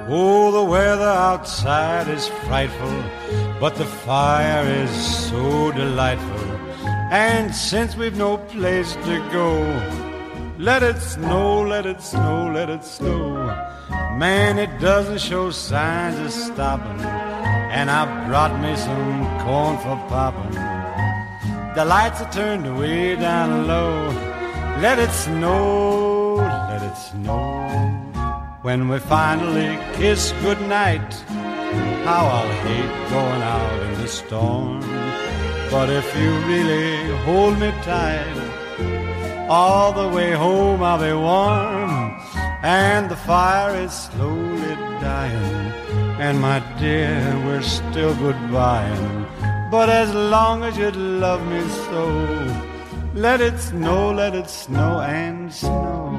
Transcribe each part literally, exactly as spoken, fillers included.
Oh, the weather outside is frightful, but the fire is so delightful. And since we've no place to go, let it snow, let it snow, let it snow. Man, it doesn't show signs of stopping, and I brought me some corn for popping. The lights are turned way down low. Let it snow, let it snow. When we finally kiss goodnight, how I'll hate going out in the storm. But if you really hold me tight, all the way home I'll be warm. And the fire is slowly dying, and my dear, we're still goodbying. But as long as you love me so, let it snow, let it snow and snow.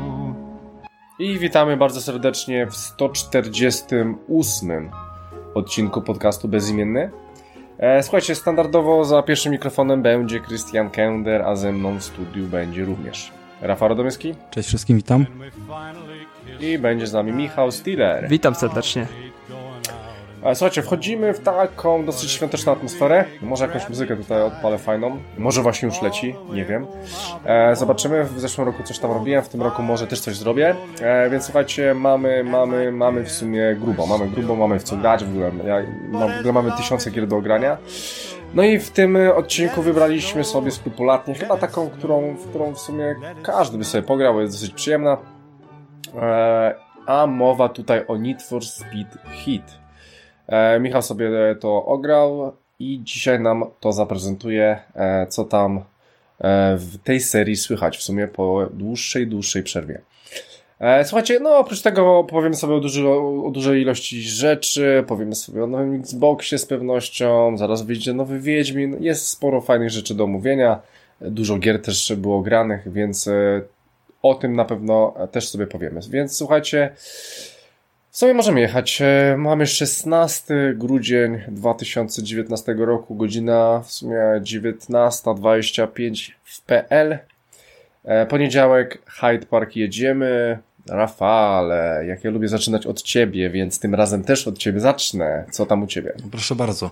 I witamy bardzo serdecznie w sto czterdziestym ósmym odcinku podcastu Bezimienny. E, słuchajcie, standardowo za pierwszym mikrofonem będzie Krystian Kender, a ze mną w studiu będzie również Rafał Radomyski. Cześć wszystkim, witam. I będzie z nami Michał Stiller. Witam serdecznie. E, słuchajcie, wchodzimy w taką dosyć świąteczną atmosferę. Może jakąś muzykę tutaj odpalę fajną. Może właśnie już leci, nie wiem. E, zobaczymy. W zeszłym roku coś tam robiłem, w tym roku może też coś zrobię. E, więc słuchajcie, mamy, mamy, mamy w sumie grubo. Mamy grubo, mamy w co grać w ogóle. Ja, no, w ogóle mamy tysiące gier do ogrania. No i w tym odcinku wybraliśmy sobie skrupulatnie, chyba taką, którą, w którą w sumie każdy by sobie pograł, jest dosyć przyjemna. E, a mowa tutaj o Need for Speed Heat. E, Michał sobie to ograł i dzisiaj nam to zaprezentuje, e, co tam e, w tej serii słychać w sumie po dłuższej, dłuższej przerwie. E, słuchajcie, no oprócz tego powiemy sobie o, duży, o dużej ilości rzeczy, powiemy sobie o nowym Xboxie z pewnością, zaraz wyjdzie nowy Wiedźmin, jest sporo fajnych rzeczy do omówienia, dużo gier też było granych, więc e, o tym na pewno też sobie powiemy. Więc słuchajcie, w sumie możemy jechać. Mamy szesnastego grudnia dwa tysiące dziewiętnastego roku, godzina w sumie dziewiętnasta dwadzieścia pięć w P L. Poniedziałek, Hyde Park, jedziemy. Rafale, jak ja lubię zaczynać od ciebie, więc tym razem też od ciebie zacznę. Co tam u ciebie? Proszę bardzo.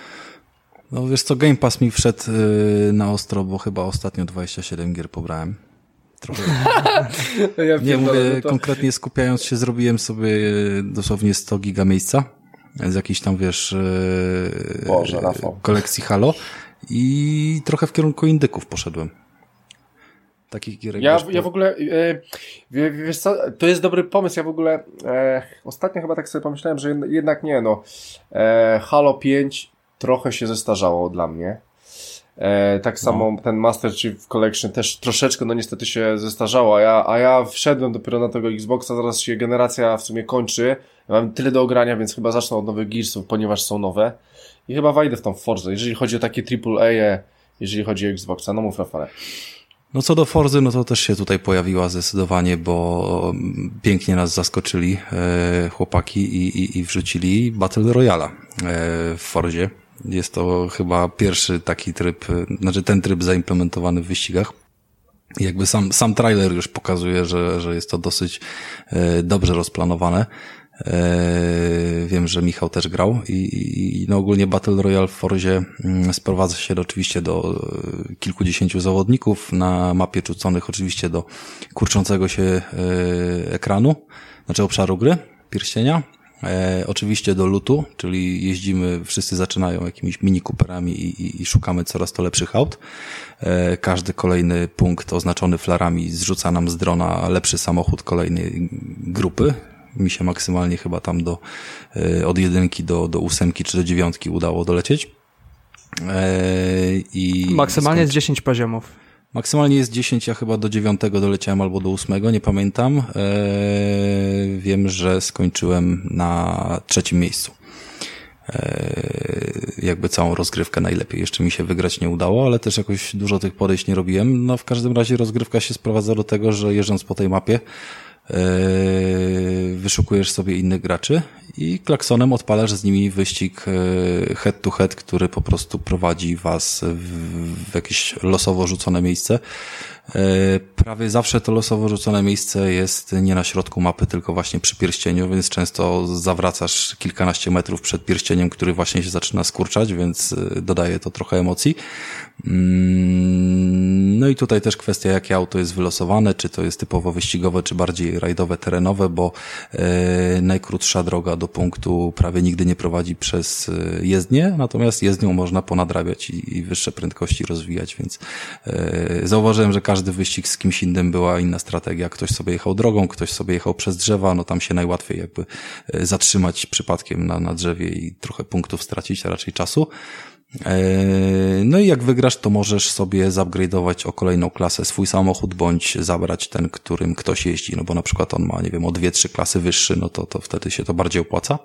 No wiesz co, Game Pass mi wszedł yy, na ostro, bo chyba ostatnio dwadzieścia siedem gier pobrałem. Trochę. Ja nie mówię, to... konkretnie skupiając się, zrobiłem sobie dosłownie sto giga miejsca z jakiejś tam, wiesz, Boże, Rafał. kolekcji Halo i trochę w kierunku indyków poszedłem. Takich gier. Ja, ja w ogóle, e, wiesz co, to jest dobry pomysł, ja w ogóle e, ostatnio chyba tak sobie pomyślałem, że jednak nie, no e, Halo pięć trochę się zestarzało dla mnie. E, tak samo no. Ten Master Chief Collection też troszeczkę, no niestety się zestarzało, a ja, a ja wszedłem dopiero na tego Xboxa, zaraz się generacja w sumie kończy, ja mam tyle do ogrania, więc chyba zacznę od nowych Gearsów, ponieważ są nowe i chyba wejdę w tą Forzę, jeżeli chodzi o takie triple A, jeżeli chodzi o Xboxa, no mów Rafale. No co do Forzy, no to też się tutaj pojawiła zdecydowanie, bo pięknie nas zaskoczyli e, chłopaki i, i, i wrzucili Battle Royala e, w Forzie. Jest to chyba pierwszy taki tryb, znaczy ten tryb zaimplementowany w wyścigach. I jakby sam, sam trailer już pokazuje, że, że jest to dosyć e, dobrze rozplanowane. E, wiem, że Michał też grał i, i no ogólnie Battle Royale w Forzie mm, sprowadza się oczywiście do e, kilkudziesięciu zawodników na mapie rzuconych oczywiście do kurczącego się e, ekranu, znaczy obszaru gry, pierścienia. E, oczywiście do lootu, czyli jeździmy, wszyscy zaczynają jakimiś mini Cooperami i, i, i szukamy coraz to lepszych aut. E, każdy kolejny punkt oznaczony flarami zrzuca nam z drona lepszy samochód kolejnej grupy. Mi się maksymalnie chyba tam do e, od jedynki do, do ósemki czy do dziewiątki udało dolecieć. E, i maksymalnie skąd... jest dziesięć poziomów. Maksymalnie jest dziesięć, ja chyba do dziewiątego doleciałem albo do ósmego, nie pamiętam. Eee, wiem, że skończyłem na trzecim miejscu. Eee, jakby całą rozgrywkę najlepiej. Jeszcze mi się wygrać nie udało, ale też jakoś dużo tych podejść nie robiłem. No w każdym razie rozgrywka się sprowadza do tego, że jeżdżąc po tej mapie wyszukujesz sobie innych graczy i klaksonem odpalasz z nimi wyścig head to head, który po prostu prowadzi was w jakieś losowo rzucone miejsce. Prawie zawsze to losowo rzucone miejsce jest nie na środku mapy, tylko właśnie przy pierścieniu, więc często zawracasz kilkanaście metrów przed pierścieniem, który właśnie się zaczyna skurczać, więc dodaje to trochę emocji. No i tutaj też kwestia, jakie auto jest wylosowane, czy to jest typowo wyścigowe, czy bardziej rajdowe, terenowe, bo e, najkrótsza droga do punktu prawie nigdy nie prowadzi przez jezdnię, natomiast jezdnią można ponadrabiać i, i wyższe prędkości rozwijać, więc e, zauważyłem, że każdy wyścig z kimś innym była inna strategia. Ktoś sobie jechał drogą, ktoś sobie jechał przez drzewa, no tam się najłatwiej jakby zatrzymać przypadkiem na, na drzewie i trochę punktów stracić, a raczej czasu. No i jak wygrasz, to możesz sobie zupgrade'ować o kolejną klasę swój samochód, bądź zabrać ten, którym ktoś jeździ, no bo na przykład on ma, nie wiem, o dwie, trzy klasy wyższy, no to, to wtedy się to bardziej opłaca.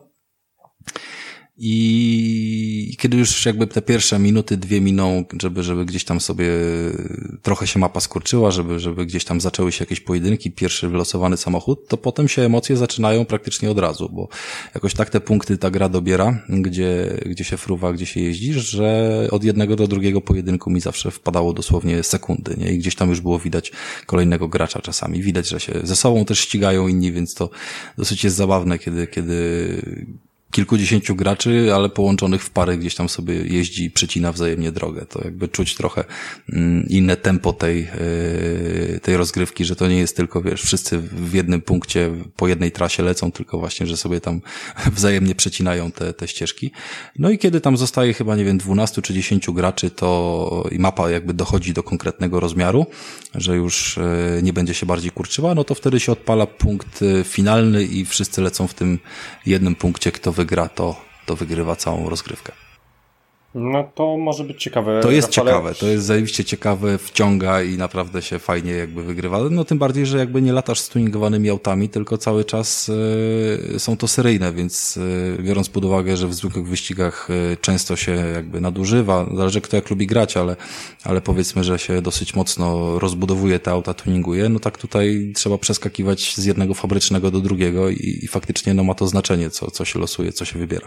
I kiedy już jakby te pierwsze minuty, dwie miną, żeby, żeby gdzieś tam sobie trochę się mapa skurczyła, żeby, żeby gdzieś tam zaczęły się jakieś pojedynki, pierwszy wylosowany samochód, to potem się emocje zaczynają praktycznie od razu, bo jakoś tak te punkty ta gra dobiera, gdzie, gdzie się fruwa, gdzie się jeździsz, że od jednego do drugiego pojedynku mi zawsze wpadało dosłownie sekundy, nie? I gdzieś tam już było widać kolejnego gracza czasami. Widać, że się ze sobą też ścigają inni, więc to dosyć jest zabawne, kiedy, kiedy kilkudziesięciu graczy, ale połączonych w pary gdzieś tam sobie jeździ i przecina wzajemnie drogę. To jakby czuć trochę inne tempo tej, tej rozgrywki, że to nie jest tylko, wiesz, wszyscy w jednym punkcie po jednej trasie lecą, tylko właśnie, że sobie tam wzajemnie przecinają te, te ścieżki. No i kiedy tam zostaje chyba, nie wiem, dwunastu czy dziesięciu graczy, to i mapa jakby dochodzi do konkretnego rozmiaru, że już nie będzie się bardziej kurczyła, no to wtedy się odpala punkt finalny i wszyscy lecą w tym jednym punkcie, kto wygra, to, to wygrywa całą rozgrywkę. No to może być ciekawe. To jest Rafale. ciekawe, to jest zajebiście ciekawe, wciąga i naprawdę się fajnie jakby wygrywa. No tym bardziej, że jakby nie latasz z tuningowanymi autami, tylko cały czas y, są to seryjne, więc y, biorąc pod uwagę, że w zwykłych wyścigach y, często się jakby nadużywa, zależy kto jak lubi grać, ale, ale powiedzmy, że się dosyć mocno rozbudowuje te auta, tuninguje, no tak tutaj trzeba przeskakiwać z jednego fabrycznego do drugiego i, i faktycznie no ma to znaczenie, co, co się losuje, co się wybiera.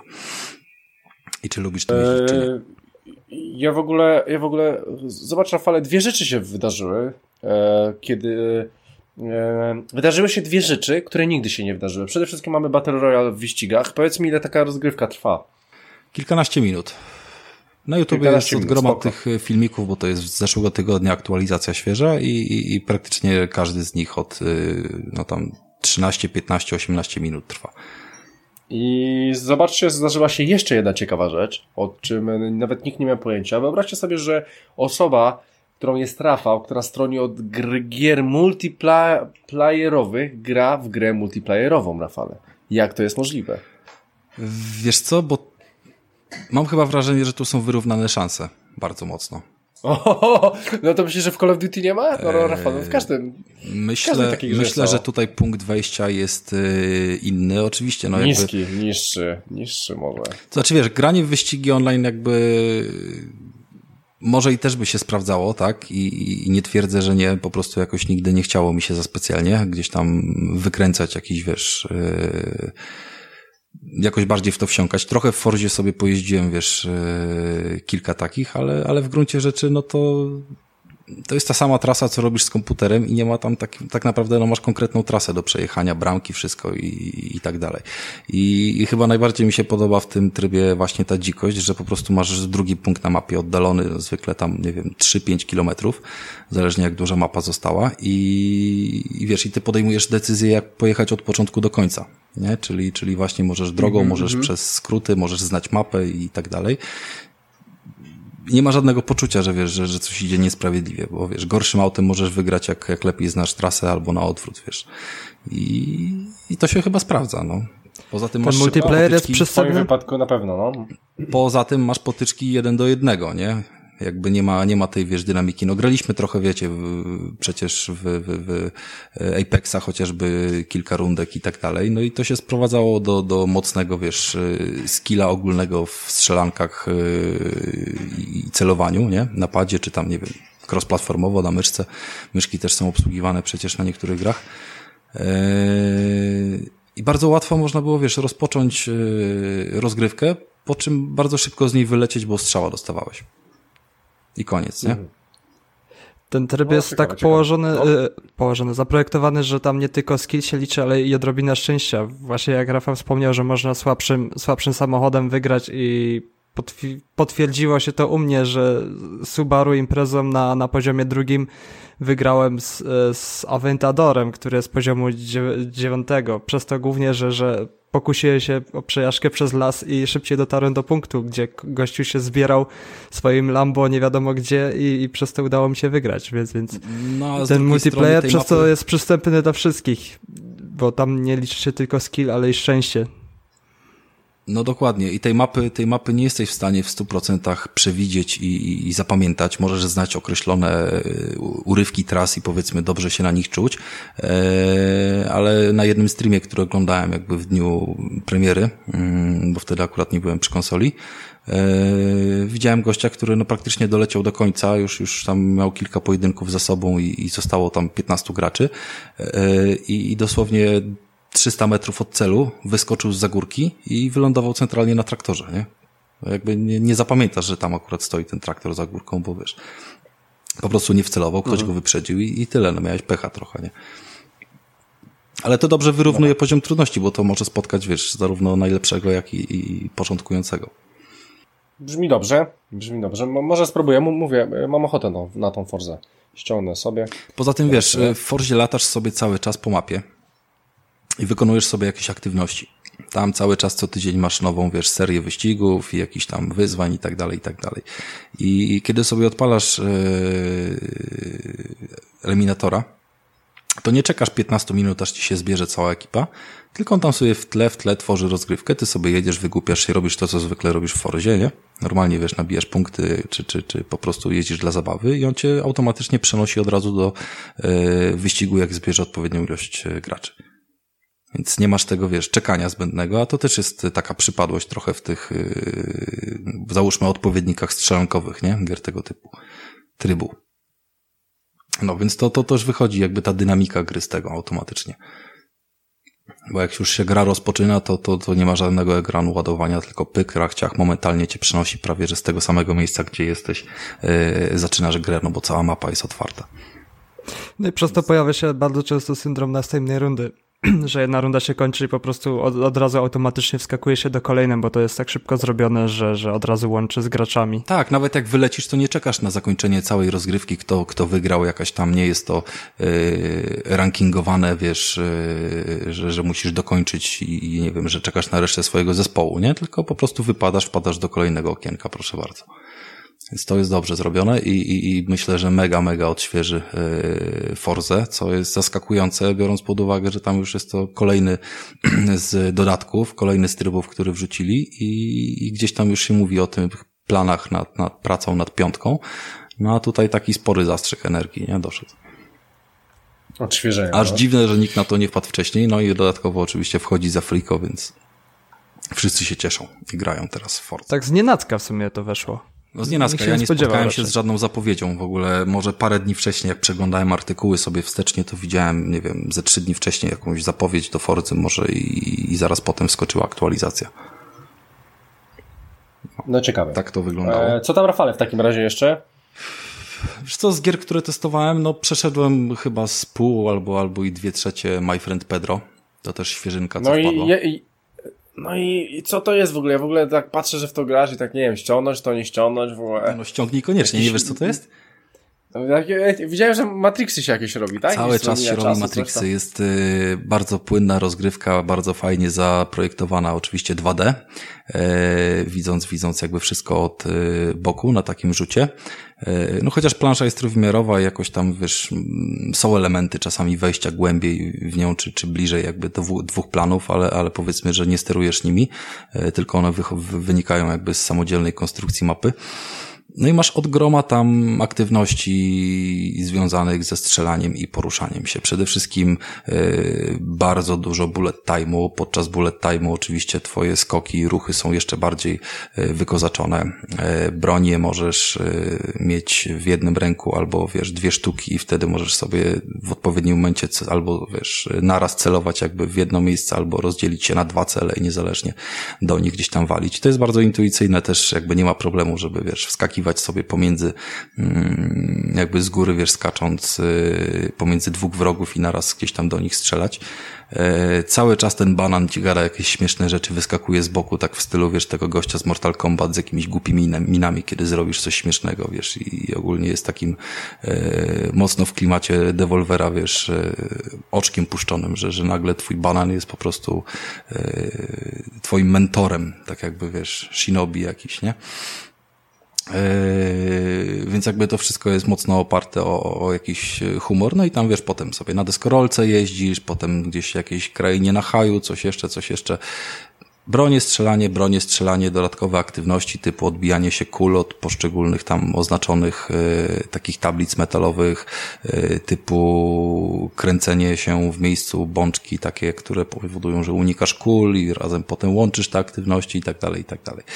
I czy lubisz to jeździć, czy nie? Ja w ogóle, ja w ogóle, zobacz Rafale, dwie rzeczy się wydarzyły, e, kiedy e, wydarzyły się dwie rzeczy, które nigdy się nie wydarzyły. Przede wszystkim mamy Battle Royale w wyścigach. Powiedz mi, ile taka rozgrywka trwa? Kilkanaście minut. Na YouTube jest od groma tych filmików, bo to jest z zeszłego tygodnia aktualizacja świeża i, i, i praktycznie każdy z nich od no tam trzynaście, piętnaście, osiemnaście minut trwa. I zobaczcie, zdarzyła się jeszcze jedna ciekawa rzecz, o czym nawet nikt nie miał pojęcia. Wyobraźcie sobie, że osoba, którą jest Rafał, która stroni od gr- gier multiplayerowych, gra w grę multiplayerową, Rafale. Jak to jest możliwe? Wiesz co, bo mam chyba wrażenie, że tu są wyrównane szanse bardzo mocno. Ohoho, no to myślisz, że w Call of Duty nie ma? No, no Rafał, no w każdym. Myślę, w każdym myślę że tutaj punkt wejścia jest yy, inny. Oczywiście, no niski, jakby... niższy, niższy może. To znaczy, wiesz, granie w wyścigi online jakby może i też by się sprawdzało, tak? I, i nie twierdzę, że nie, po prostu jakoś nigdy nie chciało mi się za specjalnie gdzieś tam wykręcać jakiś, wiesz... Yy... jakoś bardziej w to wsiąkać. Trochę w Forzie sobie pojeździłem, wiesz, yy, kilka takich, ale, ale w gruncie rzeczy, no to to jest ta sama trasa, co robisz z komputerem i nie ma tam tak, tak naprawdę, no masz konkretną trasę do przejechania, bramki, wszystko i, i tak dalej. I, I chyba najbardziej mi się podoba w tym trybie właśnie ta dzikość, że po prostu masz drugi punkt na mapie oddalony, no, zwykle tam, nie wiem, trzy pięć kilometrów, zależnie jak duża mapa została i, i wiesz, i ty podejmujesz decyzję, jak pojechać od początku do końca, nie? Czyli, czyli właśnie możesz drogą, mm-hmm. możesz przez skróty, możesz znać mapę i tak dalej. Nie ma żadnego poczucia, że wiesz, że, że coś idzie niesprawiedliwie, bo wiesz, gorszym autem możesz wygrać, jak, jak lepiej znasz trasę albo na odwrót, wiesz. I, i to się chyba sprawdza, no. Poza tym Ten masz multiplayer jest W twoim wypadku na pewno, no. Poza tym masz potyczki jeden do jednego, nie? Jakby nie ma, nie ma tej, wiesz, dynamiki. No graliśmy trochę, wiecie, w, przecież w, w, w Apexa chociażby kilka rundek i tak dalej. No i to się sprowadzało do, do mocnego, wiesz, skilla ogólnego w strzelankach i celowaniu, nie? Na padzie, czy tam, nie wiem, cross-platformowo na myszce. Myszki też są obsługiwane przecież na niektórych grach. I bardzo łatwo można było, wiesz, rozpocząć rozgrywkę, po czym bardzo szybko z niej wylecieć, bo strzała dostawałeś. I koniec, nie? Ten tryb No, jest ciekawe, tak ciekawe. położony, No. y, położony, zaprojektowany, że tam nie tylko skill się liczy, ale i odrobina szczęścia. Właśnie jak Rafał wspomniał, że można słabszym, słabszym samochodem wygrać i potwi- potwierdziło się to u mnie, że Subaru Imprezą na, na poziomie drugim wygrałem z, z Aventadorem, który jest z poziomu dziew- dziewiątego. Przez to głównie, że, że pokusiłem się o przejażdżkę przez las i szybciej dotarłem do punktu, gdzie gościu się zbierał swoim Lambo nie wiadomo gdzie i, i przez to udało mi się wygrać, więc, więc No, a z ten drugiej multiplayer strony tej przez to mapy- jest przystępny dla wszystkich, bo tam nie liczy się tylko skill, ale i szczęście. No dokładnie. I tej mapy, tej mapy nie jesteś w stanie w stu procentach przewidzieć i, i, i zapamiętać. Możesz znać określone urywki tras i powiedzmy dobrze się na nich czuć, e, ale na jednym streamie, który oglądałem jakby w dniu premiery, mm, bo wtedy akurat nie byłem przy konsoli, e, widziałem gościa, który no praktycznie doleciał do końca, już, już tam miał kilka pojedynków za sobą i, i zostało tam piętnastu graczy e, i, i dosłownie trzysta metrów od celu wyskoczył z górki i wylądował centralnie na traktorze, nie? Jakby nie, nie zapamiętasz, że tam akurat stoi ten traktor za górką, bo wiesz, po prostu nie wcelował, ktoś mhm. go wyprzedził i, i tyle, no miałeś pecha trochę, nie? Ale to dobrze wyrównuje no. poziom trudności, bo to może spotkać, wiesz, zarówno najlepszego, jak i, i początkującego. Brzmi dobrze, brzmi dobrze. M- może spróbuję, M- mówię, mam ochotę no, na tą Forzę. Ściągnę sobie. Poza tym, wiesz, w Forzie latasz sobie cały czas po mapie i wykonujesz sobie jakieś aktywności. Tam cały czas co tydzień masz nową, wiesz, serię wyścigów i jakichś tam wyzwań i tak dalej, i tak dalej. I kiedy sobie odpalasz yy, eliminatora, to nie czekasz piętnaście minut, aż ci się zbierze cała ekipa, tylko on tam sobie w tle, w tle tworzy rozgrywkę, ty sobie jedziesz, wygłupiasz się, robisz to, co zwykle robisz w Forzie, nie? Normalnie, wiesz, nabijasz punkty, czy, czy, czy po prostu jeździsz dla zabawy i on cię automatycznie przenosi od razu do yy, wyścigu, jak zbierze odpowiednią ilość yy, graczy. Więc nie masz tego, wiesz, czekania zbędnego, a to też jest taka przypadłość trochę w tych, yy, załóżmy, odpowiednikach strzelankowych, nie? Gier tego typu, trybu. No, więc to, to też wychodzi jakby ta dynamika gry z tego automatycznie. Bo jak już się gra rozpoczyna, to, to, to nie ma żadnego ekranu ładowania, tylko pyk, rachciach, momentalnie cię przenosi prawie, że z tego samego miejsca, gdzie jesteś, yy, zaczynasz grę, no bo cała mapa jest otwarta. No i przez to pojawia się bardzo często syndrom następnej rundy, że jedna runda się kończy i po prostu od, od razu automatycznie wskakuje się do kolejnej, bo to jest tak szybko zrobione, że, że od razu łączy z graczami. Tak, nawet jak wylecisz, to nie czekasz na zakończenie całej rozgrywki, kto, kto wygrał, jakaś tam nie jest to yy, rankingowane, wiesz, yy, że, że musisz dokończyć i, i nie wiem, że czekasz na resztę swojego zespołu, nie? Tylko po prostu wypadasz, wpadasz do kolejnego okienka, proszę bardzo. Więc to jest dobrze zrobione i, i, i myślę, że mega, mega odświeży yy, Forzę, co jest zaskakujące, biorąc pod uwagę, że tam już jest to kolejny z dodatków, kolejny z trybów, który wrzucili i, i gdzieś tam już się mówi o tych planach nad, nad pracą nad piątką, no a tutaj taki spory zastrzyk energii, nie? Doszedł. Odświeżenie. Aż no. dziwne, że nikt na to nie wpadł wcześniej, no i dodatkowo oczywiście wchodzi za friko, więc wszyscy się cieszą i grają teraz w Forzę. Tak znienacka w sumie to weszło. No z nienacka, ja nie spotkałem się z żadną zapowiedzią w ogóle. Może parę dni wcześniej, jak przeglądałem artykuły sobie wstecznie, to widziałem, nie wiem, ze trzy dni wcześniej jakąś zapowiedź do Forzy może i, i zaraz potem wskoczyła aktualizacja. No, no ciekawe. Tak to wyglądało. E, co tam, Rafale, w takim razie jeszcze? Wiesz co, z gier, które testowałem, no przeszedłem chyba z pół albo, albo i dwie trzecie My Friend Pedro. To też świeżynka, co no wpadło. I, i, no i, i co to jest w ogóle? Ja w ogóle tak patrzę, że w to grasz i tak nie wiem, ściągnąć to, nie ściągnąć w ogóle. No ściągnij koniecznie, Jakiś... nie wiesz co to jest? Widziałem, że Matrixy się jakieś robi, tak? Cały czas się robi Matrixy. Jest y, bardzo płynna rozgrywka, bardzo fajnie zaprojektowana, oczywiście dwa D, y, widząc, widząc jakby wszystko od y, boku na takim rzucie. Y, no chociaż plansza jest trójwymiarowa i jakoś tam, wiesz, są elementy czasami wejścia głębiej w nią, czy, czy bliżej jakby do dwu, dwóch planów, ale, ale powiedzmy, że nie sterujesz nimi, y, tylko one wy, wynikają jakby z samodzielnej konstrukcji mapy. No i masz od groma tam aktywności związanych ze strzelaniem i poruszaniem się. Przede wszystkim yy, bardzo dużo bullet time'u. Podczas bullet time'u oczywiście twoje skoki i ruchy są jeszcze bardziej yy, wykozaczone. Yy, bronię możesz yy, mieć w jednym ręku albo, wiesz, dwie sztuki i wtedy możesz sobie w odpowiednim momencie c- albo, wiesz, naraz celować jakby w jedno miejsce albo rozdzielić się na dwa cele i niezależnie do nich gdzieś tam walić. To jest bardzo intuicyjne też, jakby nie ma problemu, żeby, wiesz, wskakiwać przeskakiwać sobie pomiędzy, jakby z góry, wiesz, skacząc pomiędzy dwóch wrogów i naraz gdzieś tam do nich strzelać. Cały czas ten banan ci gada jakieś śmieszne rzeczy, wyskakuje z boku, tak w stylu, wiesz, tego gościa z Mortal Kombat z jakimiś głupimi minami, kiedy zrobisz coś śmiesznego, wiesz, i ogólnie jest takim e, mocno w klimacie Devolvera, wiesz, e, oczkiem puszczonym, że, że nagle twój banan jest po prostu e, twoim mentorem, tak jakby, wiesz, shinobi jakiś, nie? Yy, więc jakby to wszystko jest mocno oparte o, o jakiś humor, no i tam wiesz, potem sobie na deskorolce jeździsz, potem gdzieś w jakiejś krainie na haju, coś jeszcze, coś jeszcze. Bronie, strzelanie, bronie, strzelanie, dodatkowe aktywności typu odbijanie się kul od poszczególnych tam oznaczonych y, takich tablic metalowych, y, typu kręcenie się w miejscu bączki takie, które powodują, że unikasz kul i razem potem łączysz te aktywności i tak dalej, i tak dalej.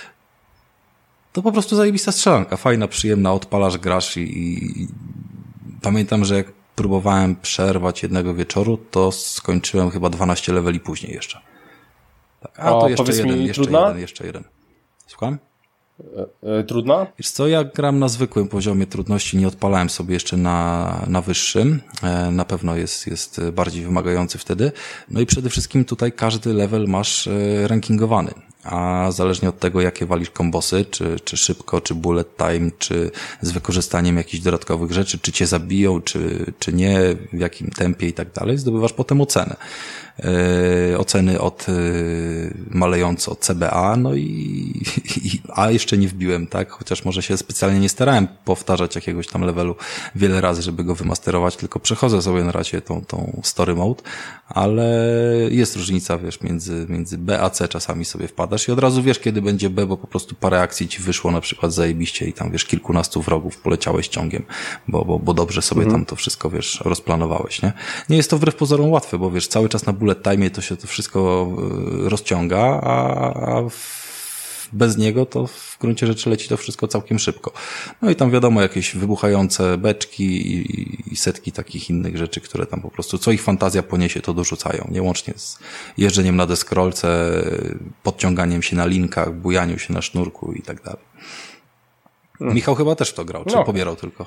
To po prostu zajebista strzelanka, fajna, przyjemna, odpalasz, grasz i, i pamiętam, że jak próbowałem przerwać jednego wieczoru, to skończyłem chyba dwanaście leveli później jeszcze. Tak. A, A to jeszcze jeden, mi, jeszcze trudna? jeden, jeszcze jeden. Słucham? E, e, trudna? Wiesz co, ja gram na zwykłym poziomie trudności, nie odpalałem sobie jeszcze na, na wyższym. E, na pewno jest, jest bardziej wymagający wtedy. No i przede wszystkim tutaj każdy level masz e, rankingowany. A zależnie od tego, jakie walisz kombosy, czy, czy szybko, czy bullet time, czy z wykorzystaniem jakichś dodatkowych rzeczy, czy cię zabiją, czy, czy nie, w jakim tempie i tak dalej, zdobywasz potem ocenę. Yy, oceny od yy, malejące od C B A, no i, i a jeszcze nie wbiłem, tak? Chociaż może się specjalnie nie starałem powtarzać jakiegoś tam levelu wiele razy, żeby go wymasterować, tylko przechodzę sobie na razie tą, tą story mode, ale jest różnica, wiesz, między, między B a C czasami sobie wpadasz i od razu wiesz, kiedy będzie B, bo po prostu parę akcji ci wyszło na przykład zajebiście i tam, wiesz, kilkunastu wrogów poleciałeś ciągiem, bo, bo, bo dobrze sobie mhm. tam to wszystko, wiesz, rozplanowałeś, nie? Nie jest to wbrew pozorom łatwe, bo wiesz, cały czas na bullet time to się to wszystko rozciąga, a, a bez niego to w gruncie rzeczy leci to wszystko całkiem szybko. No i tam wiadomo, jakieś wybuchające beczki i, i setki takich innych rzeczy, które tam po prostu, co ich fantazja poniesie, to dorzucają, nie łącznie z jeżdżeniem na deskorolce, podciąganiem się na linkach, bujaniu się na sznurku i tak dalej. Hmm. Michał chyba też w to grał, czy no. pobierał tylko?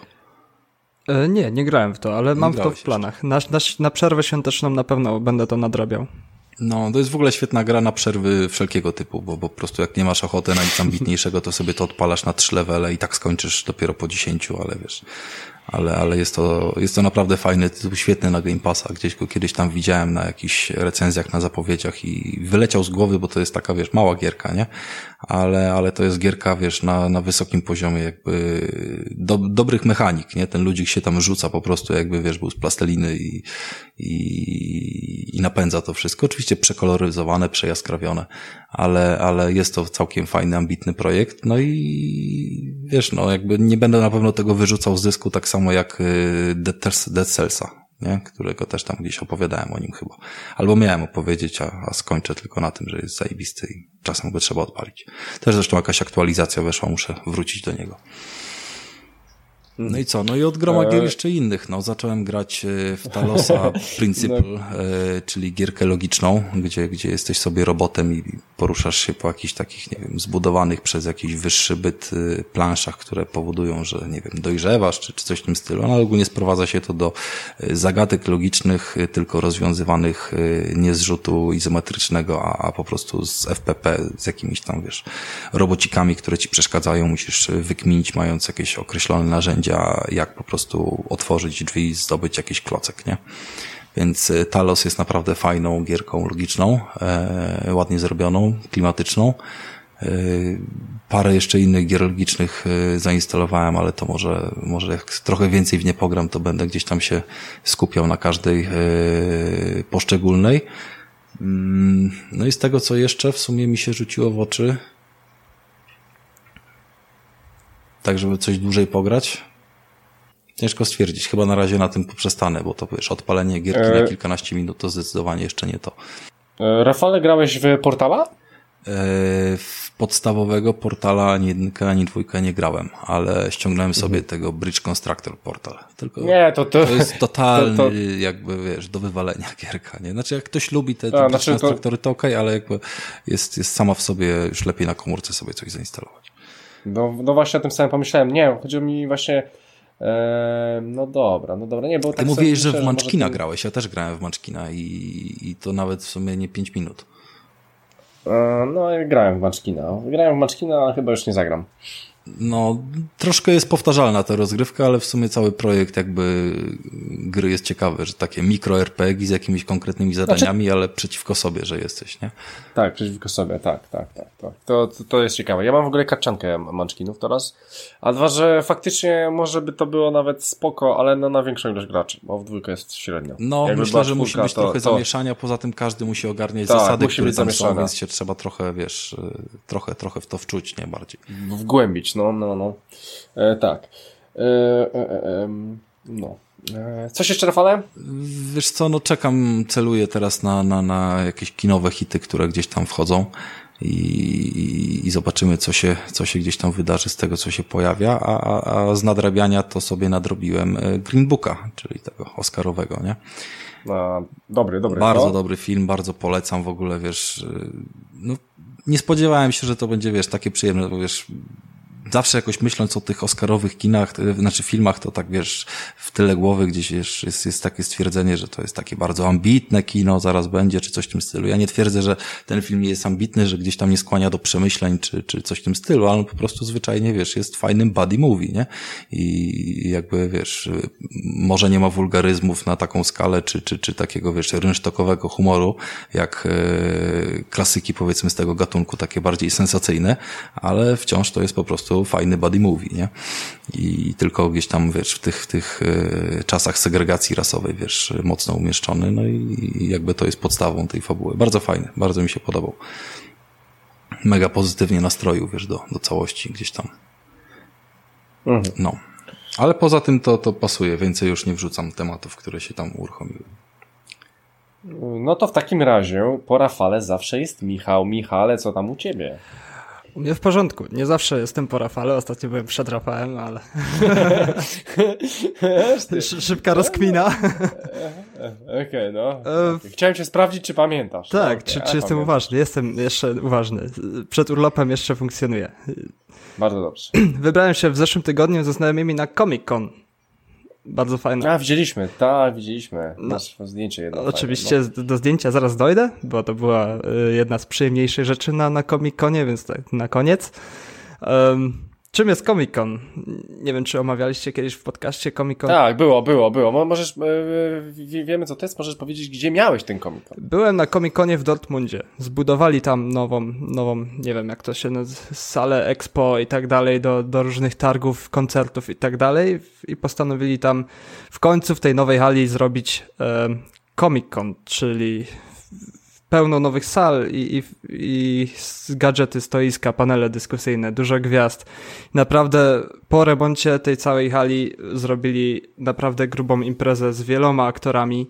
E, nie, nie grałem w to, ale nie mam to w planach. Na, na, na przerwę świąteczną na pewno będę to nadrabiał. No, to jest w ogóle świetna gra na przerwy wszelkiego typu, bo, bo po prostu jak nie masz ochoty na nic ambitniejszego, to sobie to odpalasz na trzy levele i tak skończysz dopiero po dziesięciu, ale wiesz, ale, ale jest to, jest to naprawdę fajny tytuł, świetny na Game Passa, gdzieś go kiedyś tam widziałem na jakichś recenzjach, na zapowiedziach i wyleciał z głowy, bo to jest taka, wiesz, mała gierka, nie? Ale, ale to jest gierka, wiesz, na, na wysokim poziomie jakby do, dobrych mechanik, nie? Ten ludzik się tam rzuca po prostu jakby, wiesz, był z plasteliny i, i, i napędza to wszystko. Oczywiście przekoloryzowane, przejaskrawione, ale, ale jest to całkiem fajny, ambitny projekt. No i wiesz, no jakby nie będę na pewno tego wyrzucał z dysku tak samo jak Dead, Dead Cellsa, nie? Którego też tam gdzieś opowiadałem o nim chyba. Albo miałem opowiedzieć, a, a skończę tylko na tym, że jest zajebisty i czasem go trzeba odpalić. Też zresztą jakaś aktualizacja weszła, muszę wrócić do niego. No i co? No i od groma gier jeszcze innych. No, zacząłem grać w Talosa Principle, czyli gierkę logiczną, gdzie, gdzie jesteś sobie robotem i poruszasz się po jakichś takich, nie wiem, zbudowanych przez jakiś wyższy byt planszach, które powodują, że, nie wiem, dojrzewasz, czy, czy coś w tym stylu. No, ale ogólnie sprowadza się to do zagadek logicznych, tylko rozwiązywanych nie z rzutu izometrycznego, a, a po prostu z F P P, z jakimiś tam, wiesz, robocikami, które ci przeszkadzają. Musisz wykminić, mając jakieś określone narzędzia, jak po prostu otworzyć drzwi i zdobyć jakiś klocek, nie? Więc Talos jest naprawdę fajną gierką logiczną, e, ładnie zrobioną, klimatyczną. E, parę jeszcze innych gier logicznych e, zainstalowałem, ale to może, może jak trochę więcej w nie pogram, to będę gdzieś tam się skupiał na każdej e, poszczególnej. Mm, no i z tego, co jeszcze w sumie mi się rzuciło w oczy, tak żeby coś dłużej pograć, ciężko stwierdzić. Chyba na razie na tym poprzestanę, bo to wiesz, odpalenie gierki e... na kilkanaście minut to zdecydowanie jeszcze nie to. E, Rafale, grałeś w Portala? E, w podstawowego Portala ani jedynkę, ani dwójkę nie grałem, ale ściągnąłem sobie mhm. tego Bridge Constructor Portal. Tylko nie, to, to, to jest totalny to, to... jakby, wiesz, do wywalenia gierka, nie? Znaczy jak ktoś lubi te, te A, Bridge znaczy Constructory, to, to okej, okay, ale jakby jest, jest sama w sobie już lepiej na komórce sobie coś zainstalować. No, no właśnie o tym samym pomyślałem. Nie, chodziło mi właśnie... E, no dobra, no dobra. Nie, bo Ty tak mówiłeś, że myślę, w Munchkina ty... grałeś. Ja też grałem w Munchkina i, i to nawet w sumie nie pięć minut. E, no, grałem w Munchkina. Grałem w Munchkina, ale chyba już nie zagram. No, troszkę jest powtarzalna ta rozgrywka, ale w sumie cały projekt jakby gry jest ciekawy, że takie mikro er pe gie z jakimiś konkretnymi zadaniami, znaczy... ale przeciwko sobie, że jesteś, nie? Tak, przeciwko sobie, tak, tak, tak. tak. To, to, to jest ciekawe. Ja mam w ogóle karczankę Munchkinów teraz, a dwa, że faktycznie może by to było nawet spoko, ale no na większą ilość graczy, bo w dwójkę jest średnio. No, jakby myślę, że czwórka, musi być to, trochę to... zamieszania, poza tym każdy musi ogarniać tak, zasady, musi które tam zamieszana. są, więc się trzeba trochę, wiesz, trochę, trochę w to wczuć, nie bardziej. Wgłębić, no, no, no. E, tak. E, e, e, no. E, coś jeszcze, Rafale? Wiesz co, no czekam, celuję teraz na, na, na jakieś kinowe hity, które gdzieś tam wchodzą i, i, i zobaczymy, co się, co się gdzieś tam wydarzy z tego, co się pojawia, a, a, a z nadrabiania to sobie nadrobiłem Green Booka, czyli tego oscarowego, nie? No, dobry, dobry. Bardzo no? dobry film, bardzo polecam w ogóle, wiesz, no nie spodziewałem się, że to będzie, wiesz, takie przyjemne, bo wiesz, zawsze jakoś myśląc o tych oscarowych kinach, znaczy filmach, to tak wiesz, w tyle głowy gdzieś wiesz, jest, jest takie stwierdzenie, że to jest takie bardzo ambitne kino, zaraz będzie, czy coś w tym stylu. Ja nie twierdzę, że ten film nie jest ambitny, że gdzieś tam nie skłania do przemyśleń, czy, czy coś w tym stylu, ale po prostu zwyczajnie, wiesz, jest fajnym buddy movie, nie? I jakby, wiesz, może nie ma wulgaryzmów na taką skalę, czy, czy, czy takiego, wiesz, rynsztokowego humoru, jak e, klasyki, powiedzmy, z tego gatunku, takie bardziej sensacyjne, ale wciąż to jest po prostu fajny buddy movie, nie? I tylko gdzieś tam, wiesz, w tych, w tych y, czasach segregacji rasowej, wiesz, mocno umieszczony, no i, i jakby to jest podstawą tej fabuły. Bardzo fajny, bardzo mi się podobał. Mega pozytywnie nastroił, wiesz, do, do całości gdzieś tam. Mhm. No. Ale poza tym to, to pasuje, więcej już nie wrzucam tematów, które się tam uruchomiły. No to w takim razie po Rafale zawsze jest Michał. Michale, co tam u ciebie? U mnie w porządku. Nie zawsze jestem po Rafale. Ostatnio byłem przed Rafałem, ale... Szybka rozkmina. Okej, okay, no. Okay. Chciałem cię sprawdzić, czy pamiętasz. Tak, no, okay, czy, czy jestem pamiętasz. uważny. Jestem jeszcze uważny. Przed urlopem jeszcze funkcjonuję. Bardzo dobrze. Wybrałem się w zeszłym tygodniu ze znajomymi na Comic Con. Bardzo fajne. A, widzieliśmy, tak, widzieliśmy. No. Nasze zdjęcie jedno. Oczywiście fajne, no. do zdjęcia zaraz dojdę, bo to była jedna z przyjemniejszych rzeczy na, na Comic-Conie, więc tak na koniec. Um, czym jest Comic-Con? Nie wiem, czy omawialiście kiedyś w podcaście Comic-Con? Tak, było, było, było. Możesz, yy, wiemy co to jest, możesz powiedzieć, gdzie miałeś ten Comic-Con? Byłem na Comic-Conie w Dortmundzie. Zbudowali tam nową, nową, nie wiem jak to się nazywa, salę expo i tak dalej, do, do różnych targów, koncertów i tak dalej i postanowili tam w końcu w tej nowej hali zrobić e, Comic-Con, czyli pełno nowych sal i, i, i gadżety, stoiska, panele dyskusyjne, dużo gwiazd. Naprawdę po remoncie tej całej hali zrobili naprawdę grubą imprezę z wieloma aktorami.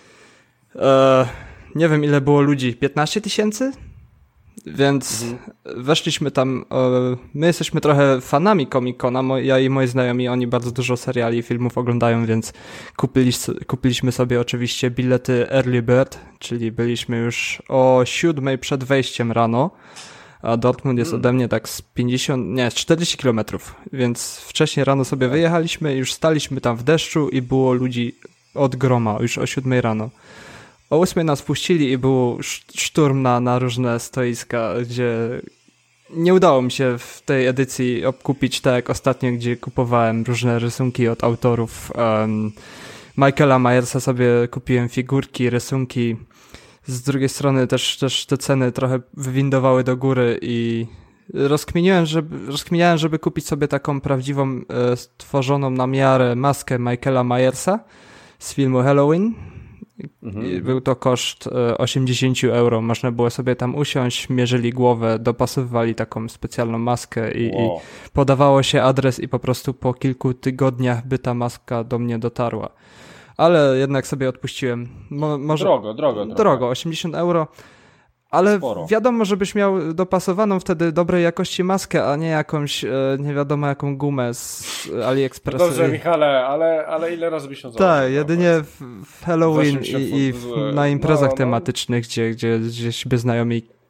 E, nie wiem ile było ludzi, piętnaście tysięcy? Więc mhm. weszliśmy tam, e, my jesteśmy trochę fanami Comic-Cona, ja i moi znajomi, oni bardzo dużo seriali i filmów oglądają, więc kupili, kupiliśmy sobie oczywiście bilety Early Bird, czyli byliśmy już o siódmej przed wejściem rano, a Dortmund jest ode mnie tak z pięćdziesiąt, nie, z czterdzieści kilometrów, więc wcześniej rano sobie wyjechaliśmy, już staliśmy tam w deszczu i było ludzi od groma, już o siódmej rano. O ósmej nas puścili i był szturm na, na różne stoiska, gdzie nie udało mi się w tej edycji obkupić tak jak ostatnio, gdzie kupowałem różne rysunki od autorów. Um, Michaela Myersa sobie kupiłem figurki, rysunki. Z drugiej strony też, też te ceny trochę wywindowały do góry i rozkminiłem, żeby, rozkminiałem, żeby kupić sobie taką prawdziwą, e, stworzoną na miarę maskę Michaela Myersa z filmu Halloween. Mhm. Był to koszt osiemdziesiąt euro. Można było sobie tam usiąść, mierzyli głowę, dopasowywali taką specjalną maskę i, wow. i podawało się adres i po prostu po kilku tygodniach by ta maska do mnie dotarła. Ale jednak sobie odpuściłem. Mo, może, drogo, drogo, drogo. Drogo, osiemdziesiąt euro. Ale Sporo. wiadomo, żebyś miał dopasowaną wtedy dobrej jakości maskę, a nie jakąś e, nie wiadomo jaką gumę z AliExpressu. Dobrze, Michale, ale, ale ile razy byś ją założył? Tak, jedynie w, w Halloween i, i w, na imprezach no, no. tematycznych, gdzie, gdzie gdzieś by znajomi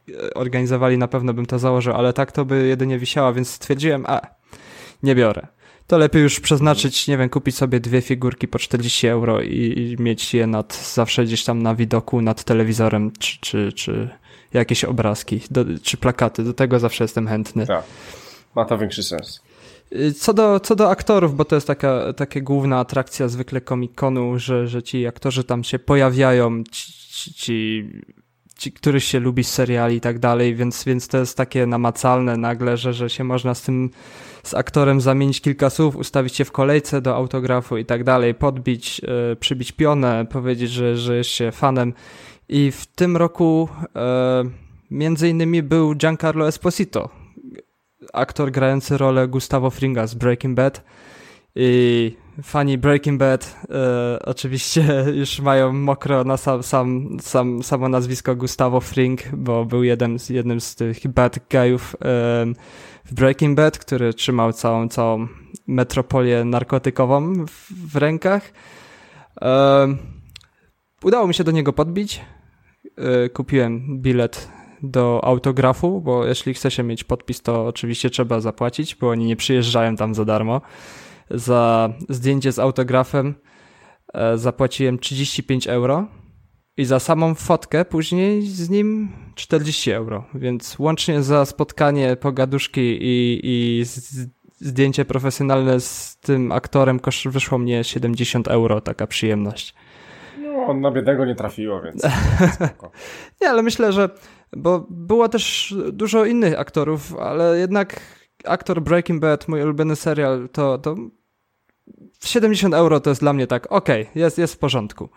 organizowali, na pewno bym to założył, ale tak to by jedynie wisiała, więc stwierdziłem, a nie biorę. To lepiej już przeznaczyć, nie wiem, kupić sobie dwie figurki po czterdzieści euro i, i mieć je nad, zawsze gdzieś tam na widoku, nad telewizorem, czy, czy, czy jakieś obrazki, do, czy plakaty. Do tego zawsze jestem chętny. Tak, ma to większy sens. Co do, co do aktorów, bo to jest taka, taka główna atrakcja zwykle Comic-Conu, że, że ci aktorzy tam się pojawiają, ci, ci, ci, ci których się lubi z seriali i tak dalej, więc, więc to jest takie namacalne nagle, że, że się można z tym z aktorem zamienić kilka słów, ustawić się w kolejce do autografu i tak dalej, podbić, yy, przybić pionę, powiedzieć, że, że jest się fanem. I w tym roku yy, między innymi był Giancarlo Esposito, aktor grający rolę Gustavo Fringa z Breaking Bad. I fani Breaking Bad e, oczywiście już mają mokro na sam, sam, sam, samo nazwisko Gustavo Fring, bo był jeden z, jednym z tych bad guyów e, w Breaking Bad, który trzymał całą, całą metropolię narkotykową w, w rękach. E, udało mi się do niego podbić. E, kupiłem bilet do autografu, bo jeśli chce się mieć podpis, to oczywiście trzeba zapłacić, bo oni nie przyjeżdżają tam za darmo. Za zdjęcie z autografem e, zapłaciłem trzydzieści pięć euro i za samą fotkę później z nim czterdzieści euro, więc łącznie za spotkanie, pogaduszki i, i z, zdjęcie profesjonalne z tym aktorem kosz, wyszło mnie siedemdziesiąt euro, taka przyjemność. No, na biednego nie trafiło, więc spoko. Nie, ale myślę, że bo było też dużo innych aktorów, ale jednak aktor Breaking Bad, mój ulubiony serial, to, to siedemdziesiąt euro to jest dla mnie tak, okej, okay, jest, jest w porządku.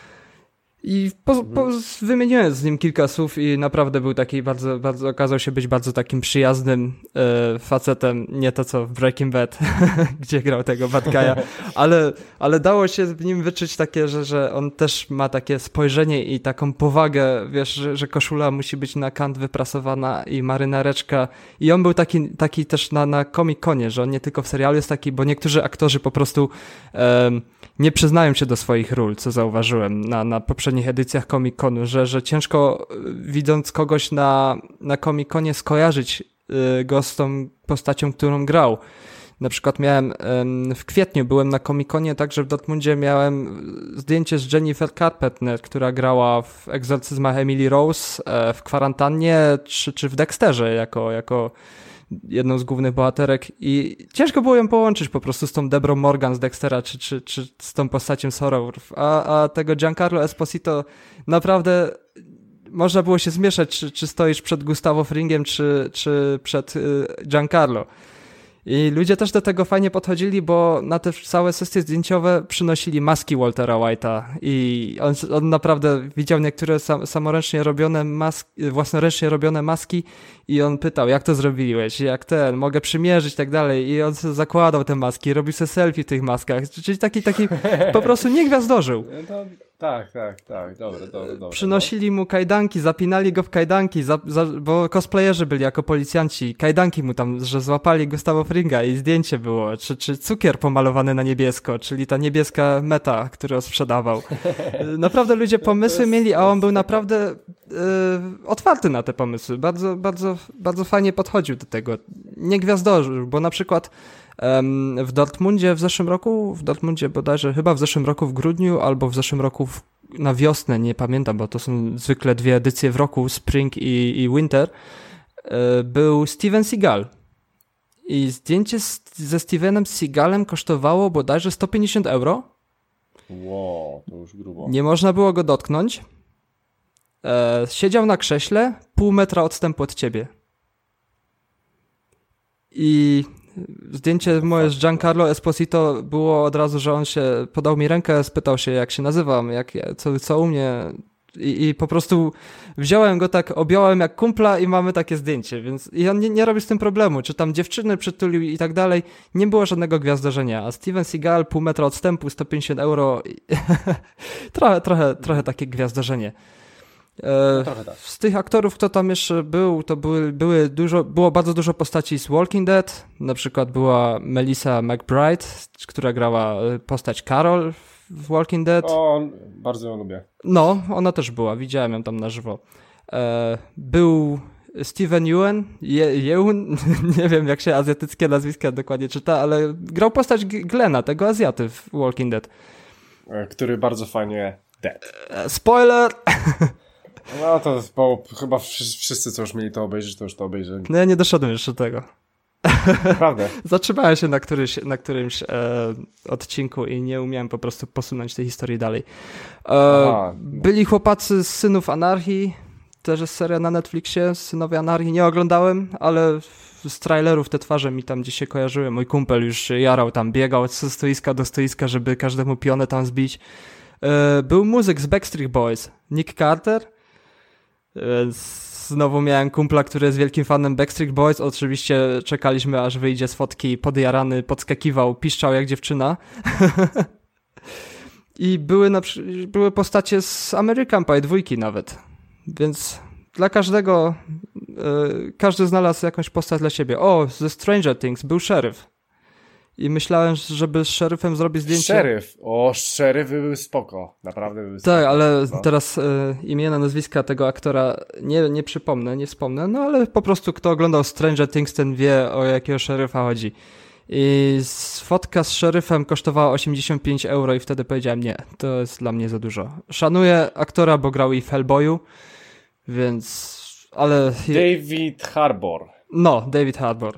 I po, po, wymieniłem z nim kilka słów i naprawdę był taki bardzo, bardzo okazał się być bardzo takim przyjaznym e, facetem, nie to co w Breaking Bad, gdzie grał tego bad guy'a, ale, ale dało się w nim wyczuć takie, że, że on też ma takie spojrzenie i taką powagę, wiesz, że, że koszula musi być na kant wyprasowana i marynareczka i on był taki, taki też na, na Comic-Conie, że on nie tylko w serialu jest taki, bo niektórzy aktorzy po prostu e, nie przyznają się do swoich ról, co zauważyłem na, na poprzednich edycjach Comic-Conu, że, że ciężko widząc kogoś na, na Comic-Conie skojarzyć y, go z tą postacią, którą grał. Na przykład miałem y, w kwietniu byłem na Comic-Conie, także w Dortmundzie miałem zdjęcie z Jennifer Carpenter, która grała w Egzorcyzmach Emily Rose, y, w Kwarantannie czy, czy w Dexterze jako, jako jedną z głównych bohaterek i ciężko było ją połączyć po prostu z tą Deborah Morgan z Dextera, czy, czy, czy z tą postacią Sorrow, a, a tego Giancarlo Esposito naprawdę można było się zmieszać, czy, czy stoisz przed Gustavo Fringiem, czy, czy przed y, Giancarlo. I ludzie też do tego fajnie podchodzili, bo na te całe sesje zdjęciowe przynosili maski Waltera White'a i on, on naprawdę widział niektóre sam, samoręcznie robione maski, własnoręcznie robione maski i on pytał, jak to zrobiłeś, jak ten, mogę przymierzyć i tak dalej i on zakładał te maski, robił sobie selfie w tych maskach, czyli taki, taki po prostu nie gwiazdorzył. Tak, tak, tak, dobre, dobre, dobre. Przynosili mu kajdanki, zapinali go w kajdanki, za, za, bo cosplayerzy byli jako policjanci, kajdanki mu tam, że złapali Gustavo Fringa i zdjęcie było, czy, czy cukier pomalowany na niebiesko, czyli ta niebieska meta, którą sprzedawał. Naprawdę ludzie pomysły mieli, a on był naprawdę yy, otwarty na te pomysły, bardzo, bardzo, bardzo fajnie podchodził do tego, nie gwiazdorzył, bo na przykład w Dortmundzie w zeszłym roku, w Dortmundzie bodajże chyba w zeszłym roku w grudniu albo w zeszłym roku w, na wiosnę, nie pamiętam, bo to są zwykle dwie edycje w roku, Spring i, i Winter, był Steven Seagal. I zdjęcie z, ze Stevenem Seagalem kosztowało bodajże sto pięćdziesiąt euro. Wow, to już grubo. Nie można było go dotknąć. E, siedział na krześle, pół metra odstępu od ciebie. I zdjęcie moje z Giancarlo Esposito było od razu, że on się podał mi rękę, spytał się, jak się nazywam, jak, co, co u mnie i, i po prostu wziąłem go tak, objąłem jak kumpla i mamy takie zdjęcie, więc i on nie, nie robi z tym problemu, czy tam dziewczyny przytulił i tak dalej, nie było żadnego gwiazdorzenia, a Steven Seagal pół metra odstępu, sto pięćdziesiąt euro, trochę, trochę, trochę takie gwiazdorzenie. E, no tak. Z tych aktorów, kto tam jeszcze był, to były, były dużo, było bardzo dużo postaci z Walking Dead. Na przykład była Melissa McBride, która grała postać Carol w Walking Dead. O, bardzo ją lubię. No, ona też była, widziałem ją tam na żywo. E, był Steven Yeun, Je, Yeun, nie wiem jak się azjatyckie nazwiska dokładnie czyta, ale grał postać Glena, tego Azjaty w Walking Dead. Który bardzo fajnie dead. E, spoiler! No to bo chyba wszyscy, co już mieli to obejrzeć, to już to obejrzeli. No ja nie doszedłem jeszcze do tego. Naprawdę? Zatrzymałem się na którymś, na którymś e, odcinku i nie umiałem po prostu posunąć tej historii dalej. E, Aha. Byli chłopacy z Synów Anarchii, też jest seria na Netflixie, Synowie Anarchii, nie oglądałem, ale z trailerów te twarze mi tam gdzieś się kojarzyły. Mój kumpel już jarał tam, biegał ze stoiska do stoiska, żeby każdemu pionę tam zbić. E, był muzyk z Backstreet Boys, Nick Carter. E, Znowu miałem kumpla, który jest wielkim fanem Backstreet Boys. Oczywiście czekaliśmy, aż wyjdzie z fotki, podjarany, podskakiwał, piszczał jak dziewczyna. I były, na, były postacie z American Pie dwójki nawet. Więc dla każdego, yy, każdy znalazł jakąś postać dla siebie. O, ze Stranger Things był szeryf. I myślałem, żeby z szeryfem zrobić zdjęcie. Szeryf? O, szeryfy były spoko. Naprawdę były spoko. Tak, ale no. teraz y, imienia, nazwiska tego aktora nie, nie przypomnę, nie wspomnę, no ale po prostu kto oglądał Stranger Things, ten wie, o jakiego szeryfa chodzi. I fotka z szeryfem kosztowała osiemdziesiąt pięć euro i wtedy powiedziałem, nie, to jest dla mnie za dużo. Szanuję aktora, bo grał i w Hellboyu, więc... ale... David Harbour. No, David Harbour.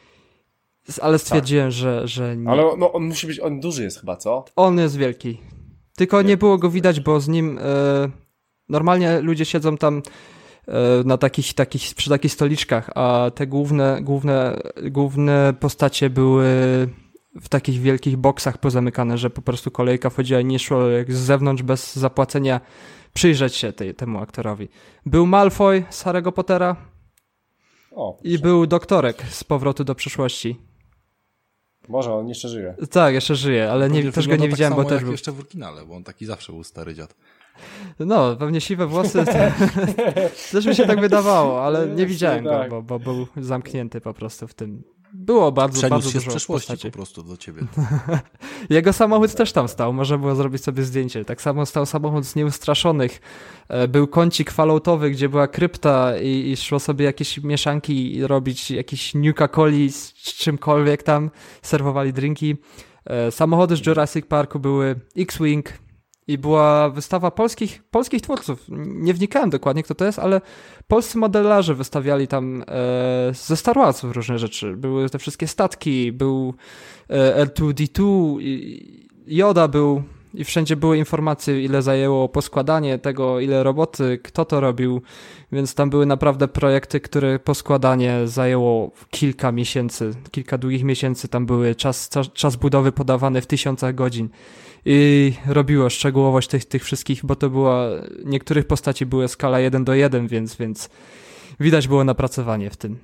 Ale stwierdziłem, tak. że, że nie. Ale no, on musi być, on duży jest chyba, co? On jest wielki. Tylko nie, nie było go widać, bo z nim e, normalnie ludzie siedzą tam e, na takich, takich, przy takich stoliczkach, a te główne, główne, główne postacie były w takich wielkich boksach pozamykane, że po prostu kolejka wchodziła i nie szło jak z zewnątrz bez zapłacenia przyjrzeć się tej, temu aktorowi. Był Malfoy z Harry'ego Pottera o, i był doktorek z Powrotu do przyszłości. Może on jeszcze żyje. Tak, jeszcze żyje, ale nie, też go nie tak widziałem, samo bo też jak był. jeszcze w oryginale, bo on taki zawsze był stary dziad. No, pewnie siwe włosy. Też mi się tak wydawało, ale nie widziałem go, bo, bo był zamknięty po prostu w tym. Było bardzo, Przeniósł bardzo się dużo z przeszłości postaci. po prostu do ciebie. Jego samochód też tam stał, można było zrobić sobie zdjęcie. Tak samo stał samochód z Nieustraszonych. Był kącik falloutowy, gdzie była krypta i, i szło sobie jakieś mieszanki i robić jakieś Nuka-Coli z czymkolwiek tam. Serwowali drinki. Samochody z Jurassic Parku były X-Wing i była wystawa polskich, polskich twórców. Nie wnikałem dokładnie, kto to jest, ale polscy modelarze wystawiali tam e, ze Star Warsów różne rzeczy. Były te wszystkie statki, był e, R dwa D dwa, i Yoda był i wszędzie były informacje, ile zajęło poskładanie tego, ile roboty, kto to robił, więc tam były naprawdę projekty, które poskładanie zajęło kilka miesięcy, kilka długich miesięcy, tam były czas, czas, czas budowy podawany w tysiącach godzin. I robiło szczegółowość tych, tych wszystkich, bo to była, niektórych postaci były skala jeden do jeden, więc, więc widać było napracowanie w tym.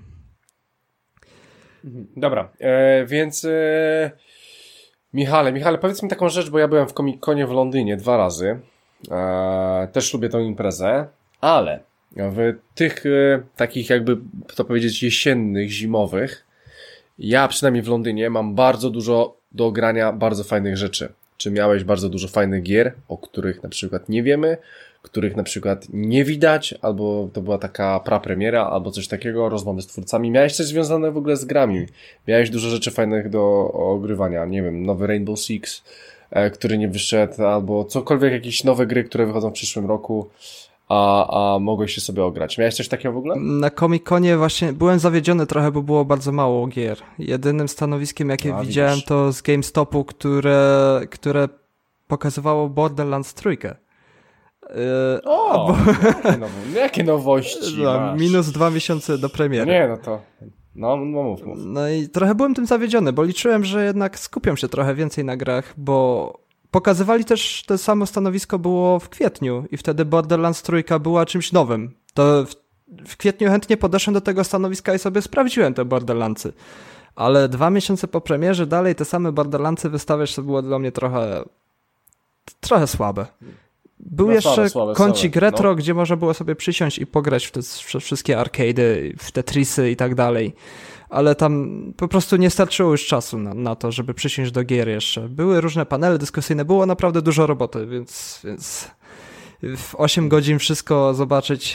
Dobra, e, więc e, Michale, Michale, powiedz mi taką rzecz, bo ja byłem w Comic-Conie w Londynie dwa razy, e, też lubię tą imprezę, ale w tych e, takich jakby to powiedzieć jesiennych, zimowych, ja przynajmniej w Londynie mam bardzo dużo do grania bardzo fajnych rzeczy. Czy miałeś bardzo dużo fajnych gier, o których na przykład nie wiemy, których na przykład nie widać, albo to była taka prapremiera, albo coś takiego, rozmowy z twórcami. Miałeś coś związane w ogóle z grami. Miałeś dużo rzeczy fajnych do ogrywania. Nie wiem, nowy Rainbow Six, e, który nie wyszedł, albo cokolwiek, jakieś nowe gry, które wychodzą w przyszłym roku, a, a mogłeś się sobie ograć. Miałeś coś takiego w ogóle? Na Comic-Conie właśnie byłem zawiedziony trochę, bo było bardzo mało gier. Jedynym stanowiskiem, jakie a, widziałem, widzisz. To z GameStopu, które, które pokazywało Borderlands trójkę. Yy, o, bo... jakie, now... jakie nowości no, masz? Minus dwa miesiące do premiery. Nie, no to... No, no mów, mów. No i trochę byłem tym zawiedziony, bo liczyłem, że jednak skupią się trochę więcej na grach, bo pokazywali też, to samo stanowisko było w kwietniu i wtedy Borderlands trójka była czymś nowym. To w, w kwietniu chętnie podeszłem do tego stanowiska i sobie sprawdziłem te Borderlandsy. Ale dwa miesiące po premierze dalej te same Borderlandsy wystawiać, to było dla mnie trochę trochę słabe. Był no, jeszcze słabe, słabe, kącik słabe. retro, no. gdzie można było sobie przysiąść i pograć w te w wszystkie arcade'y, w Tetrisy i tak dalej. Ale tam po prostu nie starczyło już czasu na, na to, żeby przysiąść do gier jeszcze. Były różne panele dyskusyjne, było naprawdę dużo roboty, więc, więc w osiem godzin wszystko zobaczyć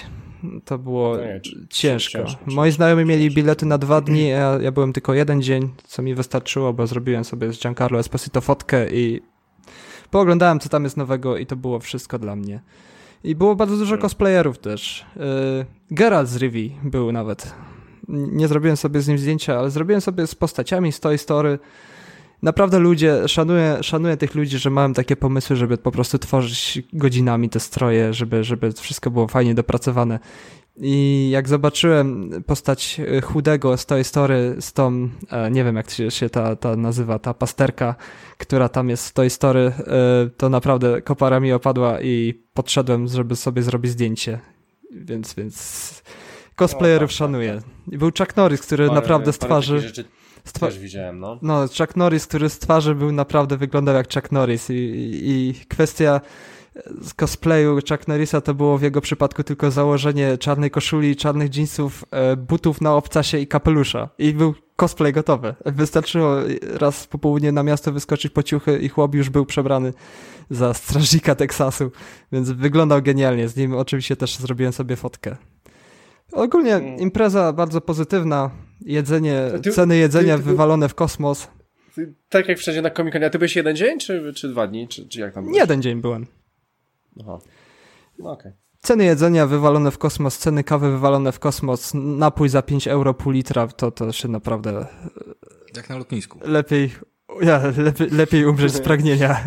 To było no nie, czy, ciężko. Ciężko, ciężko. Moi znajomi mieli bilety na dwa dni, a ja, ja byłem tylko jeden dzień, co mi wystarczyło, bo zrobiłem sobie z Giancarlo Esposito fotkę i pooglądałem, co tam jest nowego i to było wszystko dla mnie. I było bardzo dużo cosplayerów też. Yy, Geralt z Rivii był nawet. Nie zrobiłem sobie z nim zdjęcia, ale zrobiłem sobie z postaciami z Toy Story. Naprawdę ludzie, szanuję, szanuję tych ludzi, że mają takie pomysły, żeby po prostu tworzyć godzinami te stroje, żeby, żeby wszystko było fajnie dopracowane. I jak zobaczyłem postać chudego z Toy Story z tą, nie wiem jak się ta, ta nazywa, ta pasterka, która tam jest w Toy Story, to naprawdę kopara mi opadła i podszedłem, żeby sobie zrobić zdjęcie. Więc, więc cosplayerów no, tak, szanuję. Tak, tak. I był Chuck Norris, który parę, naprawdę z twarzy... Stwa- Też widziałem, no. No, Chuck Norris, który z twarzy był naprawdę, wyglądał jak Chuck Norris i, i, i kwestia z cosplayu Chuck Norrisa to było w jego przypadku tylko założenie czarnej koszuli, czarnych dżinsów, e, butów na obcasie i kapelusza. I był cosplay gotowy. Wystarczyło raz po południu na miasto wyskoczyć po ciuchy i chłop już był przebrany za strażnika Teksasu, więc wyglądał genialnie. Z nim oczywiście też zrobiłem sobie fotkę. Ogólnie impreza bardzo pozytywna. Jedzenie, ty, ceny jedzenia ty, ty, wywalone w kosmos. Ty, tak jak wszędzie na Comic-Conie. A ty byłeś jeden dzień, czy, czy dwa dni? Czy, czy jak tam byłeś? Jeden dzień byłem. Aha. No okej. Okay. Ceny jedzenia wywalone w kosmos, ceny kawy wywalone w kosmos, napój za pięć euro pół litra, to, to się naprawdę... Jak na lotnisku. Lepiej, ja, lepiej, lepiej umrzeć z pragnienia.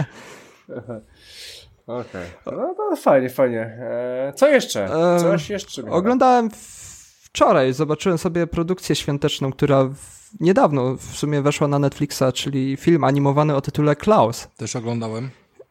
Okej. Okay. No to fajnie, fajnie. Eee, co jeszcze? Coś jeszcze? Eee, oglądałem wczoraj, zobaczyłem sobie produkcję świąteczną, która w, niedawno w sumie weszła na Netflixa, czyli film animowany o tytule Klaus. Też oglądałem.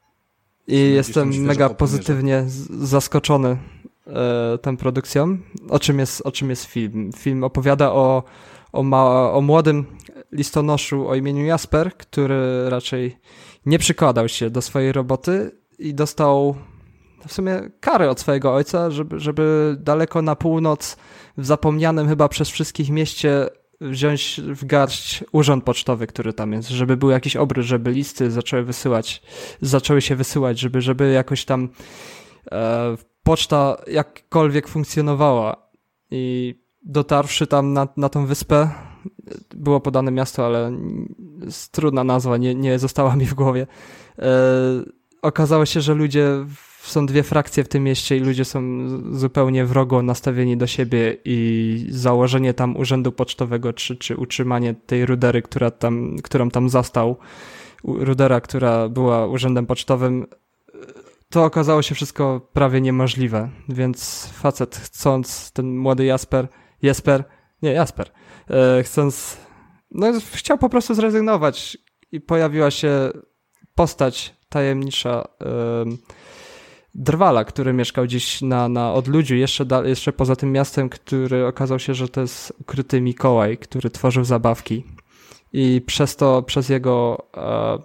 I jestem mega pozytywnie z- zaskoczony e, tą produkcją. O czym jest, o czym jest film? Film opowiada o, o, ma- o młodym listonoszu o imieniu Jasper, który raczej nie przykładał się do swojej roboty i dostał w sumie karę od swojego ojca, żeby, żeby daleko na północ w zapomnianym chyba przez wszystkich mieście wziąć w garść urząd pocztowy, który tam jest, żeby był jakiś obrót, żeby listy zaczęły wysyłać, zaczęły się wysyłać, żeby, żeby jakoś tam e, poczta jakkolwiek funkcjonowała. I dotarwszy tam na, na tą wyspę, było podane miasto, ale trudna nazwa, nie, nie została mi w głowie. E, okazało się, że ludzie są dwie frakcje w tym mieście i ludzie są zupełnie wrogo nastawieni do siebie i założenie tam urzędu pocztowego, czy, czy utrzymanie tej rudery, która tam, którą tam zastał, rudera, która była urzędem pocztowym, to okazało się wszystko prawie niemożliwe, więc facet chcąc, ten młody Jasper, Jesper, nie Jasper, e, chcąc, no chciał po prostu zrezygnować i pojawiła się postać tajemnicza, e, Drwala, który mieszkał gdzieś na, na odludziu, jeszcze, da, jeszcze poza tym miastem, który okazał się, że to jest ukryty Mikołaj, który tworzył zabawki. I przez to, przez jego e,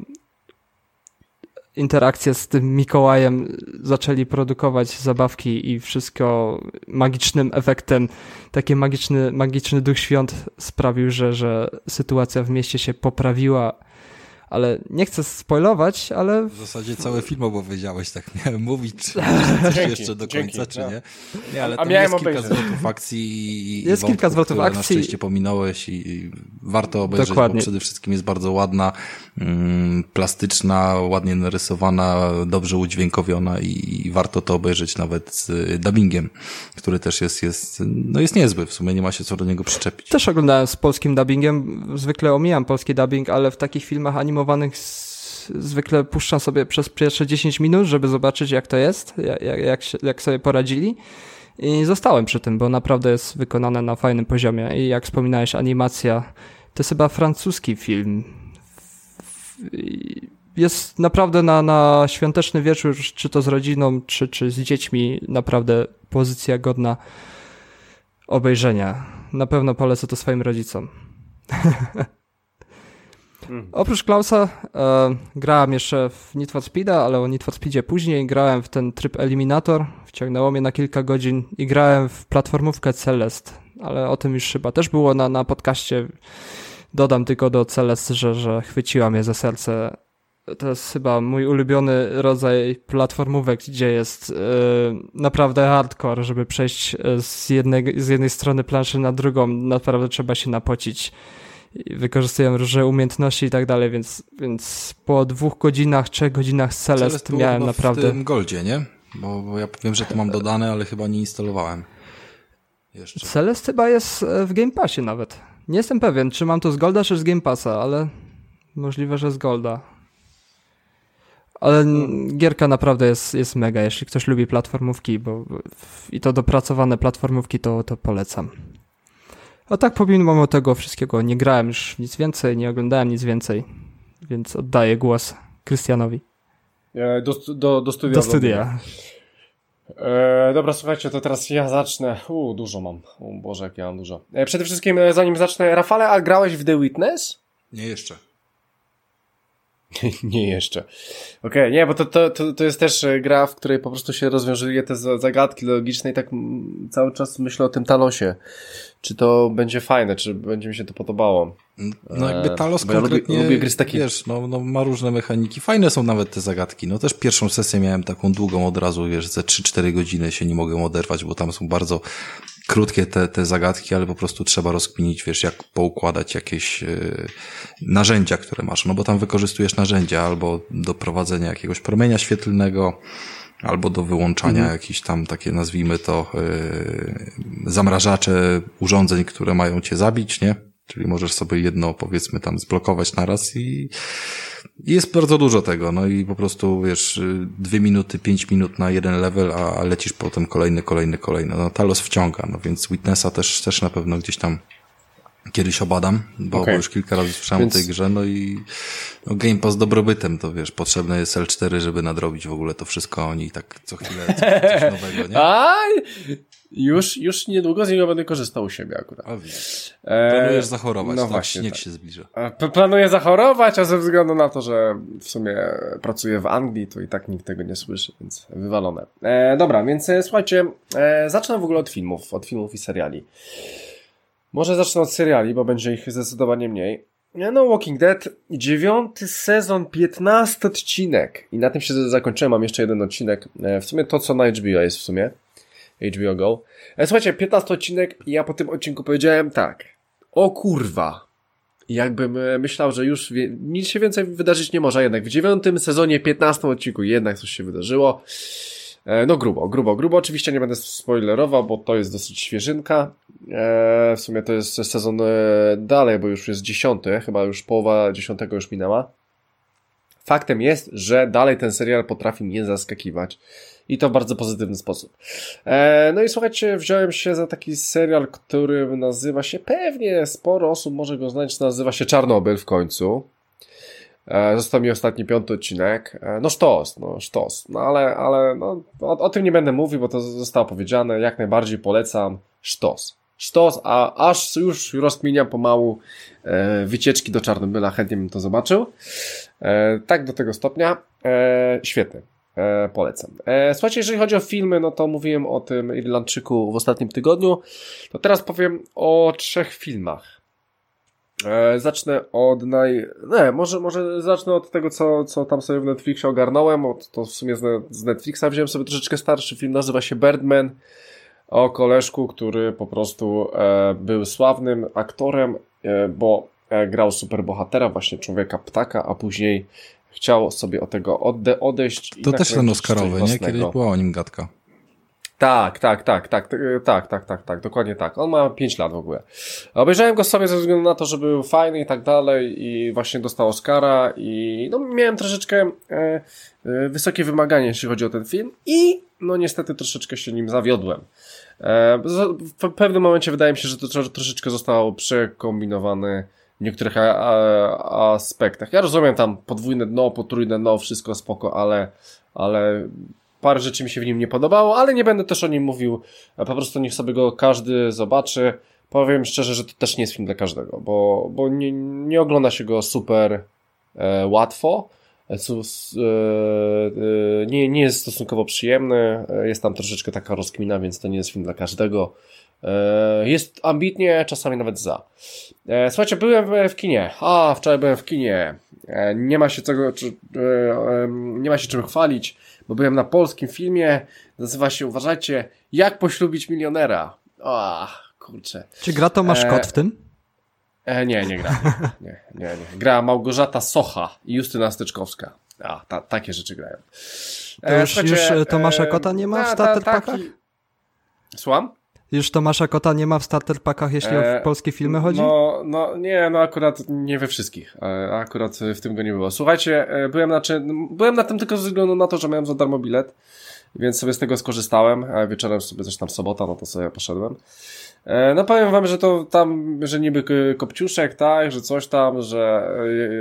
interakcję z tym Mikołajem zaczęli produkować zabawki i wszystko magicznym efektem, taki magiczny, magiczny duch świąt sprawił, że, że sytuacja w mieście się poprawiła. Ale nie chcę spoilować, ale... W zasadzie cały film opowiedziałeś, tak miałem mówić, czy coś dzięki, jeszcze do końca, dzięki, czy no. nie? Nie, ale A tam miałem jest kilka obejrzeć. zwrotów akcji i jest wątków, kilka zwrotów które akcji. na szczęście pominąłeś i warto obejrzeć, Dokładnie. Bo przede wszystkim jest bardzo ładna, mm, plastyczna, ładnie narysowana, dobrze udźwiękowiona i, i warto to obejrzeć nawet z dubbingiem, który też jest, jest, no jest niezły, w sumie nie ma się co do niego przyczepić. Też oglądałem z polskim dubbingiem, zwykle omijam polski dubbing, ale w takich filmach animowanych zwykle puszczam sobie przez pierwsze dziesięć minut, żeby zobaczyć jak to jest, jak, jak, się, jak sobie poradzili i zostałem przy tym, bo naprawdę jest wykonane na fajnym poziomie i jak wspominałeś, animacja, to jest chyba francuski film. Jest naprawdę na, na świąteczny wieczór, czy to z rodziną, czy, czy z dziećmi, naprawdę pozycja godna obejrzenia. Na pewno polecę to swoim rodzicom. Hmm. Oprócz Klausa e, grałem jeszcze w Need for Speeda, ale o Need for Speedzie później. Grałem w ten tryb Eliminator, wciągnęło mnie na kilka godzin i grałem w platformówkę Celeste, ale o tym już chyba też było na, na podcaście. Dodam tylko do Celeste, że, że chwyciła mnie za serce to jest chyba mój ulubiony rodzaj platformówek, gdzie jest yy, naprawdę hardcore, żeby przejść z jednej, z jednej strony planszy na drugą, naprawdę trzeba się napocić. Wykorzystują różne umiejętności i tak dalej, więc, więc po dwóch godzinach, trzech godzinach z Celest, Celest miałem naprawdę... w tym Goldzie, nie? Bo, bo ja wiem, że to mam dodane, ale chyba nie instalowałem. Jeszcze. Celest chyba jest w Game Passie nawet. Nie jestem pewien, czy mam to z Golda, czy z Game Passa, ale możliwe, że z Golda. Ale gierka naprawdę jest, jest mega, jeśli ktoś lubi platformówki, bo i to dopracowane platformówki, to, to polecam. A tak pomimo tego wszystkiego nie grałem już nic więcej, nie oglądałem nic więcej, więc oddaję głos Krystianowi. Do, do, do studia. Do studia. E, dobra, słuchajcie, to teraz ja zacznę. U, dużo mam. O Boże, jak ja mam dużo. E, przede wszystkim, zanim zacznę, Rafale, a grałeś w The Witness? Nie jeszcze. Nie jeszcze. Okej, okay, nie, bo to, to, to, to jest też gra, w której po prostu się rozwiązuje te zagadki logiczne i tak cały czas myślę o tym Talosie. Czy to będzie fajne, czy będzie mi się to podobało. No jakby Talos Bo konkretnie, ja lubię, lubię gry z takiej... wiesz, no, no ma różne mechaniki. Fajne są nawet te zagadki. No też pierwszą sesję miałem taką długą od razu, wiesz, ze trzy cztery godziny się nie mogłem oderwać, bo tam są bardzo krótkie te, te zagadki, ale po prostu trzeba rozkminić, wiesz, jak poukładać jakieś yy, narzędzia, które masz. No bo tam wykorzystujesz narzędzia albo do prowadzenia jakiegoś promienia świetlnego, albo do wyłączania mhm. jakichś tam takie, nazwijmy to, yy, zamrażacze urządzeń, które mają cię zabić, nie? Czyli możesz sobie jedno, powiedzmy, tam zblokować naraz i jest bardzo dużo tego, no i po prostu, wiesz, dwie minuty, pięć minut na jeden level, a lecisz potem kolejny, kolejny, kolejny. No Talos wciąga, no więc Witnessa też, też na pewno gdzieś tam kiedyś obadam, bo, okay. bo już kilka razy słyszałem Więc... o tej grze, no i no Game Pass dobrobytem, to wiesz, potrzebne jest L cztery, żeby nadrobić w ogóle to wszystko, oni tak co chwilę coś, coś nowego, nie? Aj! Już, już niedługo z niego będę korzystał u siebie akurat. A wiesz, planujesz zachorować, no tak? Właśnie, niech tak. się zbliża. Planuję zachorować, a ze względu na to, że w sumie pracuję w Anglii, to i tak nikt tego nie słyszy, więc wywalone. E, dobra, więc e, słuchajcie, e, zacznę w ogóle od filmów, od filmów i seriali. Może zacznę od seriali, bo będzie ich zdecydowanie mniej. No, Walking Dead, dziewiąty sezon, piętnasty odcinek. I na tym się zakończyłem, mam jeszcze jeden odcinek. W sumie to, co na H B O jest w sumie. H B O Go. Słuchajcie, piętnasty odcinek i ja po tym odcinku powiedziałem tak. O kurwa. Jakbym myślał, że już wie, nic się więcej wydarzyć nie może. Jednak w dziewiątym sezonie, piętnastym odcinku jednak coś się wydarzyło. No grubo, grubo, grubo. Oczywiście nie będę spoilerował, bo to jest dosyć świeżynka. E, w sumie to jest sezon e, dalej, bo już jest dziesiąty, chyba już połowa dziesiątego już minęła. Faktem jest, że dalej ten serial potrafi mnie zaskakiwać. I to w bardzo pozytywny sposób. E, no i słuchajcie, wziąłem się za taki serial, który nazywa się, pewnie sporo osób może go znać, nazywa się Czarnobyl w końcu. Został mi ostatni piąty odcinek. No sztos, no sztos. No ale, ale no, o, o tym nie będę mówił, bo to zostało powiedziane. Jak najbardziej polecam. Sztos. Sztos, a aż już rozkminiam pomału e, wycieczki do Czarnobyla. Chętnie bym to zobaczył. E, tak do tego stopnia. E, świetny. E, polecam. E, słuchajcie, jeżeli chodzi o filmy, no to mówiłem o tym Irlandczyku w ostatnim tygodniu. To teraz powiem o trzech filmach. E, zacznę od naj... Nie, może, może zacznę od tego, co, co tam sobie w Netflixie ogarnąłem. Od, to w sumie z, ne, z Netflixa wziąłem sobie troszeczkę starszy film, nazywa się Birdman. O koleżku, który po prostu e, był sławnym aktorem, e, bo e, grał superbohatera, właśnie człowieka ptaka, a później chciał sobie od tego ode- odejść. To i też ten Oscarowy, nie? Kiedyś była o nim gadka. Tak, tak, tak, tak, tak, tak, tak, tak, dokładnie tak. On ma pięć lat w ogóle. Obejrzałem go sobie ze względu na to, że był fajny i tak dalej i właśnie dostał Oscara i no miałem troszeczkę e, e, wysokie wymagania, jeśli chodzi o ten film i no niestety troszeczkę się nim zawiodłem. E, w pewnym momencie wydaje mi się, że to tro, troszeczkę zostało przekombinowane w niektórych a, a, aspektach. Ja rozumiem tam podwójne dno, potrójne dno, wszystko spoko, ale, ale parę rzeczy mi się w nim nie podobało, ale nie będę też o nim mówił. Po prostu niech sobie go każdy zobaczy. Powiem szczerze, że to też nie jest film dla każdego, bo, bo nie, nie ogląda się go super e, łatwo. E, e, nie, nie jest stosunkowo przyjemny. Jest tam troszeczkę taka rozkmina, więc to nie jest film dla każdego. E, jest ambitnie, czasami nawet za. E, słuchajcie, byłem w kinie. A, wczoraj byłem w kinie. E, nie ma się czego, czy, e, e, nie ma się czym chwalić, bo byłem na polskim filmie. Nazywa się, uważajcie, Jak poślubić milionera. O, kurczę. Czy gra Tomasz Kot w tym? E, nie, nie gra. Nie, nie, nie. Gra Małgorzata Socha i Justyna Styczkowska. A, ta, takie rzeczy grają. To już, już Tomasza Kota nie ma w starter packach? Słucham? Już Tomasza Kota nie ma w starter packach, jeśli e, o polskie filmy chodzi? No, no nie, no akurat nie we wszystkich. Akurat w tym go nie było. Słuchajcie, byłem na, byłem na tym tylko ze względu na to, że miałem za darmo bilet, więc sobie z tego skorzystałem. Wieczorem sobie coś tam sobota, no to sobie poszedłem. No powiem wam, że to tam, że niby kopciuszek, tak, że coś tam, że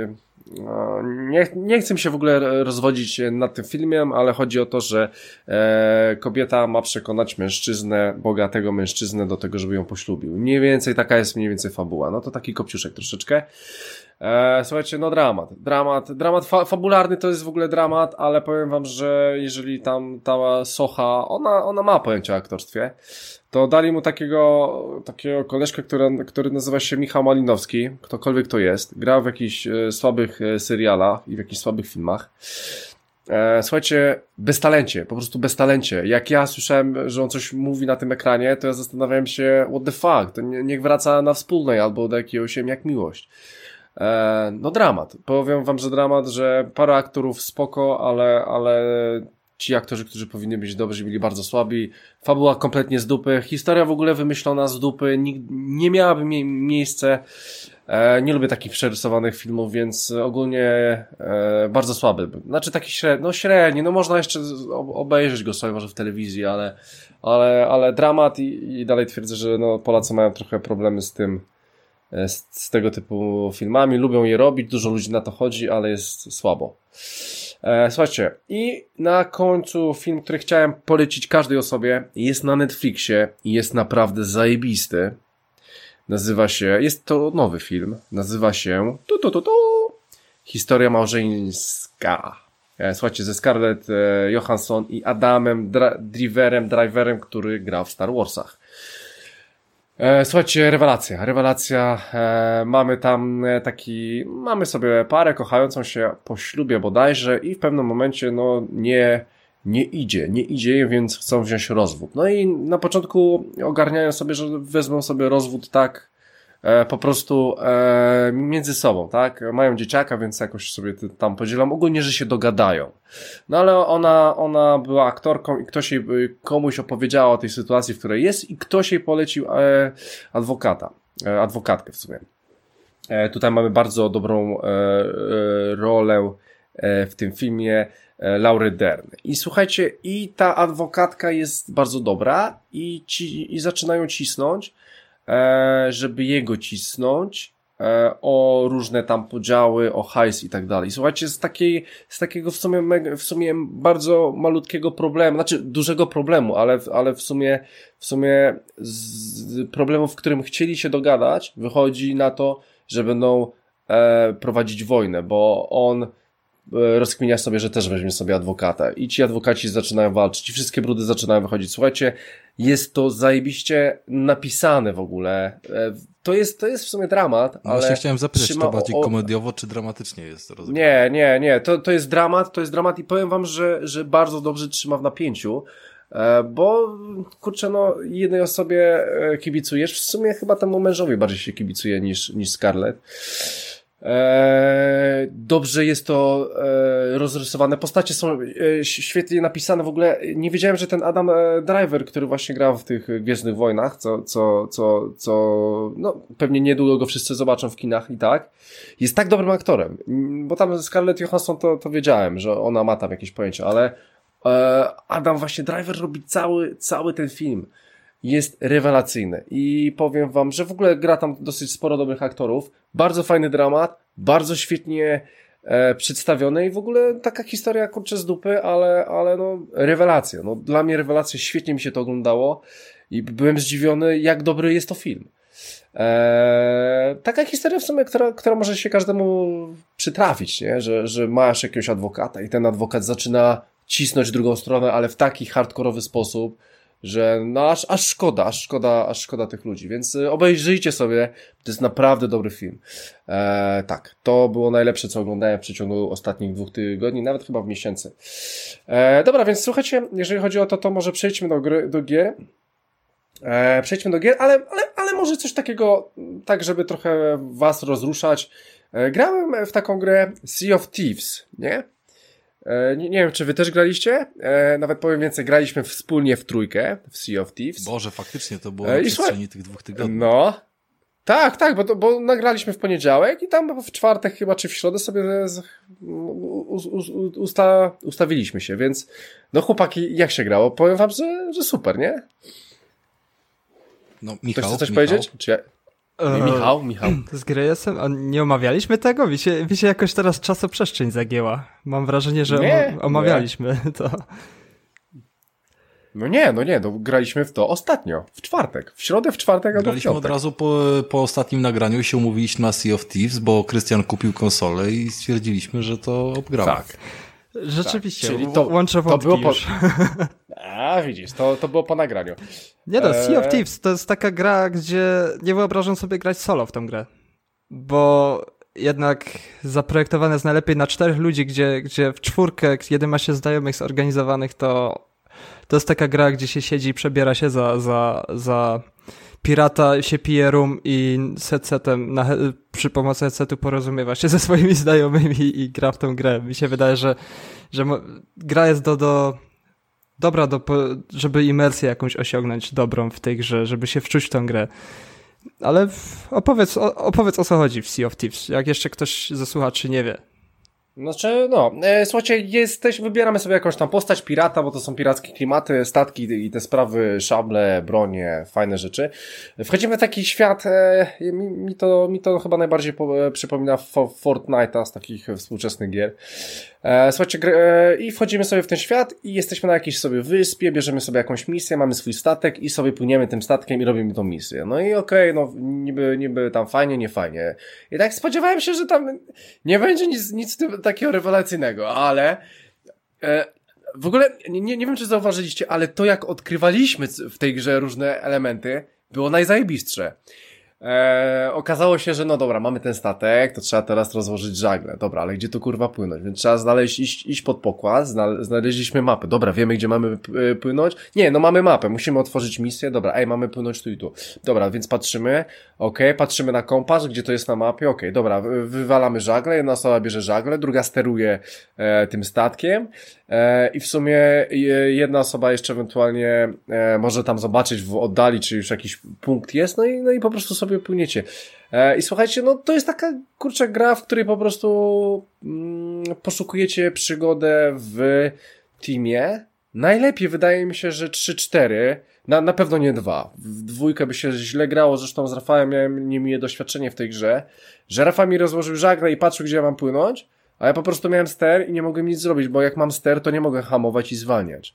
no, nie, nie chcę się w ogóle rozwodzić nad tym filmem, ale chodzi o to, że e, kobieta ma przekonać mężczyznę, bogatego mężczyznę do tego, żeby ją poślubił. Mniej więcej taka jest mniej więcej fabuła. No to taki kopciuszek troszeczkę. E, słuchajcie, no dramat. Dramat, dramat fa- fabularny to jest w ogóle dramat, ale powiem wam, że jeżeli tam ta Socha, ona, ona ma pojęcie o aktorstwie, to dali mu takiego, takiego koleżkę, który, który nazywa się Michał Malinowski, ktokolwiek to jest, grał w jakichś e, słabych e, serialach i w jakichś słabych filmach. E, słuchajcie, bez talencie, po prostu bez talencie. Jak ja słyszałem, że on coś mówi na tym ekranie, to ja zastanawiałem się, what the fuck, to nie, niech wraca na Wspólnej albo do jakiegoś Jak Miłość. E, no dramat, powiem wam, że dramat, że parę aktorów spoko, ale, ale ci aktorzy, którzy powinni być dobrzy, byli bardzo słabi. Fabuła kompletnie z dupy. Historia w ogóle wymyślona z dupy. Nie, nie miałaby mie- miejsce. E, nie lubię takich przerysowanych filmów, więc ogólnie e, bardzo słaby. Znaczy taki średni, no średni. No można jeszcze obejrzeć go sobie może w telewizji, ale, ale, ale dramat i, i dalej twierdzę, że no Polacy mają trochę problemy z tym, z, z tego typu filmami. Lubią je robić, dużo ludzi na to chodzi, ale jest słabo. E, słuchajcie, i na końcu film, który chciałem polecić każdej osobie, jest na Netflixie i jest naprawdę zajebisty. Nazywa się, jest to nowy film, nazywa się tu, tu, tu, tu, Historia małżeńska. E, słuchajcie, ze Scarlett e, Johansson i Adamem Dra- Driverem, Driverem, który grał w Star Warsach. E, słuchajcie, rewelacja, rewelacja, e, mamy tam taki, mamy sobie parę kochającą się po ślubie bodajże i w pewnym momencie no nie, nie idzie, nie idzie, więc chcą wziąć rozwód. No i na początku ogarniają sobie, że wezmą sobie rozwód tak e, po prostu e, między sobą, tak? Mają dzieciaka, więc jakoś sobie tam podzielą, ogólnie, że się dogadają. No ale ona, ona była aktorką i ktoś jej, komuś opowiedziała o tej sytuacji, w której jest i ktoś jej polecił e, adwokata, e, adwokatkę w sumie. E, tutaj mamy bardzo dobrą e, e, rolę e, w tym filmie e, Laury Dern. I słuchajcie, i ta adwokatka jest bardzo dobra i, ci, i zaczynają cisnąć, e, żeby jego cisnąć, o różne tam podziały, o hajs i tak dalej. Słuchajcie, z takiej, z takiego w sumie, w sumie bardzo malutkiego problemu, znaczy dużego problemu, ale, ale w sumie, w sumie z problemu, w którym chcieli się dogadać, wychodzi na to, że będą e, prowadzić wojnę, bo on rozkminia sobie, że też weźmie sobie adwokata i ci adwokaci zaczynają walczyć i wszystkie brudy zaczynają wychodzić. Słuchajcie, jest to zajebiście napisane w ogóle. To jest, to jest w sumie dramat, no ale... Właśnie chciałem zapytać, czy to bardziej o... komediowo, czy dramatycznie jest? Rozumiem. Nie, nie, nie. To, to jest dramat, to jest dramat i powiem wam, że, że bardzo dobrze trzyma w napięciu, bo kurczę, no jednej osobie kibicujesz, w sumie chyba temu mężowi bardziej się kibicuje niż, niż Scarlett. Eee, dobrze jest to e, rozrysowane, postacie są e, świetnie napisane, w ogóle nie wiedziałem, że ten Adam e, Driver, który właśnie grał w tych Gwiezdnych Wojnach, co, co, co, co no pewnie niedługo go wszyscy zobaczą w kinach i tak, jest tak dobrym aktorem, bo tam Scarlett Johansson to, to wiedziałem, że ona ma tam jakieś pojęcie, ale e, Adam właśnie Driver robi cały, cały ten film. Jest rewelacyjny i powiem wam, że w ogóle gra tam dosyć sporo dobrych aktorów, bardzo fajny dramat, bardzo świetnie e, przedstawiony i w ogóle taka historia kurczę z dupy, ale, ale no rewelacja, no dla mnie rewelacja, świetnie mi się to oglądało i byłem zdziwiony, jak dobry jest to film. E, taka historia w sumie, która, która może się każdemu przytrafić, nie? Że, że masz jakiegoś adwokata i ten adwokat zaczyna cisnąć drugą stronę, ale w taki hardkorowy sposób, że no aż, aż szkoda, aż szkoda, aż szkoda tych ludzi, więc obejrzyjcie sobie, to jest naprawdę dobry film. E, tak, to było najlepsze, co oglądałem w przeciągu ostatnich dwóch tygodni, nawet chyba w miesięcy. E, dobra, więc słuchajcie, jeżeli chodzi o to, to może przejdźmy do gry, do gier. E, przejdźmy do gier, ale, ale, ale może coś takiego, tak żeby trochę was rozruszać. E, grałem w taką grę Sea of Thieves, nie? E, nie, nie wiem, czy wy też graliście? E, nawet powiem więcej, graliśmy wspólnie w trójkę w Sea of Thieves. Boże, faktycznie to było na przestrzeni tych dwóch tygodni. No, tak, tak, bo, to, bo nagraliśmy w poniedziałek i tam w czwartek chyba, czy w środę sobie z, u, u, usta, ustawiliśmy się, więc no chłopaki, jak się grało? Powiem wam, że, że super, nie? No, Michał, Ktoś chce coś Michał? powiedzieć? Czy ja... Eee, Michał, Michał. Z gry jestem, a nie omawialiśmy tego? Mi się, mi się jakoś teraz czasoprzestrzeń zagięła. Mam wrażenie, że Nie, omawialiśmy nie. to. No nie, no nie, no graliśmy w to ostatnio, w czwartek, w środę, w czwartek albo w Graliśmy piątek. od razu po, po ostatnim nagraniu i się umówiliśmy na Sea of Thieves, bo Krystian kupił konsolę i stwierdziliśmy, że to obgramy. Tak. Rzeczywiście, tak. Czyli to, łączę to wątki było po... już. A, widzisz, to, to było po nagraniu. Nie no, Sea of Eee. Thieves to jest taka gra, gdzie nie wyobrażam sobie grać solo w tą grę. Bo jednak zaprojektowane jest najlepiej na czterech ludzi, gdzie, gdzie w czwórkę, kiedy ma się znajomych zorganizowanych, to to jest taka gra, gdzie się siedzi i przebiera się za, za, za pirata, się pije rum i z headsetem na, przy pomocy headsetu porozumiewa się ze swoimi znajomymi i gra w tą grę. Mi się wydaje, że, że mo- gra jest do, do dobra, do, żeby imersję jakąś osiągnąć dobrą w tej grze, żeby się wczuć w tą grę. Ale w, opowiedz, o, opowiedz o co chodzi w Sea of Thieves, jak jeszcze ktoś ze słuchaczy nie wie. Znaczy, no, e, słuchajcie, jesteś, wybieramy sobie jakąś tam postać pirata, bo to są pirackie klimaty, statki i te sprawy, szable, bronie, fajne rzeczy. Wchodzimy w taki świat, e, mi, mi, to, mi to chyba najbardziej po, e, przypomina Fortnite'a z takich współczesnych gier. E, słuchajcie, gr- e, i wchodzimy sobie w ten świat i jesteśmy na jakiejś sobie wyspie, bierzemy sobie jakąś misję, mamy swój statek i sobie płyniemy tym statkiem i robimy tą misję. No i okej, okay, no niby, niby tam fajnie, nie fajnie. I tak spodziewałem się, że tam nie będzie nic, nic w tym takiego rewelacyjnego, ale e, w ogóle nie, nie wiem, czy zauważyliście, ale to jak odkrywaliśmy w tej grze różne elementy, było najzajebistsze. E, okazało się, że no dobra, mamy ten statek, to trzeba teraz rozłożyć żagle. Dobra, ale gdzie to kurwa płynąć? Więc trzeba znaleźć, iść, iść pod pokład, znale- znaleźliśmy mapę. Dobra, wiemy gdzie mamy p- płynąć? Nie, no mamy mapę, musimy otworzyć misję. Dobra, ej, mamy płynąć tu i tu. Dobra, więc patrzymy, okej, okay, patrzymy na kompas, gdzie to jest na mapie, okej, okay, dobra, wywalamy żagle, jedna osoba bierze żagle, druga steruje e, tym statkiem e, i w sumie jedna osoba jeszcze ewentualnie e, może tam zobaczyć w oddali, czy już jakiś punkt jest, no i, no i po prostu sobie płyniecie. E, I słuchajcie, no to jest taka kurczę gra, w której po prostu mm, poszukujecie przygodę w teamie. Najlepiej wydaje mi się, że trzy cztery, na, na pewno nie dwa. W dwójkę by się źle grało, zresztą z Rafałem miałem niemiłe doświadczenie w tej grze, że Rafał mi rozłożył żagle i patrzył, gdzie ja mam płynąć, a ja po prostu miałem ster i nie mogłem nic zrobić, bo jak mam ster, to nie mogę hamować i zwalniać.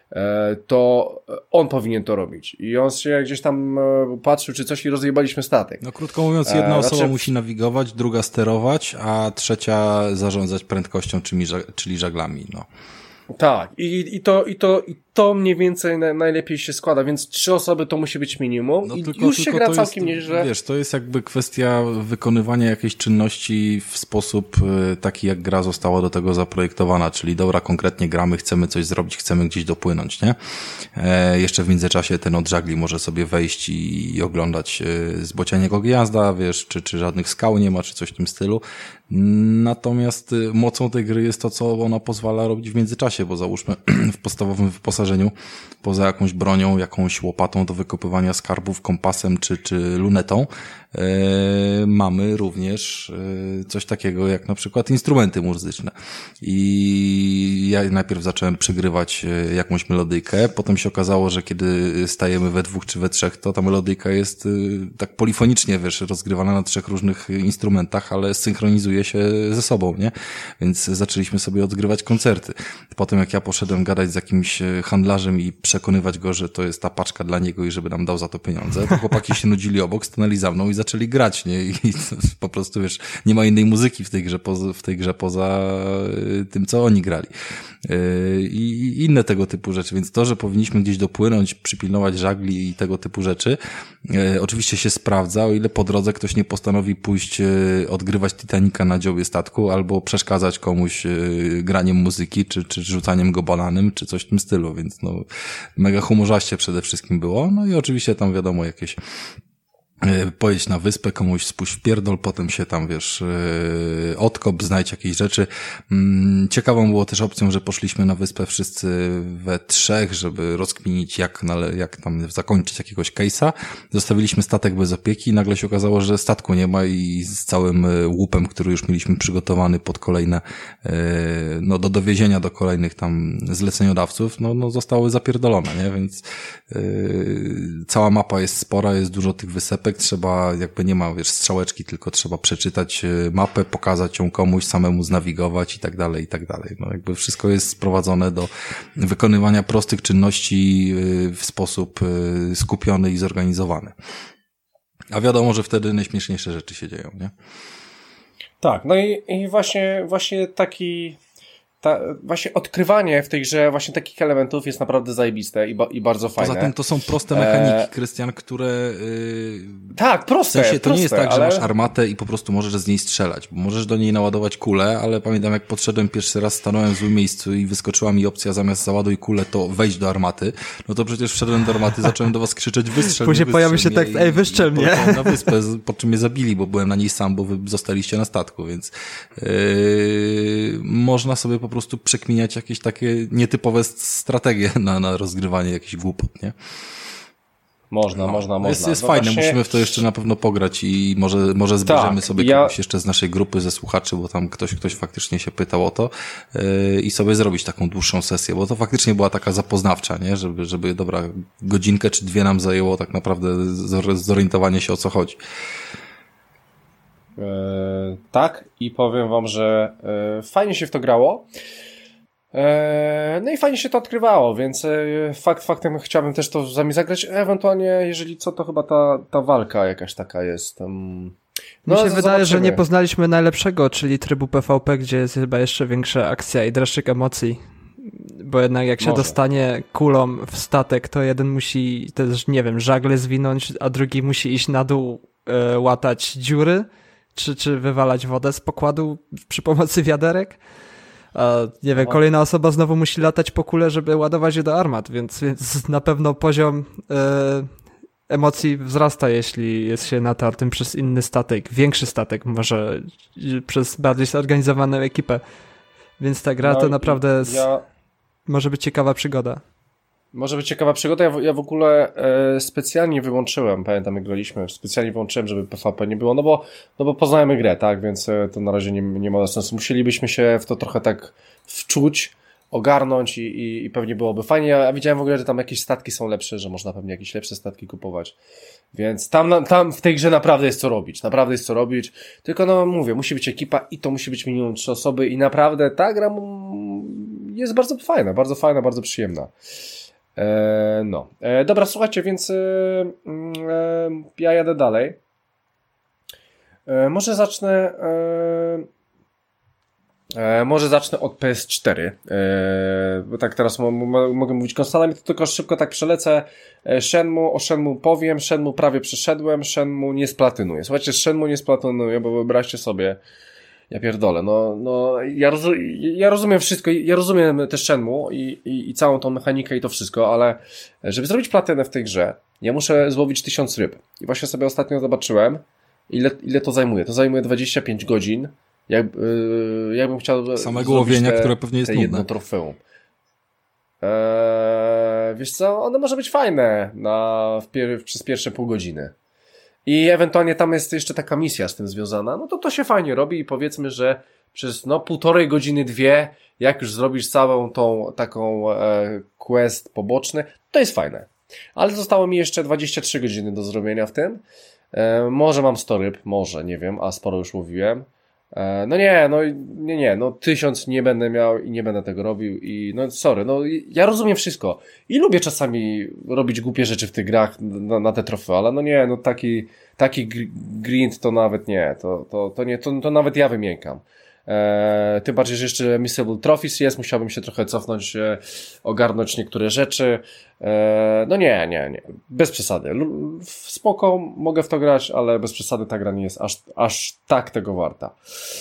To on powinien to robić. I on się gdzieś tam patrzył, czy coś i rozjebaliśmy statek. No krótko mówiąc, jedna e, osoba znaczy... musi nawigować, druga sterować, a trzecia zarządzać prędkością, czyli, czyli żaglami. No. Tak, i, i, to, i, to, i to mniej więcej na, najlepiej się składa, więc trzy osoby to musi być minimum no i tylko, już tylko się gra to całkiem jest, nieźle. Wiesz, to jest jakby kwestia wykonywania jakiejś czynności w sposób y, taki, jak gra została do tego zaprojektowana, czyli dobra, konkretnie gramy, chcemy coś zrobić, chcemy gdzieś dopłynąć, nie? E, jeszcze w międzyczasie ten od żagli może sobie wejść i, i oglądać y, z bocianiego gniazda, wiesz, czy, czy żadnych skał nie ma, czy coś w tym stylu. Natomiast y, mocą tej gry jest to, co ona pozwala robić w międzyczasie, bo załóżmy w podstawowym wyposażeniu, poza jakąś bronią, jakąś łopatą do wykopywania skarbów, kompasem czy, czy lunetą, yy, mamy również yy, coś takiego jak na przykład instrumenty muzyczne. I ja najpierw zacząłem przygrywać yy, jakąś melodyjkę, potem się okazało, że kiedy stajemy we dwóch czy we trzech, to ta melodyjka jest yy, tak polifonicznie, wiesz, rozgrywana na trzech różnych instrumentach, ale synchronizuje się ze sobą, nie? Więc zaczęliśmy sobie odgrywać koncerty. Potem jak ja poszedłem gadać z jakimś handlarzem i przekonywać go, że to jest ta paczka dla niego i żeby nam dał za to pieniądze, to chłopaki się nudzili obok, stanęli za mną i zaczęli grać, nie? I po prostu, wiesz, nie ma innej muzyki w tej grze poza, w tej grze poza tym, co oni grali. I inne tego typu rzeczy, więc to, że powinniśmy gdzieś dopłynąć, przypilnować żagli i tego typu rzeczy, oczywiście się sprawdza, o ile po drodze ktoś nie postanowi pójść odgrywać Titanica na dziobie statku, albo przeszkadzać komuś graniem muzyki, czy, czy rzucaniem go bananem, czy coś w tym stylu, więc no mega humorzaście przede wszystkim było, no i oczywiście tam wiadomo jakieś pojedź na wyspę, komuś spuść w pierdol, potem się tam, wiesz, odkop, znajdź jakieś rzeczy. Ciekawą było też opcją, że poszliśmy na wyspę wszyscy we trzech, żeby rozkminić, jak, jak tam zakończyć jakiegoś case'a. Zostawiliśmy statek bez opieki i nagle się okazało, że statku nie ma i z całym łupem, który już mieliśmy przygotowany pod kolejne, no do dowiezienia do kolejnych tam zleceniodawców, no, no zostały zapierdolone, nie? Więc yy, cała mapa jest spora, jest dużo tych wysepek, trzeba, jakby nie ma, wiesz, strzałeczki, tylko trzeba przeczytać mapę, pokazać ją komuś, samemu znawigować i tak dalej, i tak dalej. No jakby wszystko jest sprowadzone do wykonywania prostych czynności w sposób skupiony i zorganizowany. A wiadomo, że wtedy najśmieszniejsze rzeczy się dzieją, nie? Tak, no i, i właśnie, właśnie taki... Ta, właśnie odkrywanie w tej grze właśnie takich elementów jest naprawdę zajebiste i, ba, i bardzo fajne. Poza tym to są proste mechaniki, Krystian, które... Yy, tak, proste. W sensie to proste, nie jest tak, ale... że masz armatę i po prostu możesz z niej strzelać, bo możesz do niej naładować kulę, ale pamiętam jak podszedłem pierwszy raz, stanąłem w złym miejscu i wyskoczyła mi opcja zamiast załaduj kulę, to wejść do armaty, no to przecież wszedłem do armaty, zacząłem do was krzyczeć wystrzel Później mnie, pojawił się tekst, ej wystrzel mnie. Na wyspę, po czym mnie zabili, bo byłem na niej sam, bo wy zostaliście na statku, więc yy, można sobie po prostu przekminiać jakieś takie nietypowe strategie na, na rozgrywanie jakichś głupot, nie? Można, no, można, można. Jest, jest no fajne, właśnie... musimy w to jeszcze na pewno pograć i może, może zbierzemy tak, sobie ja... kogoś jeszcze z naszej grupy, ze słuchaczy, bo tam ktoś, ktoś faktycznie się pytał o to yy, i sobie zrobić taką dłuższą sesję, bo to faktycznie była taka zapoznawcza, nie? Żeby, żeby dobra, godzinkę czy dwie nam zajęło tak naprawdę zorientowanie się, o co chodzi. Yy, tak, i powiem wam, że yy, fajnie się w to grało. No i fajnie się to odkrywało, więc fakt faktem chciałbym też to z wami zagrać, ewentualnie jeżeli co, to chyba ta, ta walka jakaś taka jest. Um... No, mi się wydaje, że nie poznaliśmy najlepszego, czyli trybu P V P, gdzie jest chyba jeszcze większa akcja i dreszczyk emocji, bo jednak jak się Może. dostanie kulą w statek, to jeden musi też, nie wiem, żagle zwinąć, a drugi musi iść na dół, e, łatać dziury, czy, czy wywalać wodę z pokładu przy pomocy wiaderek. A, nie wiem, kolejna osoba znowu musi latać po kulę, żeby ładować je do armat, więc, więc na pewno poziom e, emocji wzrasta, jeśli jest się natartym przez inny statek, większy statek, może przez bardziej zorganizowaną ekipę. Więc ta gra no to naprawdę ja... może być ciekawa przygoda. Może być ciekawa przygoda. Ja w, ja w ogóle e, specjalnie wyłączyłem, pamiętam jak graliśmy, specjalnie wyłączyłem, żeby P V P nie było, no bo, no bo poznajemy grę, tak, więc e, to na razie nie, nie ma sensu. Musielibyśmy się w to trochę tak wczuć, ogarnąć i, i, i pewnie byłoby fajnie. Ja, ja widziałem w ogóle, że tam jakieś statki są lepsze, że można pewnie jakieś lepsze statki kupować. Więc tam, tam w tej grze naprawdę jest co robić, naprawdę jest co robić. Tylko no mówię, musi być ekipa i to musi być minimum trzy osoby i naprawdę ta gra jest bardzo fajna, bardzo fajna, bardzo przyjemna. E, no. E, dobra, słuchajcie, więc e, e, ja jadę dalej. E, może zacznę e, e, może zacznę od P S cztery. E, bo tak teraz mo, mo, mogę mówić konsolami, to tylko szybko tak przelecę. E, Shenmue, o Shenmue powiem, Shenmue prawie przeszedłem, Shenmue nie splatynuję. Słuchajcie, Shenmue nie splatynuję, bo wyobraźcie sobie, ja pierdolę, no, no ja, rozu, ja rozumiem wszystko, ja rozumiem też Shenmue i, i, i całą tą mechanikę i to wszystko, ale żeby zrobić platynę w tej grze, ja muszę złowić tysiąc ryb. I właśnie sobie ostatnio zobaczyłem, ile, ile to zajmuje. To zajmuje dwadzieścia pięć godzin, jak, yy, jakbym chciał samego łowienia, te, które pewnie jest te jedno trofeum. Eee, wiesz co, ono może być fajne na, w pier, przez pierwsze pół godziny. I ewentualnie tam jest jeszcze taka misja z tym związana, no to to się fajnie robi i powiedzmy, że przez no półtorej godziny, dwie, jak już zrobisz całą tą taką e, quest poboczny, to jest fajne. Ale zostało mi jeszcze dwadzieścia trzy godziny do zrobienia w tym. E, może mam sto ryb, może, nie wiem, a sporo już mówiłem. E, no nie, no nie, nie, no tysiąc nie będę miał i nie będę tego robił i no sorry, no ja rozumiem wszystko i lubię czasami robić głupie rzeczy w tych grach na, na te trofea, ale no nie, no taki, taki grind to nawet nie, to, to, to nie, to, to nawet ja wymiękam. Eee, tym bardziej, że jeszcze Missable Trophies jest, musiałbym się trochę cofnąć, e, ogarnąć niektóre rzeczy. Eee, no nie, nie, nie, bez przesady. L- spoko, mogę w to grać, ale bez przesady ta gra nie jest aż, aż tak tego warta.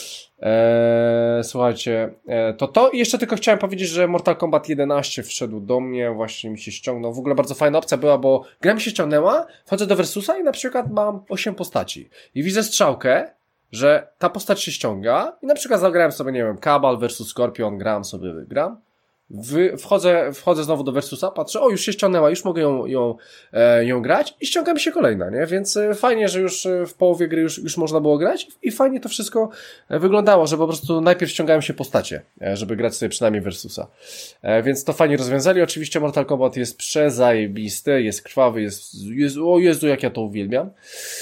Eee, słuchajcie, e, to to i jeszcze tylko chciałem powiedzieć, że Mortal Kombat jedenaście wszedł do mnie, właśnie mi się ściągnął. W ogóle bardzo fajna opcja była, bo gra mi się ściągnęła, wchodzę do Versusa i na przykład mam osiem postaci i widzę strzałkę, że ta postać się ściąga i na przykład zagrałem sobie, nie wiem, Kabal versus Scorpion, gram sobie, gram, Wy, wchodzę, wchodzę znowu do Versusa, patrzę, o, już się ściągnęła, już mogę ją, ją, e, ją grać i ściąga mi się kolejna, nie? Więc e, fajnie, że już e, w połowie gry już, już można było grać i fajnie to wszystko e, wyglądało, że po prostu najpierw ściągałem się postacie, e, żeby grać sobie przynajmniej Versusa. E, więc to fajnie rozwiązali. Oczywiście Mortal Kombat jest przezajebisty, jest krwawy, jest, jest, o Jezu, jak ja to uwielbiam.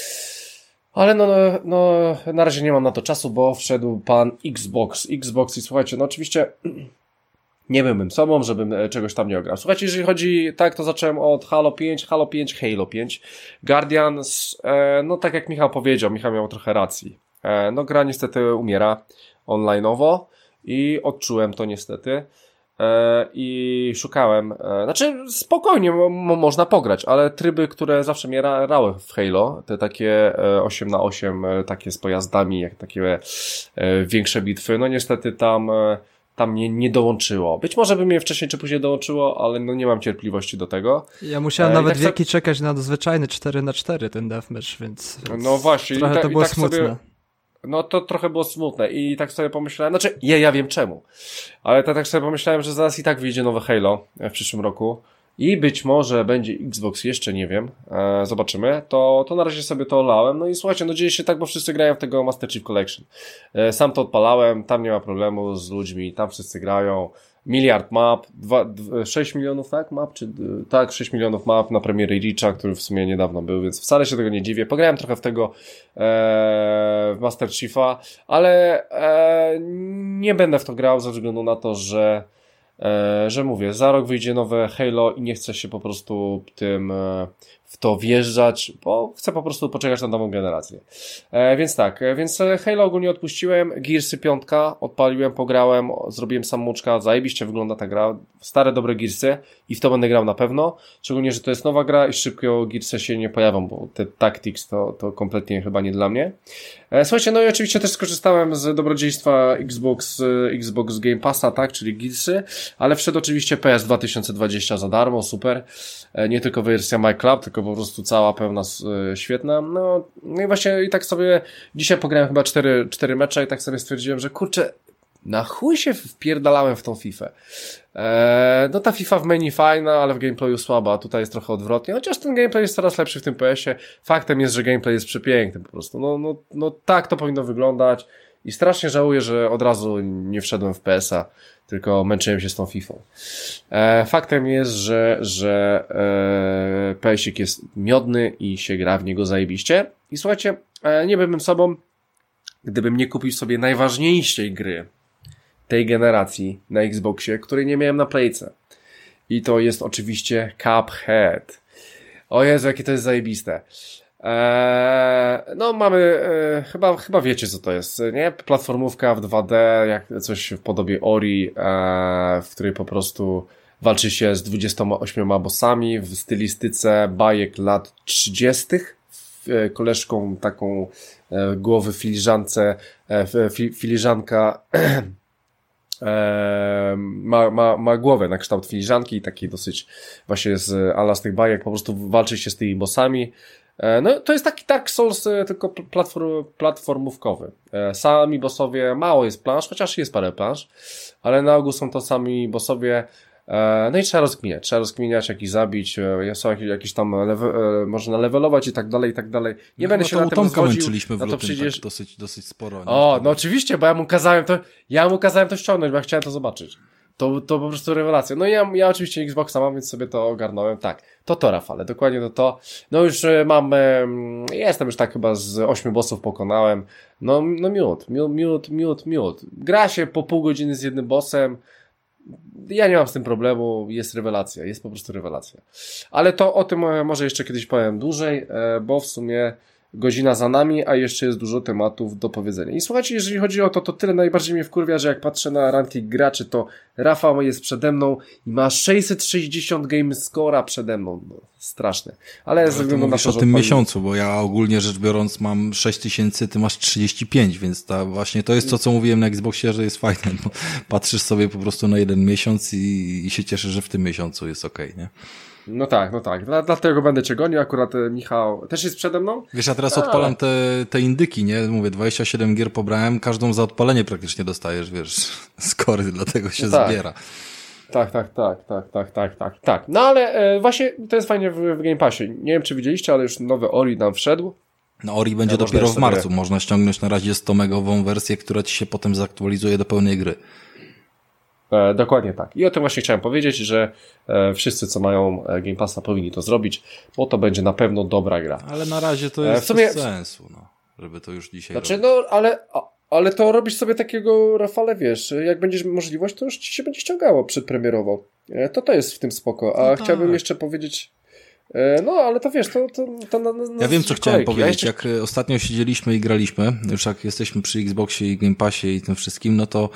Ale no, no, no, na razie nie mam na to czasu, bo wszedł pan Xbox. Xbox i słuchajcie, no oczywiście nie byłbym sobą, żebym czegoś tam nie ograł. Słuchajcie, jeżeli chodzi, tak, to zacząłem od Halo pięć, Halo pięć, Halo pięć. Guardians, e, no tak jak Michał powiedział, Michał miał trochę racji. E, no gra niestety umiera online'owo i odczułem to niestety. I szukałem, znaczy spokojnie m- można pograć, ale tryby, które zawsze mnie ra- rały w Halo, te takie osiem na osiem, takie z pojazdami, jak takie e, większe bitwy, no niestety tam e, tam nie, nie dołączyło. Być może by mnie wcześniej czy później dołączyło, ale no nie mam cierpliwości do tego. Ja musiałem e, nawet tak wieki so... czekać na zwyczajny cztery na cztery ten deathmatch, więc, więc no właśnie, trochę ta, to było tak smutne. Sobie... No to trochę było smutne i tak sobie pomyślałem, znaczy ja, ja wiem czemu, ale to tak sobie pomyślałem, że zaraz i tak wyjdzie nowe Halo w przyszłym roku i być może będzie Xbox, jeszcze nie wiem, e, zobaczymy, to, to na razie sobie to olałem. No i słuchajcie, no dzieje się tak, bo wszyscy grają w tego Master Chief Collection. E, sam to odpalałem, tam nie ma problemu z ludźmi, tam wszyscy grają. Miliard map, dwa, d- sześć milionów tak map, czy tak, sześć milionów map na premiery Reacha, który w sumie niedawno był, więc wcale się tego nie dziwię. Pograłem trochę w tego e, w Master Chiefa, ale e, nie będę w to grał ze względu na to, że e, że mówię, za rok wyjdzie nowe Halo i nie chcę się po prostu tym e, w to wjeżdżać, bo chcę po prostu poczekać na nową generację. E, więc tak, e, więc Halo ogólnie odpuściłem, Gearsy piątka odpaliłem, pograłem, zrobiłem samouczka, zajebiście wygląda ta gra, stare dobre Gearsy i w to będę grał na pewno, szczególnie, że to jest nowa gra i szybko Gearsy się nie pojawią, bo te Tactics to, to kompletnie chyba nie dla mnie. E, słuchajcie, no i oczywiście też skorzystałem z dobrodziejstwa Xbox, Xbox Game Passa, tak, czyli Gearsy, ale wszedł oczywiście P S dwa tysiące dwadzieścia za darmo, super, e, nie tylko wersja My Club, tylko po prostu cała pełna, e, świetna. No, no i właśnie i tak sobie dzisiaj pograłem chyba cztery, cztery mecze i tak sobie stwierdziłem, że kurczę, na chuj się wpierdalałem w tą Fifę. Eee, no ta FIFA w menu fajna, ale w gameplayu słaba, a tutaj jest trochę odwrotnie, chociaż ten gameplay jest coraz lepszy w tym P S ie. Faktem jest, że gameplay jest przepiękny po prostu. No, no, no tak to powinno wyglądać i strasznie żałuję, że od razu nie wszedłem w P S a, tylko męczyłem się z tą Fifą. E, faktem jest, że, że e, P S ik jest miodny i się gra w niego zajebiście. I słuchajcie, e, nie byłbym sobą, gdybym nie kupił sobie najważniejszej gry tej generacji na Xboxie, której nie miałem na Playce. I to jest oczywiście Cuphead. O Jezu, jakie to jest zajebiste. Eee, no mamy, e, chyba, chyba wiecie co to jest, nie? Platformówka w dwa D, jak coś w podobie Ori, e, w której po prostu walczy się z dwudziestoma ośmioma bossami w stylistyce bajek lat trzydziestych. E, koleżką taką e, głowy filiżance, e, fi, filiżanka e, ma, ma, ma głowę na kształt filiżanki, takiej dosyć właśnie z ala z tych bajek, po prostu walczy się z tymi bossami. No to jest taki Dark Souls, tylko platform, platformówkowy. Sami bossowie, mało jest plansz, chociaż jest parę plansz, ale na ogół są to sami bossowie. No i trzeba rozkminiać, trzeba rozkminiać, jak ich zabić, są jakieś, jakieś tam level, można levelować i tak dalej, i tak dalej. Nie no będę się na tym zgodził. męczyliśmy w no to lutym przyjdziesz... tak dosyć, dosyć sporo. Nie? O, no oczywiście, bo ja mu kazałem to, ja mu kazałem to ściągnąć, bo ja chciałem to zobaczyć. To, to po prostu rewelacja. No i ja, ja oczywiście Xboxa mam, więc sobie to ogarnąłem. Tak, to to, Rafale, dokładnie to to. No już mam, jestem już tak chyba z ośmiu bossów pokonałem. No, no miód, miód, miód, miód, miód. Gra się po pół godziny z jednym bossem. Ja nie mam z tym problemu, jest rewelacja, jest po prostu rewelacja. Ale to o tym może jeszcze kiedyś powiem dłużej, bo w sumie godzina za nami, a jeszcze jest dużo tematów do powiedzenia. I słuchajcie, jeżeli chodzi o to, to tyle najbardziej mnie wkurwia, że jak patrzę na ranking graczy, to Rafał jest przede mną i ma sześćset sześćdziesiąt game score'a przede mną. No, straszne. Ale, Ale ze względu na to, o że tym odpali... miesiącu, bo ja ogólnie rzecz biorąc mam sześć tysięcy, ty masz trzydzieści pięć, więc ta właśnie to jest to, co mówiłem na Xboxie, że jest fajne. Bo patrzysz sobie po prostu na jeden miesiąc i, i się cieszysz, że w tym miesiącu jest okej, okay, nie? No tak, no tak. Dla, dlatego będę cię gonił. Akurat e, Michał też jest przede mną. Wiesz, ja teraz odpalam Ale... te, te indyki, nie? Mówię, dwadzieścia siedem gier pobrałem, każdą za odpalenie praktycznie dostajesz, wiesz, skory, dlatego się no tak. zbiera. Tak, tak, tak, tak, tak, tak, tak, tak. No ale e, właśnie to jest fajnie w, w Game Passie. Nie wiem, czy widzieliście, ale już nowy Ori nam wszedł. No Ori będzie ja dopiero w marcu. Sobie... Można ściągnąć na razie sto megową wersję, która ci się potem zaktualizuje do pełnej gry. E, dokładnie tak. I o tym właśnie chciałem powiedzieć, że e, wszyscy, co mają Game Passa, powinni to zrobić, bo to będzie na pewno dobra gra. Ale na razie to jest e, w sumie... bez sensu, no, żeby to już dzisiaj Znaczy, robić. no, ale, ale to robisz sobie takiego, Rafale, wiesz, jak będziesz możliwość, to już ci się będzie ściągało przedpremierowo. E, to to jest w tym spoko. A no chciałbym tak. jeszcze powiedzieć... No, ale to wiesz, to... to, to na, na, ja wiem, co kolejki. chciałem powiedzieć. Ja jeszcze... Jak ostatnio siedzieliśmy i graliśmy, już jak jesteśmy przy Xboxie i Game Passie i tym wszystkim, no to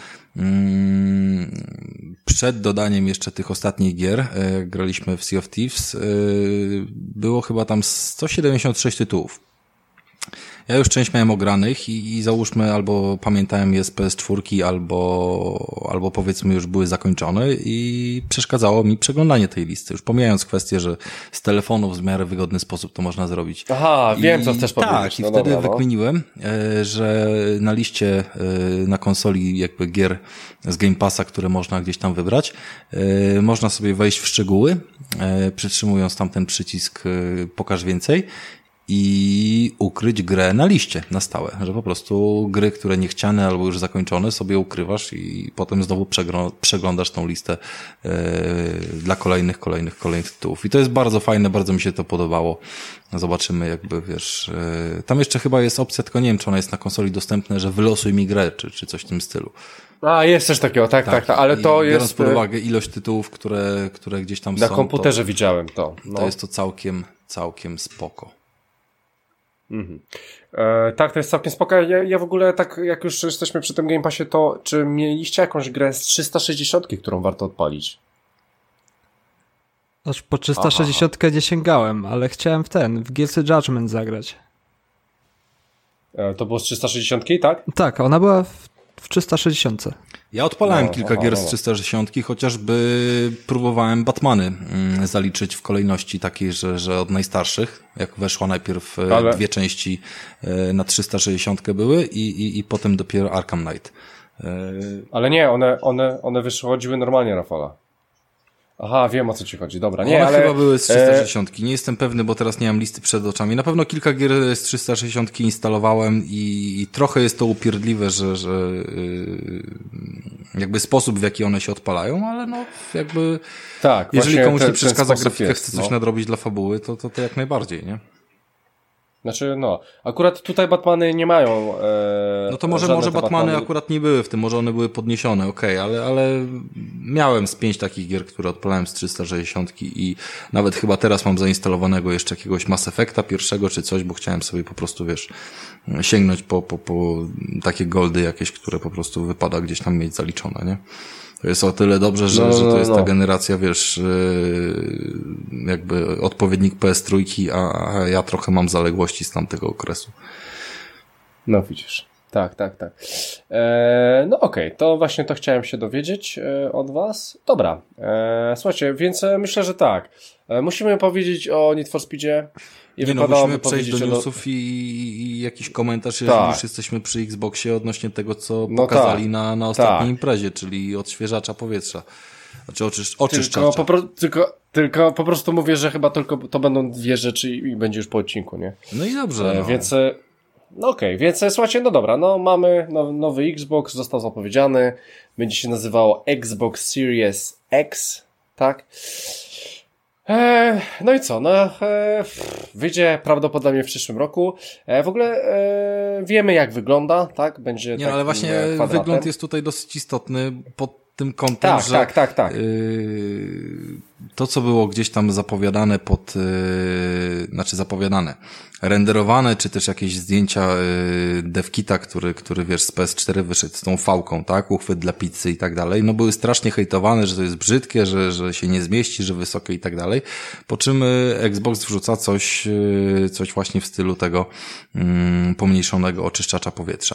mm, przed dodaniem jeszcze tych ostatnich gier, jak graliśmy w Sea of Thieves, yy, było chyba tam sto siedemdziesiąt sześć tytułów. Ja już część miałem ogranych i, i załóżmy albo pamiętałem je z P S cztery, albo, albo powiedzmy już były zakończone i przeszkadzało mi przeglądanie tej listy. Już pomijając kwestię, że z telefonu w miarę wygodny sposób to można zrobić. Aha, I, wiem, co chcesz powiedzieć. Tak, i no wtedy dobra, no. wykminiłem, że na liście na konsoli jakby gier z Game Passa, które można gdzieś tam wybrać, można sobie wejść w szczegóły, przytrzymując tam ten przycisk pokaż więcej i ukryć grę na liście, na stałe, że po prostu gry, które niechciane albo już zakończone sobie ukrywasz i potem znowu przeglądasz tą listę yy, dla kolejnych, kolejnych, kolejnych tytułów. I to jest bardzo fajne, bardzo mi się to podobało. Zobaczymy jakby, wiesz, yy, tam jeszcze chyba jest opcja, tylko nie wiem, czy ona jest na konsoli dostępna, że wylosuj mi grę, czy, czy coś w tym stylu. A, jest coś takiego, tak, tak, tak, tak ale to biorąc jest... pod uwagę ilość tytułów, które, które gdzieś tam na są. Na komputerze to, widziałem to. No. To jest to całkiem, całkiem spoko. Mhm. E, tak, to jest całkiem spoko. Ja, ja w ogóle tak, jak już jesteśmy przy tym Game Passie, to czy mieliście jakąś grę z trzysta sześćdziesiąt, którą warto odpalić? Aż po trzysta sześćdziesiąt Aha. nie sięgałem, ale chciałem w ten, w Guilty Judgment zagrać. E, to było z trzysta sześćdziesiąt, tak? Tak, ona była w, w trzysta sześćdziesiąt. Ja odpalałem no, kilka aha, gier no. z trzysta sześćdziesiąt, chociażby próbowałem Batmany mm, zaliczyć w kolejności takiej, że, że od najstarszych, jak weszła najpierw Ale... dwie części e, na trzysta sześćdziesiąt były i, i, i potem dopiero Arkham Knight. E... Ale nie, one, one, one wychodziły normalnie, Rafała. Aha, wiem, o co ci chodzi. Dobra, nie, One ale... chyba były z trzysta sześćdziesiąt. Nie jestem pewny, bo teraz nie mam listy przed oczami. Na pewno kilka gier z trzysta sześćdziesiąt instalowałem i, i trochę jest to upierdliwe, że, że yy, jakby sposób, w jaki one się odpalają, ale no jakby tak, jeżeli komuś nie przeszkadza grafika, jest, chce coś no. nadrobić dla fabuły, to, to, to jak najbardziej, nie? Znaczy, no, akurat tutaj Batmany nie mają e, no to może, może Batmany, Batmany akurat nie były w tym, może one były podniesione, okej, okay, ale, ale miałem z pięć takich gier, które odpalałem z trzysta sześćdziesiąt i nawet chyba teraz mam zainstalowanego jeszcze jakiegoś Mass Effecta pierwszego czy coś, bo chciałem sobie po prostu, wiesz, sięgnąć po, po, po takie goldy jakieś, które po prostu wypada gdzieś tam mieć zaliczone, nie? To jest o tyle dobrze, że, no, że to jest no. ta generacja, wiesz, jakby odpowiednik P S trzy, a ja trochę mam zaległości z tamtego okresu. No widzisz. Tak, tak, tak. Eee, no okej, okay. To właśnie to chciałem się dowiedzieć e, od was. Dobra. Eee, słuchajcie, więc e, myślę, że tak. E, musimy powiedzieć o Need for Speedzie. I nie no, musimy przejść do newsów o... i, i jakiś komentarz, jeżeli tak. już jesteśmy przy Xboxie odnośnie tego, co no pokazali tak. na, na ostatniej tak. imprezie, czyli odświeżacza powietrza. Znaczy oczysz, oczyszczacza. Tylko po, pro, tylko, tylko po prostu mówię, że chyba tylko to będą dwie rzeczy i, i będzie już po odcinku, nie? No i dobrze. E, no. Więc... No okej, okay, więc słuchajcie, no dobra, no mamy no, nowy Xbox, został zapowiedziany, będzie się nazywało Xbox Series X, tak? Eee, no i co, no e, wyjdzie prawdopodobnie w przyszłym roku. E, w ogóle e, wiemy jak wygląda, tak? Będzie Nie, tak, ale właśnie kwadratem. Wygląd jest tutaj dosyć istotny pod tym kątem, tak, że tak, tak, tak. Yy, to, co było gdzieś tam zapowiadane pod, yy, znaczy zapowiadane, renderowane, czy też jakieś zdjęcia yy, devkita, który, który wiesz, z P S cztery wyszedł z tą fałką, tak, uchwyt dla pizzy i tak dalej, no były strasznie hejtowane, że to jest brzydkie, że, że się nie zmieści, że wysokie i tak dalej, po czym yy, Xbox wrzuca coś, yy, coś właśnie w stylu tego yy, pomniejszonego oczyszczacza powietrza.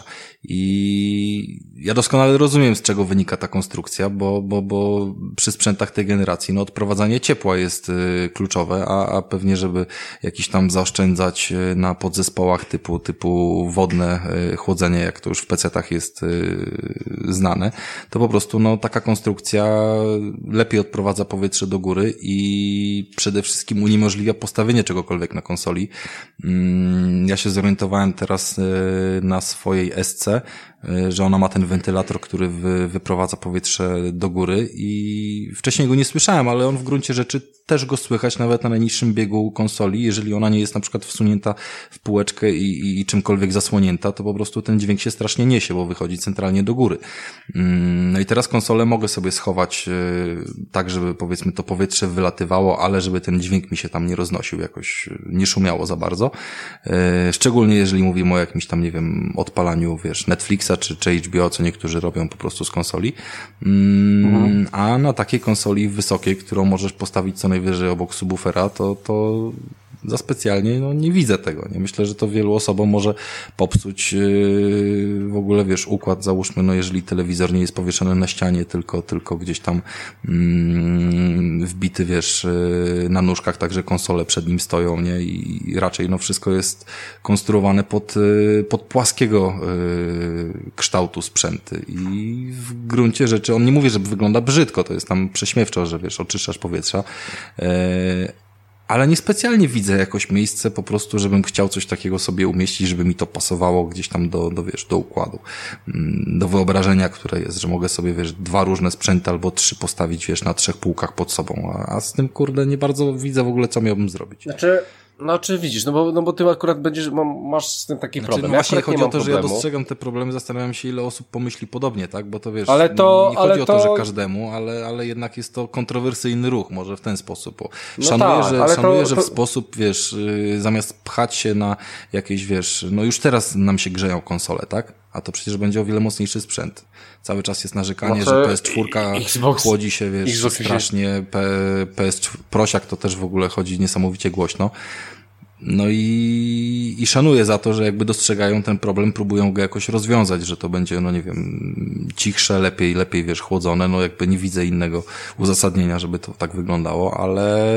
I ja doskonale rozumiem, z czego wynika ta konstrukcja, bo, bo, bo przy sprzętach tej generacji, no odprowadzanie ciepła jest y, kluczowe, a, a pewnie, żeby jakiś tam zaoszczędzać y, na podzespołach typu, typu wodne y, chłodzenie, jak to już w pecetach jest y, znane, to po prostu no taka konstrukcja lepiej odprowadza powietrze do góry i przede wszystkim uniemożliwia postawienie czegokolwiek na konsoli. Mm, ja się zorientowałem teraz y, na swojej S C, że ona ma ten wentylator, który wy, wyprowadza powietrze do góry i wcześniej go nie słyszałem, ale on w gruncie rzeczy też go słychać nawet na najniższym biegu konsoli. Jeżeli ona nie jest na przykład wsunięta w półeczkę i, i, i czymkolwiek zasłonięta, to po prostu ten dźwięk się strasznie niesie, bo wychodzi centralnie do góry. No i teraz konsolę mogę sobie schować tak, żeby powiedzmy to powietrze wylatywało, ale żeby ten dźwięk mi się tam nie roznosił, jakoś nie szumiało za bardzo. Szczególnie jeżeli mówimy o jakimś tam, nie wiem, odpalaniu, wiesz, Netflixa czy, czy H B O, co niektórzy robią po prostu z konsoli. Mhm. A na takiej konsoli wysokiej, którą możesz postawić co najwyżej obok subwoofera, to, to za specjalnie no, nie widzę tego. Nie myślę, że to wielu osobom może popsuć yy, w ogóle, wiesz, układ, załóżmy, no jeżeli telewizor nie jest powieszony na ścianie, tylko, tylko gdzieś tam yy, wbity, wiesz, yy, na nóżkach, także konsole przed nim stoją, nie? I raczej no wszystko jest konstruowane pod, yy, pod płaskiego yy, kształtu sprzęty i w gruncie rzeczy, on nie mówi, że wygląda brzydko, to jest tam prześmiewczo, że wiesz, oczyszczasz powietrza, yy, ale niespecjalnie widzę jakoś miejsce po prostu, żebym chciał coś takiego sobie umieścić, żeby mi to pasowało gdzieś tam do, do wiesz, do układu, do wyobrażenia, które jest, że mogę sobie, wiesz, dwa różne sprzęty albo trzy postawić, wiesz, na trzech półkach pod sobą, a, a z tym, kurde, nie bardzo widzę w ogóle, co miałbym zrobić. Znaczy, no czy widzisz, no bo, no bo ty akurat będziesz, masz z tym taki znaczy, problem. No ja właśnie chodzi o to, problemu. że ja dostrzegam te problemy, zastanawiam się, ile osób pomyśli podobnie, tak, bo to wiesz, ale to, nie chodzi ale o to, to... że każdemu, ale, ale jednak jest to kontrowersyjny ruch, może w ten sposób. Bo no szanuję, tak, że, ale szanuję to, że to... w sposób, wiesz, yy, zamiast pchać się na jakieś, wiesz, no już teraz nam się grzeją konsole, tak? A to przecież będzie o wiele mocniejszy sprzęt. Cały czas jest narzekanie, znaczy, że P S cztery Xbox, chłodzi się, wiesz, Xbox strasznie, P, P S cztery Prosiak to też w ogóle chodzi niesamowicie głośno. No i, i szanuję za to, że jakby dostrzegają ten problem, próbują go jakoś rozwiązać, że to będzie, no nie wiem, cichsze, lepiej, lepiej, wiesz, chłodzone, no jakby nie widzę innego uzasadnienia, żeby to tak wyglądało, ale...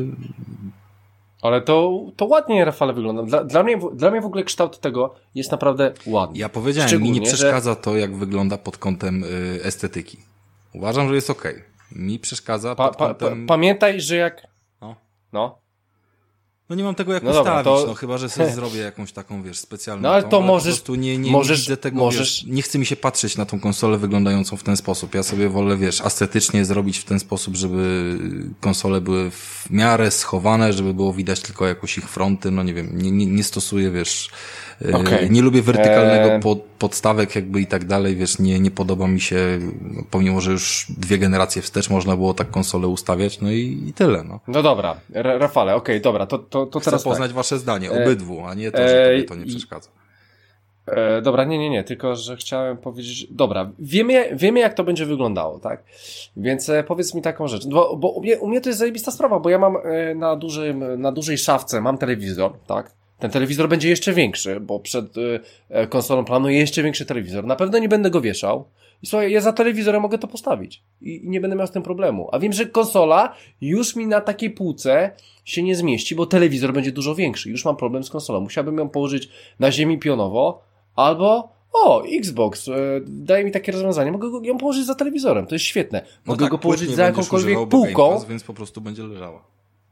Ale to, to ładnie, Rafale, wygląda. Dla, dla mnie, dla mnie w ogóle kształt tego jest naprawdę ładny. Ja powiedziałem, mi nie przeszkadza że... to, jak wygląda pod kątem y, estetyki. Uważam, że jest okej. Okay. Mi przeszkadza pa, pod pa, kątem... Pa, pamiętaj, że jak... No. No. No nie mam tego jak no ustawić, dobra, to... no chyba, że sobie zrobię jakąś taką, wiesz, specjalną. No ale to tą, ale możesz... Po prostu nie, nie, możesz, nie widzę tego, możesz... wiesz, nie chce mi się patrzeć na tą konsolę wyglądającą w ten sposób. Ja sobie wolę, wiesz, estetycznie zrobić w ten sposób, żeby konsole były w miarę schowane, żeby było widać tylko jakoś ich fronty, no nie wiem, nie, nie, nie stosuję, wiesz, okay. nie lubię wertykalnego eee... pod, podstawek jakby i tak dalej, wiesz, nie, nie podoba mi się, pomimo, że już dwie generacje wstecz można było tak konsolę ustawiać, no i, i tyle, no. No dobra, R- Rafale, okej, okay, dobra, to, to, to Chcę teraz poznać tak. wasze zdanie, obydwu, a nie to, że tobie to nie przeszkadza. E, dobra, nie, nie, nie, tylko, że chciałem powiedzieć, dobra, wiemy, wiemy jak to będzie wyglądało, tak? Więc e, powiedz mi taką rzecz, bo, bo u, mnie, u mnie to jest zajebista sprawa, bo ja mam e, na dużym, na dużej szafce mam telewizor, tak? Ten telewizor będzie jeszcze większy, bo przed e, konsolą planuję jeszcze większy telewizor. Na pewno nie będę go wieszał. I słuchaj, ja za telewizorem mogę to postawić. I, i nie będę miał z tym problemu. A wiem, że konsola już mi na takiej półce się nie zmieści, bo telewizor będzie dużo większy. Już mam problem z konsolą. Musiałbym ją położyć na ziemi pionowo, albo o, Xbox, e, daje mi takie rozwiązanie. Mogę ją położyć za telewizorem. To jest świetne. Mogę no tak, go położyć za jakąkolwiek półką. Pass, więc po prostu będzie leżała.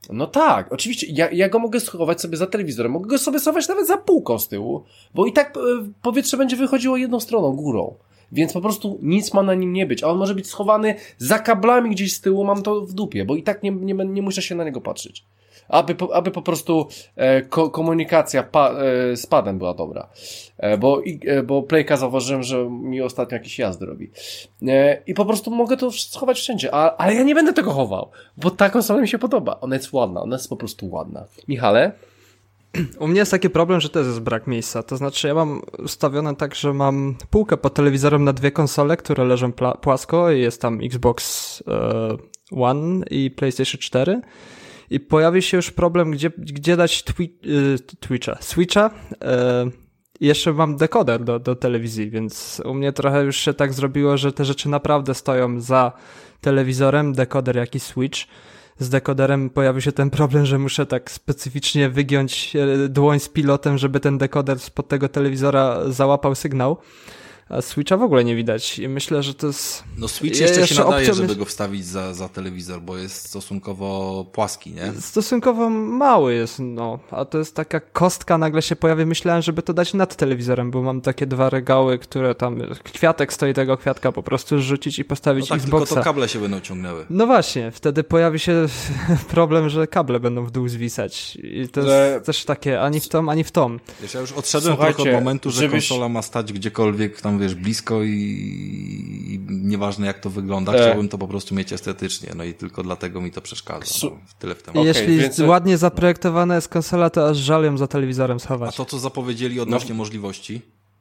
No tak, oczywiście, ja, ja go mogę schować sobie za telewizorem, mogę go sobie schować nawet za półką z tyłu, bo i tak e, powietrze będzie wychodziło jedną stroną, górą. Więc po prostu nic ma na nim nie być, a on może być schowany za kablami gdzieś z tyłu, mam to w dupie, bo i tak nie, nie, nie muszę się na niego patrzeć. Aby po, aby po prostu e, ko, komunikacja pa, e, z padem była dobra. E, bo, i, e, bo Playka zauważyłem, że mi ostatnio jakieś jazdy robi. E, I po prostu mogę to schować wszędzie, a, ale ja nie będę tego chował, bo ta konsola mi się podoba. Ona jest ładna, ona jest po prostu ładna. Michale? U mnie jest taki problem, że to jest brak miejsca. To znaczy ja mam ustawione tak, że mam półkę pod telewizorem na dwie konsole, które leżą pla- płasko i jest tam Xbox e, One i PlayStation cztery. I pojawi się już problem, gdzie, gdzie dać twi- y, Twitcha, Switcha. Y, jeszcze mam dekoder do, do telewizji, więc u mnie trochę już się tak zrobiło, że te rzeczy naprawdę stoją za telewizorem, dekoder jak i Switch. Z dekoderem pojawił się ten problem, że muszę tak specyficznie wygiąć dłoń z pilotem, żeby ten dekoder spod tego telewizora załapał sygnał. A Switcha w ogóle nie widać i myślę, że to jest... No Switch jeszcze, jeszcze się nadaje, opcją... żeby go wstawić za, za telewizor, bo jest stosunkowo płaski, nie? Stosunkowo mały jest, no, a to jest taka kostka, nagle się pojawi, myślałem, żeby to dać nad telewizorem, bo mam takie dwa regały, które tam, kwiatek stoi tego kwiatka, po prostu rzucić i postawić no tak, Xboxa. tylko to kable się będą ciągnęły. No właśnie, wtedy pojawi się problem, że kable będą w dół zwisać i to że... jest też takie ani w tom, ani w tom. Wiesz, ja już odszedłem Słuchajcie, trochę od momentu, że żebyś... konsola ma stać gdziekolwiek tam, wiesz, blisko i, i nieważne jak to wygląda, e... chciałbym to po prostu mieć estetycznie, no i tylko dlatego mi to przeszkadza. Su... No, tyle w temacie. I jeśli okay, więc... ładnie zaprojektowana jest konsola, to aż żal ją za telewizorem schować. A to, co zapowiedzieli odnośnie no. możliwości?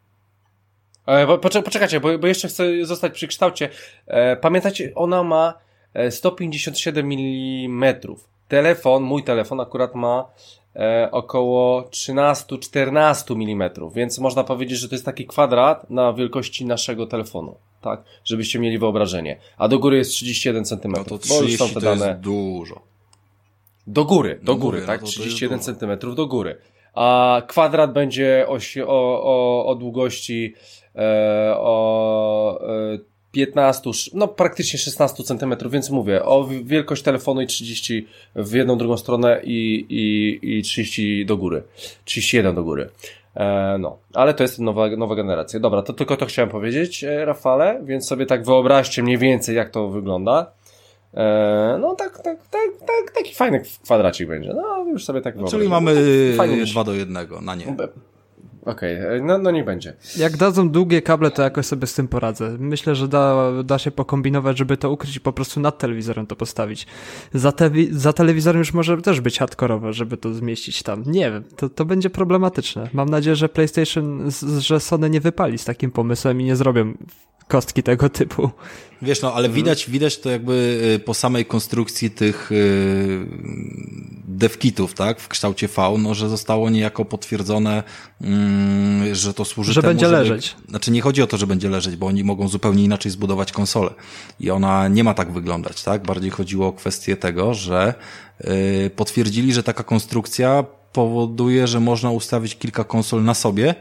E, poczekajcie, bo, bo jeszcze chcę zostać przy kształcie. E, pamiętacie, ona ma sto pięćdziesiąt siedem milimetrów. Telefon, mój telefon akurat ma e, około trzynaście czternaście milimetrów, więc można powiedzieć, że to jest taki kwadrat na wielkości naszego telefonu, tak? Żebyście mieli wyobrażenie. A do góry jest trzydzieści jeden centymetrów. No to trzydzieści to dane... jest dużo. Do góry, do, do góry, góry, tak? No trzydzieści jeden centymetrów do góry. A kwadrat będzie o, o, o, o długości e, o e, piętnaście, no praktycznie szesnaście centymetrów, więc mówię, o wielkość telefonu i trzydzieści w jedną, drugą stronę i, i, i trzydzieści do góry. trzydzieści jeden do góry. E, no, ale to jest nowa, nowa generacja. Dobra, to tylko to chciałem powiedzieć, e, Rafale, więc sobie tak wyobraźcie mniej więcej, jak to wygląda. E, no tak, tak, tak, tak, taki fajny kwadracik będzie. No, już sobie tak wyobraźcie. Czyli mamy fajnie dwa do jednego na nie. Okej, okay, no, no niech będzie. Jak dadzą długie kable, to jakoś sobie z tym poradzę. Myślę, że da, da się pokombinować, żeby to ukryć i po prostu nad telewizorem to postawić. Za, te, za telewizorem już może też być hardkorowe, żeby to zmieścić tam. Nie wiem, to, to będzie problematyczne. Mam nadzieję, że PlayStation, że Sony nie wypali z takim pomysłem i nie zrobią kostki tego typu. Wiesz, no, ale widać, widać to jakby po samej konstrukcji tych yy, devkitów, tak, w kształcie V, no, że zostało niejako potwierdzone, yy, że to służy że temu, będzie żeby, leżeć. Znaczy nie chodzi o to, że będzie leżeć, bo oni mogą zupełnie inaczej zbudować konsolę i ona nie ma tak wyglądać, tak, bardziej chodziło o kwestię tego, że yy, potwierdzili, że taka konstrukcja powoduje, że można ustawić kilka konsol na sobie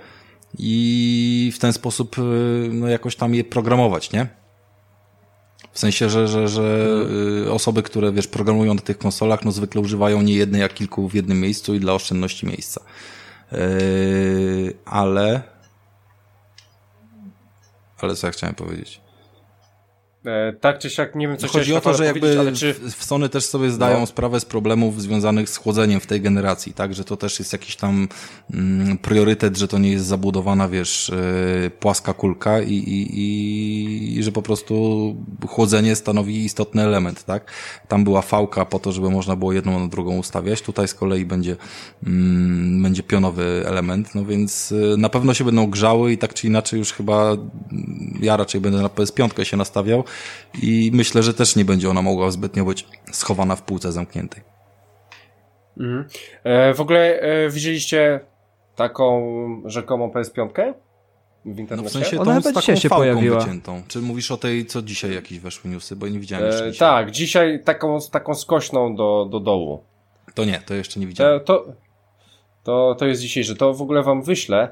i w ten sposób no jakoś tam je programować, nie? W sensie, że, że, że osoby, które wiesz, programują na tych konsolach, no zwykle używają nie jednej, a kilku w jednym miejscu i dla oszczędności miejsca. Yy, ale ale co ja chciałem powiedzieć? E, tak czy siak, nie wiem co Chodzi o to, że jakby ale czy... w Sony też sobie zdają no. sprawę z problemów związanych z chłodzeniem w tej generacji, tak, że to też jest jakiś tam mm, priorytet, że to nie jest zabudowana, wiesz, yy, płaska kulka i, i, i, i że po prostu chłodzenie stanowi istotny element, tak. Tam była fałka po to, żeby można było jedną na drugą ustawiać, tutaj z kolei będzie mm, będzie pionowy element, no więc yy, na pewno się będą grzały i tak czy inaczej już chyba ja raczej będę na P S pięć się nastawiał i myślę, że też nie będzie ona mogła zbytnio być schowana w półce zamkniętej. Mhm. E, w ogóle e, widzieliście taką rzekomą P S pięć w internecie? No w sensie ona tą chyba z taką dzisiaj się fałką pojawiła. Wyciętą. Czy mówisz o tej, co dzisiaj jakieś weszły newsy, bo nie widziałem jeszcze e, dzisiaj. Tak, dzisiaj taką, taką skośną do, do dołu. To nie, to jeszcze nie widziałem. E, to, to, to jest dzisiejsze. To w ogóle wam wyślę.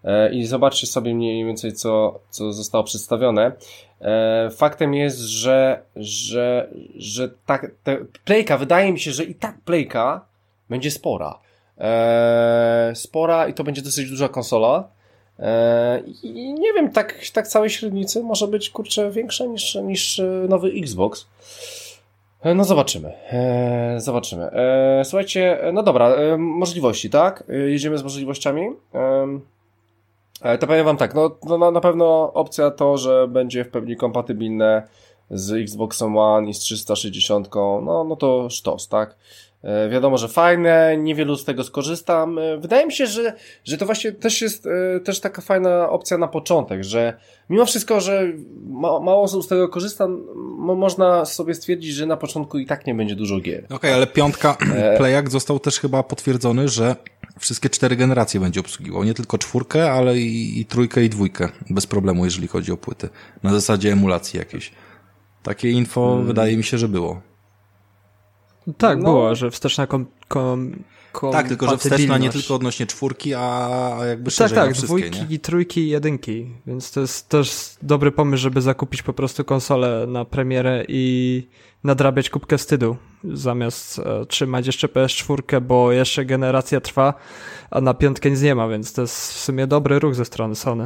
i zobaczcie sobie mniej więcej, co, co zostało przedstawione. Faktem jest, że, że, że tak, te, playka, wydaje mi się, że i tak playka będzie spora. Spora i to będzie dosyć duża konsola. I nie wiem, tak, tak całej średnicy może być, kurczę, większa niż, niż nowy Xbox. No zobaczymy, eee, zobaczymy. Eee, słuchajcie, no dobra, e, możliwości, tak? E, jedziemy z możliwościami. E, to powiem wam tak, no, no na, na pewno opcja to, że będzie w pełni kompatybilne z Xboxem One i z trzysta sześćdziesiąt, no, no to sztos, tak? E, wiadomo, że fajne, niewielu z tego skorzystam. E, wydaje mi się, że, że to właśnie też jest e, też taka fajna opcja na początek, że mimo wszystko, że ma, mało osób z tego korzysta, mo, można sobie stwierdzić, że na początku i tak nie będzie dużo gier. Okej, okay, ale piątka e... Playak został też chyba potwierdzony, że wszystkie cztery generacje będzie obsługiwał. Nie tylko czwórkę, ale i, i trójkę i dwójkę. Bez problemu, jeżeli chodzi o płyty. Na zasadzie emulacji jakiejś. Takie info hmm. wydaje mi się, że było. Tak, no. było, że wsteczna kom, kom, kom Tak, tylko że wsteczna nie tylko odnośnie czwórki, a jakby szerzej tak, na tak, wszystkie, dwójki, nie? trójki i jedynki, więc to jest też dobry pomysł, żeby zakupić po prostu konsolę na premierę i nadrabiać kubkę wstydu, zamiast e, trzymać jeszcze P S cztery, bo jeszcze generacja trwa, a na piątkę nic nie ma, więc to jest w sumie dobry ruch ze strony Sony.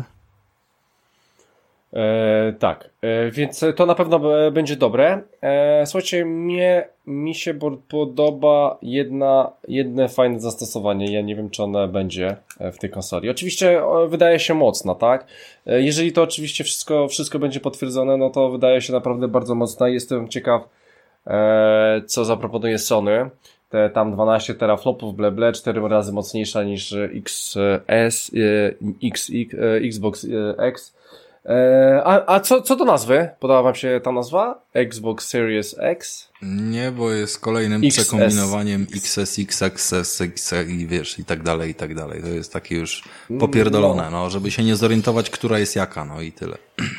E, tak, e, więc to na pewno będzie dobre. E, słuchajcie, mnie, mi się podoba jedna, jedne fajne zastosowanie. Ja nie wiem, czy ono będzie w tej konsoli. Oczywiście wydaje się mocna, tak? E, jeżeli to oczywiście wszystko, wszystko będzie potwierdzone, no to wydaje się naprawdę bardzo mocna. Jestem ciekaw, e, co zaproponuje Sony. Te tam dwanaście teraflopów, ble ble, cztery razy mocniejsza niż X S, e, X, X, e, Xbox X. A, a co, co do nazwy? Podoba wam się ta nazwa? Xbox Series X? Nie, bo jest kolejnym X S. Przekombinowaniem X S, X X S, X i wiesz, i tak dalej, i tak dalej. To jest takie już popierdolone, no, no żeby się nie zorientować, która jest jaka, no i tyle.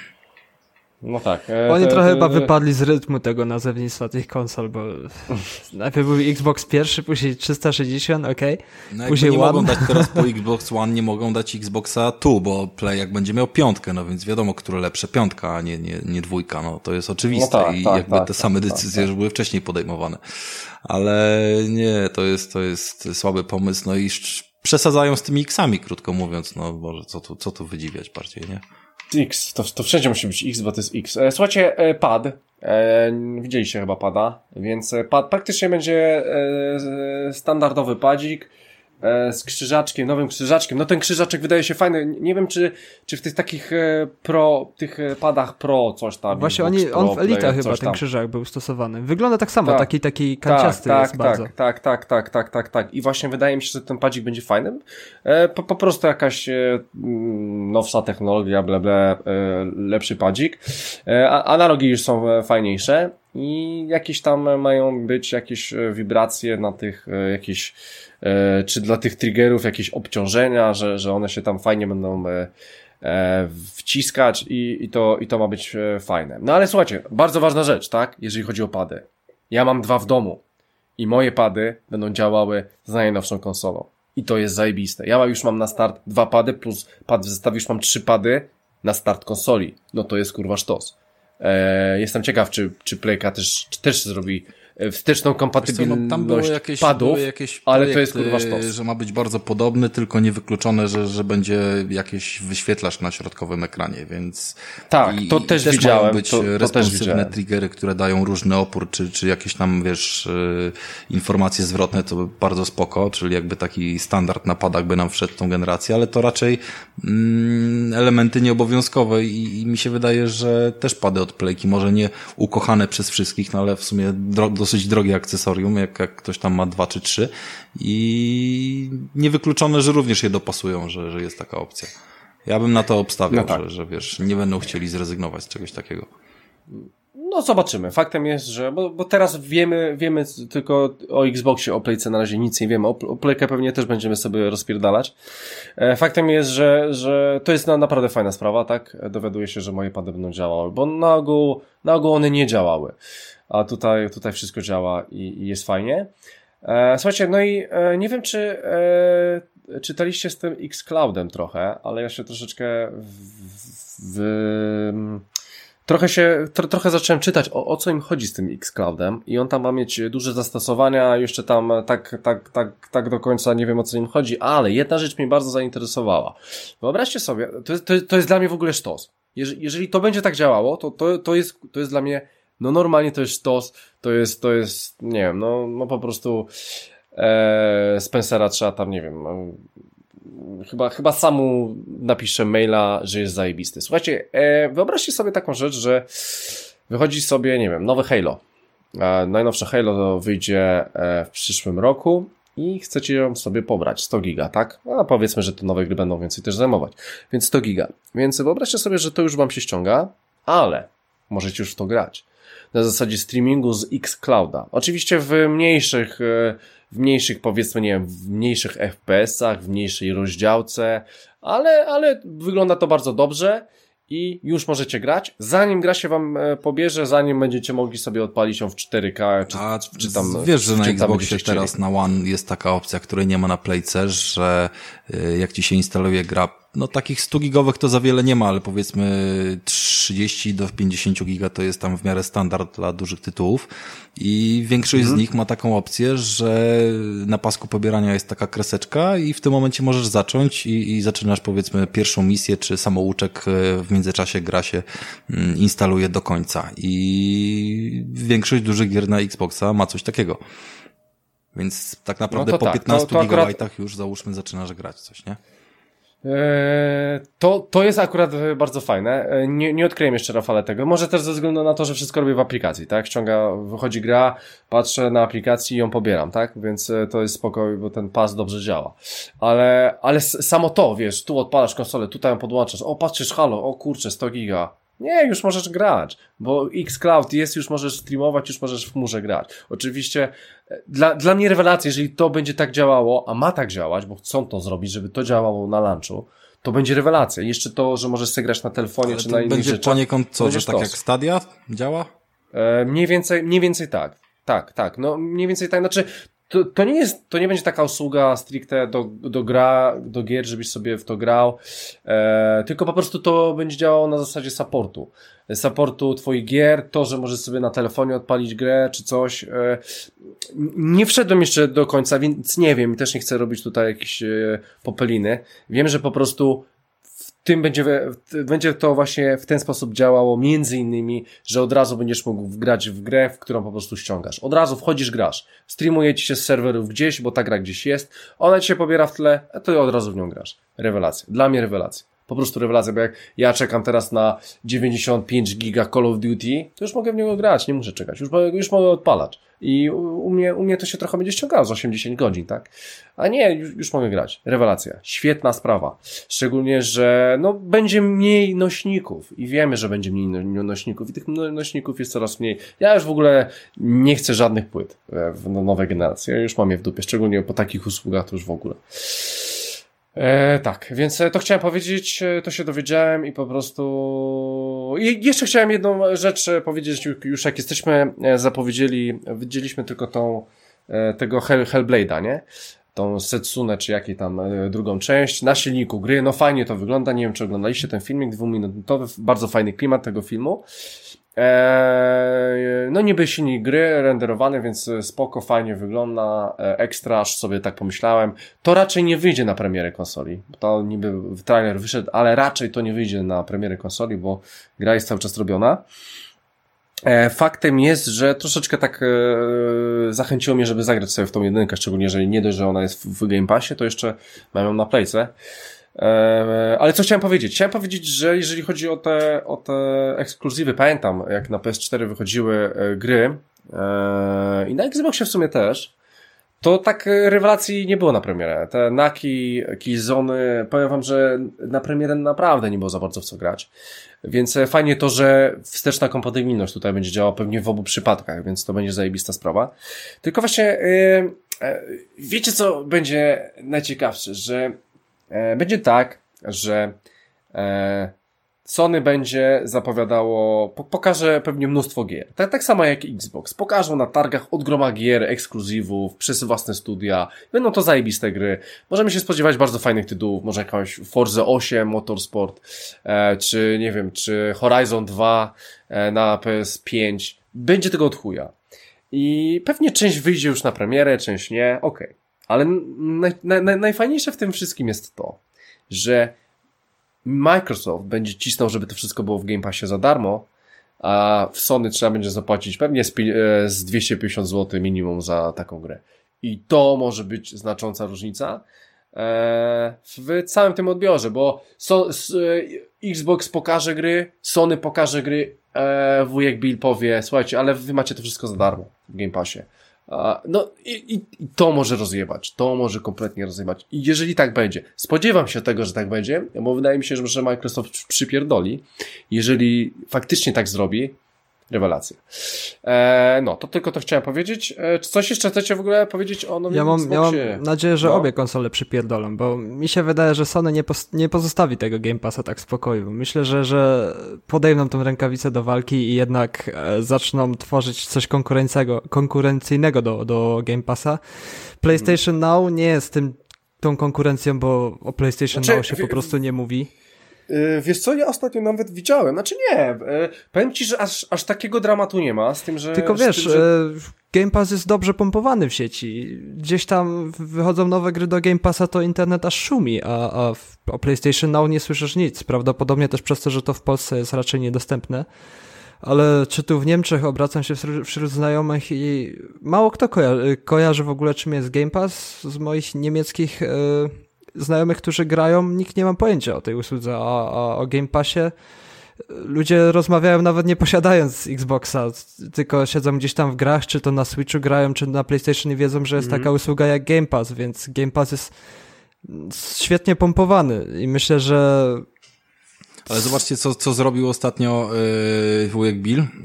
No tak. E, Oni to, trochę to, chyba to... wypadli z rytmu tego nazewnictwa tych konsol, bo najpierw był Xbox pierwszy, później trzysta sześćdziesiąt, okej. Okay. No później nie One. Mogą dać teraz po Xbox One, nie mogą dać Xboxa Two, bo Playak będzie miał piątkę, no więc wiadomo, które lepsze, piątka, a nie, nie, nie dwójka, no to jest oczywiste no tak, i tak, jakby tak, te same tak, decyzje tak, już były wcześniej podejmowane. Ale nie, to jest, to jest słaby pomysł, no i przesadzają z tymi X-ami, krótko mówiąc, no Boże, co tu, co tu wydziwiać bardziej, nie? X, to, to wszędzie musi być X, bo to jest X. E, słuchajcie, e, pad, e, widzieliście chyba pada, więc pad praktycznie będzie e, standardowy padzik e, z krzyżaczkiem, nowym krzyżaczkiem. No ten krzyżaczek wydaje się fajny. Nie wiem, czy, czy w tych takich e, pro, tych padach pro coś tam. Właśnie oni, pro, on w Elita player, chyba ten krzyżak był stosowany. Wygląda tak samo, tak. taki taki kanciasty tak, jest tak, bardzo. Tak, tak, tak, tak, tak, tak, tak. I właśnie wydaje mi się, że ten padzik będzie fajnym. E, po, po prostu jakaś e, nowsza technologia, ble, ble, e, lepszy padzik. E, a, analogi już są fajniejsze i jakieś tam mają być jakieś wibracje na tych, e, jakieś e, czy dla tych triggerów jakieś obciążenia, że, że one się tam fajnie będą e, e, wciskać i, i, to, i to ma być e, fajne. No ale słuchajcie, bardzo ważna rzecz, tak? Jeżeli chodzi o pady. Ja mam dwa w domu i moje pady będą działały z najnowszą konsolą. I to jest zajebiste. Ja już mam na start dwa pady plus pad w zestawie, już mam trzy pady na start konsoli. No to jest kurwa sztos. Eee, jestem ciekaw, czy, czy Playka też, czy też zrobi wsteczną kompatybilność no, tam były jakieś, padów, były jakieś projekty, ale to jest kurwa sztos. Że ma być bardzo podobny, tylko niewykluczone, że, że będzie jakiś wyświetlacz na środkowym ekranie, więc tak, i, to też, też widziałem, mają być to, to responsywne triggery, które dają różny opór, czy, czy jakieś tam, wiesz, informacje zwrotne, to bardzo spoko, czyli jakby taki standard na padach by nam wszedł w tą generację, ale to raczej mm, elementy nieobowiązkowe i, i mi się wydaje, że też pady od Playki, może nie ukochane przez wszystkich, no ale w sumie dro- dosyć drogie akcesorium, jak, jak ktoś tam ma dwa czy trzy i niewykluczone, że również je dopasują, że, że jest taka opcja. Ja bym na to obstawiał, no tak. że, że wiesz, nie będą chcieli zrezygnować z czegoś takiego. No zobaczymy. Faktem jest, że, bo, bo teraz wiemy, wiemy tylko o Xboxie, o Playce na razie nic nie wiemy, o, o Playkę pewnie też będziemy sobie rozpierdalać. E, faktem jest, że, że to jest na, naprawdę fajna sprawa, tak? Dowiaduję się, że moje pady będą działały, bo na ogół, na ogół one nie działały. A tutaj, tutaj wszystko działa i, i jest fajnie. E, słuchajcie, no i e, nie wiem, czy e, czytaliście z tym Xcloudem trochę, ale ja się troszeczkę w, w, trochę się, tro, trochę zacząłem czytać o, o co im chodzi z tym Xcloudem i on tam ma mieć duże zastosowania, jeszcze tam tak, tak, tak, tak do końca nie wiem o co im chodzi, ale jedna rzecz mnie bardzo zainteresowała. Wyobraźcie sobie, to jest, to, to jest dla mnie w ogóle sztos. Jeżeli, jeżeli to będzie tak działało, to, to, to jest, to jest dla mnie, no normalnie to jest sztos, to jest, to jest, nie wiem, no, no po prostu e, Spencera trzeba tam, nie wiem, no, chyba, chyba samu napiszę maila, że jest zajebisty. Słuchajcie, e, wyobraźcie sobie taką rzecz, że wychodzi sobie, nie wiem, nowe Halo. E, najnowsze Halo wyjdzie e, w przyszłym roku i chcecie ją sobie pobrać, sto giga, tak? A powiedzmy, że te nowe gry będą więcej też zajmować, więc sto giga. Więc wyobraźcie sobie, że to już wam się ściąga, ale możecie już w to grać. Na zasadzie streamingu z Xclouda. Oczywiście w mniejszych, w mniejszych powiedzmy, nie wiem, w mniejszych F P S-ach, w mniejszej rozdziałce, ale, ale wygląda to bardzo dobrze i już możecie grać, zanim gra się wam pobierze, zanim będziecie mogli sobie odpalić ją w cztery K, czy, A czy tam... wiesz, że na Xboxie chcieli. teraz na One jest taka opcja, której nie ma na Playce, że jak ci się instaluje gra, no takich sto gigowych to za wiele nie ma, ale powiedzmy trzydzieści do pięćdziesięciu giga to jest tam w miarę standard dla dużych tytułów i większość mhm. z nich ma taką opcję, że na pasku pobierania jest taka kreseczka i w tym momencie możesz zacząć i, i zaczynasz powiedzmy pierwszą misję czy samouczek, w międzyczasie gra się instaluje do końca i większość dużych gier na Xboxa ma coś takiego. Więc tak naprawdę no po tak, piętnastu to, to akurat... gigabajtach już załóżmy zaczynasz grać coś, nie? To, to jest akurat bardzo fajne. Nie, nie odkryłem jeszcze, Rafale, tego. Może też ze względu na to, że wszystko robię w aplikacji, tak? Ściąga, wychodzi gra, patrzę na aplikacji i ją pobieram, tak? Więc to jest spokojnie, bo ten pas dobrze działa. Ale, ale samo to, wiesz, tu odpalasz konsolę, tutaj ją podłączasz, o, patrzysz, halo, o kurczę, sto giga. Nie, już możesz grać, bo Xcloud jest, już możesz streamować, już możesz w chmurze grać. Oczywiście dla, dla mnie rewelacja, jeżeli to będzie tak działało, a ma tak działać, bo chcą to zrobić, żeby to działało na launchu, to będzie rewelacja. Jeszcze to, że możesz sobie grać na telefonie ale czy na innych będzie rzeczach. Poniekąd co, że sztos. tak jak Stadia działa? E, mniej więcej, mniej więcej tak. Tak, tak. No mniej więcej tak. Znaczy, to, to nie jest, to nie będzie taka usługa stricte do, do gra, do gier, żebyś sobie w to grał, e, tylko po prostu to będzie działało na zasadzie supportu. Supportu twoich gier, to, że możesz sobie na telefonie odpalić grę, czy coś. E, nie wszedłem jeszcze do końca, więc nie wiem, też nie chcę robić tutaj jakieś e, popeliny. Wiem, że po prostu tym będzie, będzie to właśnie w ten sposób działało, między innymi, że od razu będziesz mógł grać w grę, w którą po prostu ściągasz. Od razu wchodzisz, grasz. Streamuje ci się z serwerów gdzieś, bo ta gra gdzieś jest, ona ci się pobiera w tle, a ty od razu w nią grasz. Rewelacja. Dla mnie rewelacja. Po prostu rewelacja, bo jak ja czekam teraz na dziewięćdziesiąt pięć giga Call of Duty, to już mogę w niego grać, nie muszę czekać, już, już mogę odpalać. I u, u, mnie, u mnie to się trochę będzie ściągało z osiemdziesiąt godzin, tak? A nie, już, już mogę grać. Rewelacja. Świetna sprawa. Szczególnie, że no, będzie mniej nośników i wiemy, że będzie mniej no, nośników i tych nośników jest coraz mniej. Ja już w ogóle nie chcę żadnych płyt w nowej generacji. Ja już mam je w dupie, szczególnie po takich usługach to już w ogóle. E, tak, więc to chciałem powiedzieć, to się dowiedziałem i po prostu... I jeszcze chciałem jedną rzecz powiedzieć, już jak jesteśmy zapowiedzieli, widzieliśmy tylko tą, tego Hell, Hellblade'a, nie? Tą Setsunę, czy jakiej tam drugą część, na silniku gry, no fajnie to wygląda, nie wiem czy oglądaliście ten filmik dwuminutowy, bardzo fajny klimat tego filmu. Eee, no niby silnik gry renderowany, więc spoko, fajnie wygląda, ekstra, aż sobie tak pomyślałem. To raczej nie wyjdzie na premierę konsoli. To niby trailer wyszedł, ale raczej to nie wyjdzie na premierę konsoli, bo gra jest cały czas robiona. Eee, faktem jest, że troszeczkę tak e, zachęciło mnie, żeby zagrać sobie w tą jedynkę, szczególnie jeżeli nie dość, że ona jest w, w Game Passie, to jeszcze mam ją na Playce. Eee, ale co chciałem powiedzieć? Chciałem powiedzieć, że jeżeli chodzi o te, o te ekskluzywy, pamiętam jak na P S cztery wychodziły e, gry e, i na Xboxie w sumie też, to tak rewelacji nie było na premierę. Te Naki, Killzony, powiem wam, że na premierę naprawdę nie było za bardzo w co grać. Więc fajnie to, że wsteczna kompatybilność tutaj będzie działała pewnie w obu przypadkach, więc to będzie zajebista sprawa. Tylko właśnie yy, yy, wiecie co będzie najciekawsze, że E, będzie tak, że e, Sony będzie zapowiadało, po, pokaże pewnie mnóstwo gier. Tak, tak samo jak Xbox. Pokażą na targach od groma gier, ekskluzywów, przez własne studia. Będą to zajebiste gry. Możemy się spodziewać bardzo fajnych tytułów. Może jakąś Forza osiem, Motorsport, e, czy nie wiem, czy Horizon dwa e, na P S pięć. Będzie tego od chuja. I pewnie część wyjdzie już na premierę, część nie. Okej. Okay. Ale naj, naj, najfajniejsze w tym wszystkim jest to, że Microsoft będzie cisnął, żeby to wszystko było w Game Passie za darmo, a w Sony trzeba będzie zapłacić pewnie z, z dwieście pięćdziesiąt złotych minimum za taką grę. I to może być znacząca różnica e, w całym tym odbiorze, bo so, s, e, Xbox pokaże gry, Sony pokaże gry, e, wujek Bill powie, słuchajcie, ale wy macie to wszystko za darmo w Game Passie. No i, i, i to może rozjebać, to może kompletnie rozjebać. I jeżeli tak będzie, spodziewam się tego, że tak będzie, bo wydaje mi się, że Microsoft przypierdoli. Jeżeli faktycznie tak zrobi, rewelacja. E, no, to tylko to chciałem powiedzieć. E, czy coś jeszcze chcecie w ogóle powiedzieć o nowym ja mam, Xboxie? Ja mam nadzieję, że no. obie konsole przypierdolą, bo mi się wydaje, że Sony nie, pos- nie pozostawi tego Game Passa tak w spokoju. Myślę, że, że podejmą tą rękawicę do walki i jednak e, zaczną tworzyć coś konkurencyjnego, konkurencyjnego do, do Game Passa. PlayStation hmm. Now nie jest tym, tą konkurencją, bo o PlayStation znaczy, Now się w, po prostu nie mówi. Yy, wiesz co, ja ostatnio nawet widziałem, znaczy nie, yy, powiem ci, że aż, aż takiego dramatu nie ma, z tym, że... Tylko wiesz, tym, że... yy, Game Pass jest dobrze pompowany w sieci, gdzieś tam wychodzą nowe gry do Game Passa, to internet aż szumi, a, a w, o PlayStation Now nie słyszysz nic, prawdopodobnie też przez to, że to w Polsce jest raczej niedostępne, ale czy tu w Niemczech obracam się wśród, wśród znajomych i mało kto koja- kojarzy w ogóle, czym jest Game Pass z moich niemieckich... Yy, znajomych, którzy grają, nikt nie ma pojęcia o tej usłudze, a, a o Game Passie ludzie rozmawiają nawet nie posiadając Xboxa, tylko siedzą gdzieś tam w grach, czy to na Switchu grają, czy na PlayStation i wiedzą, że jest mm. taka usługa jak Game Pass, więc Game Pass jest świetnie pompowany i myślę, że Ale zobaczcie, co, co zrobił ostatnio yy, wujek Bill. Yy,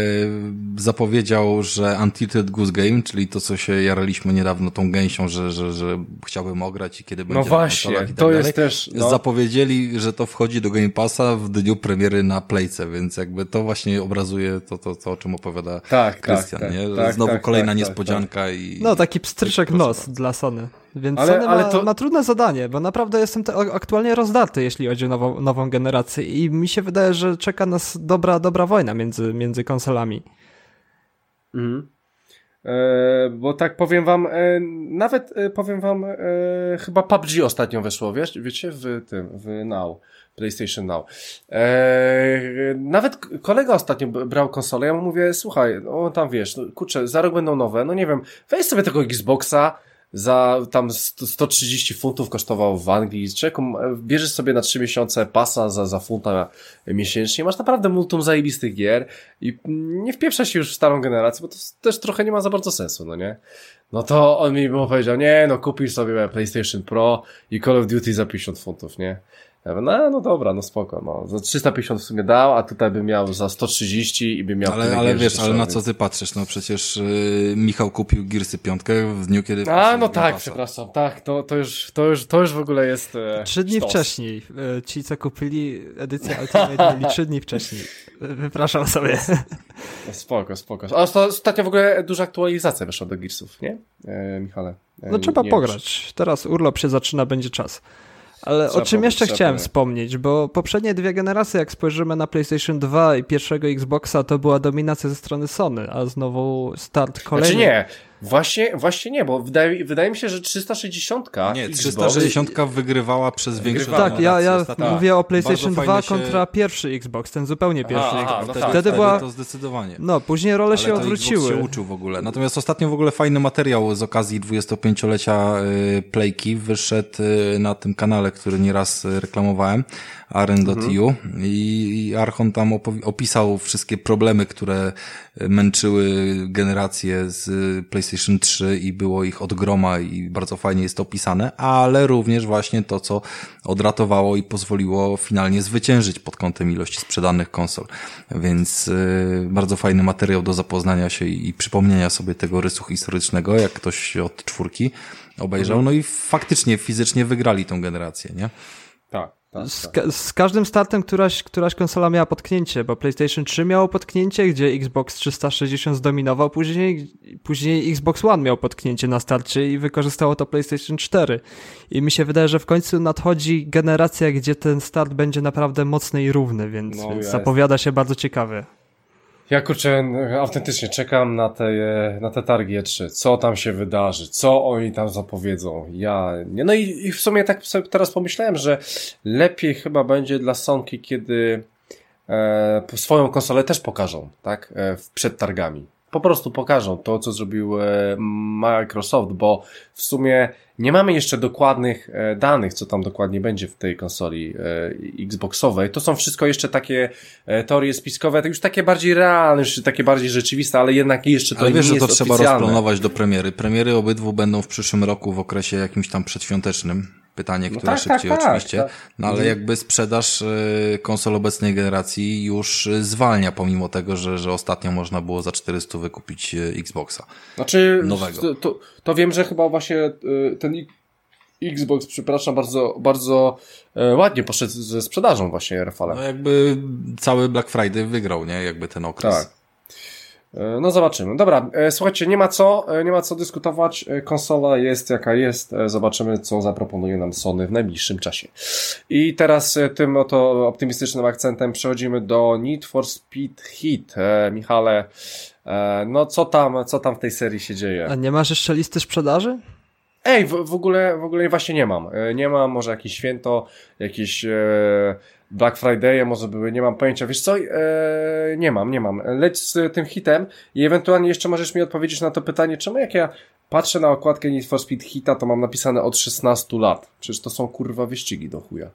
zapowiedział, że Untitled Goose Game, czyli to, co się jaraliśmy niedawno tą gęsią, że, że, że chciałbym ograć i kiedy będzie... No właśnie, tak to dalej, jest też... No. Zapowiedzieli, że to wchodzi do Game Passa w dniu premiery na Playce, więc jakby to właśnie obrazuje to, to, to o czym opowiada tak, Krystian, tak, nie? Tak, Znowu tak, kolejna tak, niespodzianka tak, i... No, taki pstryczek nos dla Sony. Więc ale, Sony ma, ale to... ma trudne zadanie, bo naprawdę jestem te, aktualnie rozdarty, jeśli chodzi o nową, nową generację i mi się wydaje, że czeka nas dobra, dobra wojna między, między konsolami. Mhm. E, bo tak powiem wam, e, nawet e, powiem wam, e, chyba P U B G ostatnio weszło, wiesz, wiecie, w tym, w Now, PlayStation Now. E, nawet kolega ostatnio brał konsolę, ja mu mówię, słuchaj, o tam wiesz, no, kurczę, za rok będą nowe, no nie wiem, weź sobie tego Xboxa, za tam sto trzydzieści funtów kosztował w Anglii, człowieku, bierzesz sobie na trzy miesiące pasa za, za funta miesięcznie, masz naprawdę multum zajebistych gier i nie wpieprza się już w starą generację, bo to też trochę nie ma za bardzo sensu, no nie? No to on mi powiedział, nie, no kupisz sobie PlayStation Pro i Call of Duty za pięćdziesiąt funtów, nie? Ja mówię, no, no dobra, no spoko, no. Za trzysta pięćdziesiąt w sumie dał, a tutaj bym miał za sto trzydzieści i bym miał... Ale, ale wiesz, ale na co ty patrzysz? No przecież yy, Michał kupił Gearsy piątkę w dniu, kiedy... A, no tak, pasa. przepraszam, tak, to, to, już, to, już, to już w ogóle jest... E, trzy dni sztos. wcześniej. Ci, co kupili edycję Ultimate, mieli trzy dni wcześniej. Wypraszam sobie. No, spoko, spoko. A to ostatnio w ogóle duża aktualizacja wyszła do Gearsów, nie? E, Michale? E, no trzeba nie pograć. Wiesz. Teraz urlop się zaczyna, będzie czas. Ale trzeba o czym jeszcze chciałem powiem. wspomnieć, bo poprzednie dwie generacje, jak spojrzymy na PlayStation dwa i pierwszego Xboxa, to była dominacja ze strony Sony, a znowu start kolejny. Znaczy nie, właśnie, właśnie nie, bo wydaje, wydaje mi się, że trzysta sześćdziesiąt Nie, Xbox... trzysta sześćdziesiąt wygrywała przez większość Tak, ja, ja mówię o PlayStation dwa się... kontra pierwszy Xbox, ten zupełnie pierwszy aha, Xbox. no wtedy, tak, wtedy była... to zdecydowanie. No, później role Ale się odwróciły. Xbox się uczył w ogóle. Natomiast ostatnio w ogóle fajny materiał z okazji dwudziestopięciolecia Playki wyszedł na tym kanale, który nieraz reklamowałem, aren kropka e u mhm. i Archon tam opisał wszystkie problemy, które męczyły generację z PlayStation trzy i było ich od groma i bardzo fajnie jest to opisane, ale również właśnie to, co odratowało i pozwoliło finalnie zwyciężyć pod kątem ilości sprzedanych konsol. Więc yy, bardzo fajny materiał do zapoznania się i, i przypomnienia sobie tego rysu historycznego, jak ktoś od czwórki obejrzał. No i faktycznie, fizycznie wygrali tą generację, nie? Tak. tak, z, tak. ka- z każdym startem któraś, któraś konsola miała potknięcie, bo PlayStation trzy miało potknięcie, gdzie Xbox trzysta sześćdziesiąt zdominował, później, później Xbox One miał potknięcie na starcie i wykorzystało to PlayStation cztery. I mi się wydaje, że w końcu nadchodzi generacja, gdzie ten start będzie naprawdę mocny i równy, więc, No, więc ja zapowiada się bardzo ciekawie. Ja kurczę, autentycznie czekam na te, na te targi E trzy. Co tam się wydarzy? Co oni tam zapowiedzą? Ja nie. No i, i w sumie tak sobie teraz pomyślałem, że lepiej chyba będzie dla Sonki, kiedy e, swoją konsolę też pokażą, tak? E, przed targami. Po prostu pokażą to, co zrobił e, Microsoft, bo w sumie nie mamy jeszcze dokładnych e, danych, co tam dokładnie będzie w tej konsoli e, Xboxowej. To są wszystko jeszcze takie e, teorie spiskowe, to już takie bardziej realne, już takie bardziej rzeczywiste, ale jednak jeszcze to ale nie wiesz, jest że to trzeba oficjalne. rozplanować do premiery. Premiery obydwu będą w przyszłym roku w okresie jakimś tam przedświątecznym. Pytanie, No które tak, szybciej tak, oczywiście. tak, tak. No ale jakby sprzedaż y, konsol obecnej generacji już y, zwalnia, pomimo tego, że, że ostatnio można było za czterysta wykupić y, Xboxa. Znaczy, nowego. To, to, to wiem, że chyba właśnie y, ten Xbox, przepraszam, bardzo, bardzo e, ładnie poszedł ze sprzedażą właśnie, Rafale. No jakby cały Black Friday wygrał, nie? Jakby ten okres. Tak. E, no zobaczymy. Dobra, e, słuchajcie, nie ma co, e, nie ma co dyskutować. E, konsola jest jaka jest. E, zobaczymy, co zaproponuje nam Sony w najbliższym czasie. I teraz e, tym oto optymistycznym akcentem przechodzimy do Need for Speed Heat. E, Michale, e, no co tam, co tam w tej serii się dzieje? A nie masz jeszcze listy sprzedaży? Ej, w, w ogóle w ogóle właśnie nie mam. E, Nie mam, może jakieś święto, jakieś e, Black Friday, może były, nie mam pojęcia. Wiesz co? E, nie mam, nie mam. Leć z tym hitem i ewentualnie jeszcze możesz mi odpowiedzieć na to pytanie, czemu jak ja patrzę na okładkę Need for Speed Hita, to mam napisane od szesnastu lat. Przecież to są kurwa wyścigi do chuja.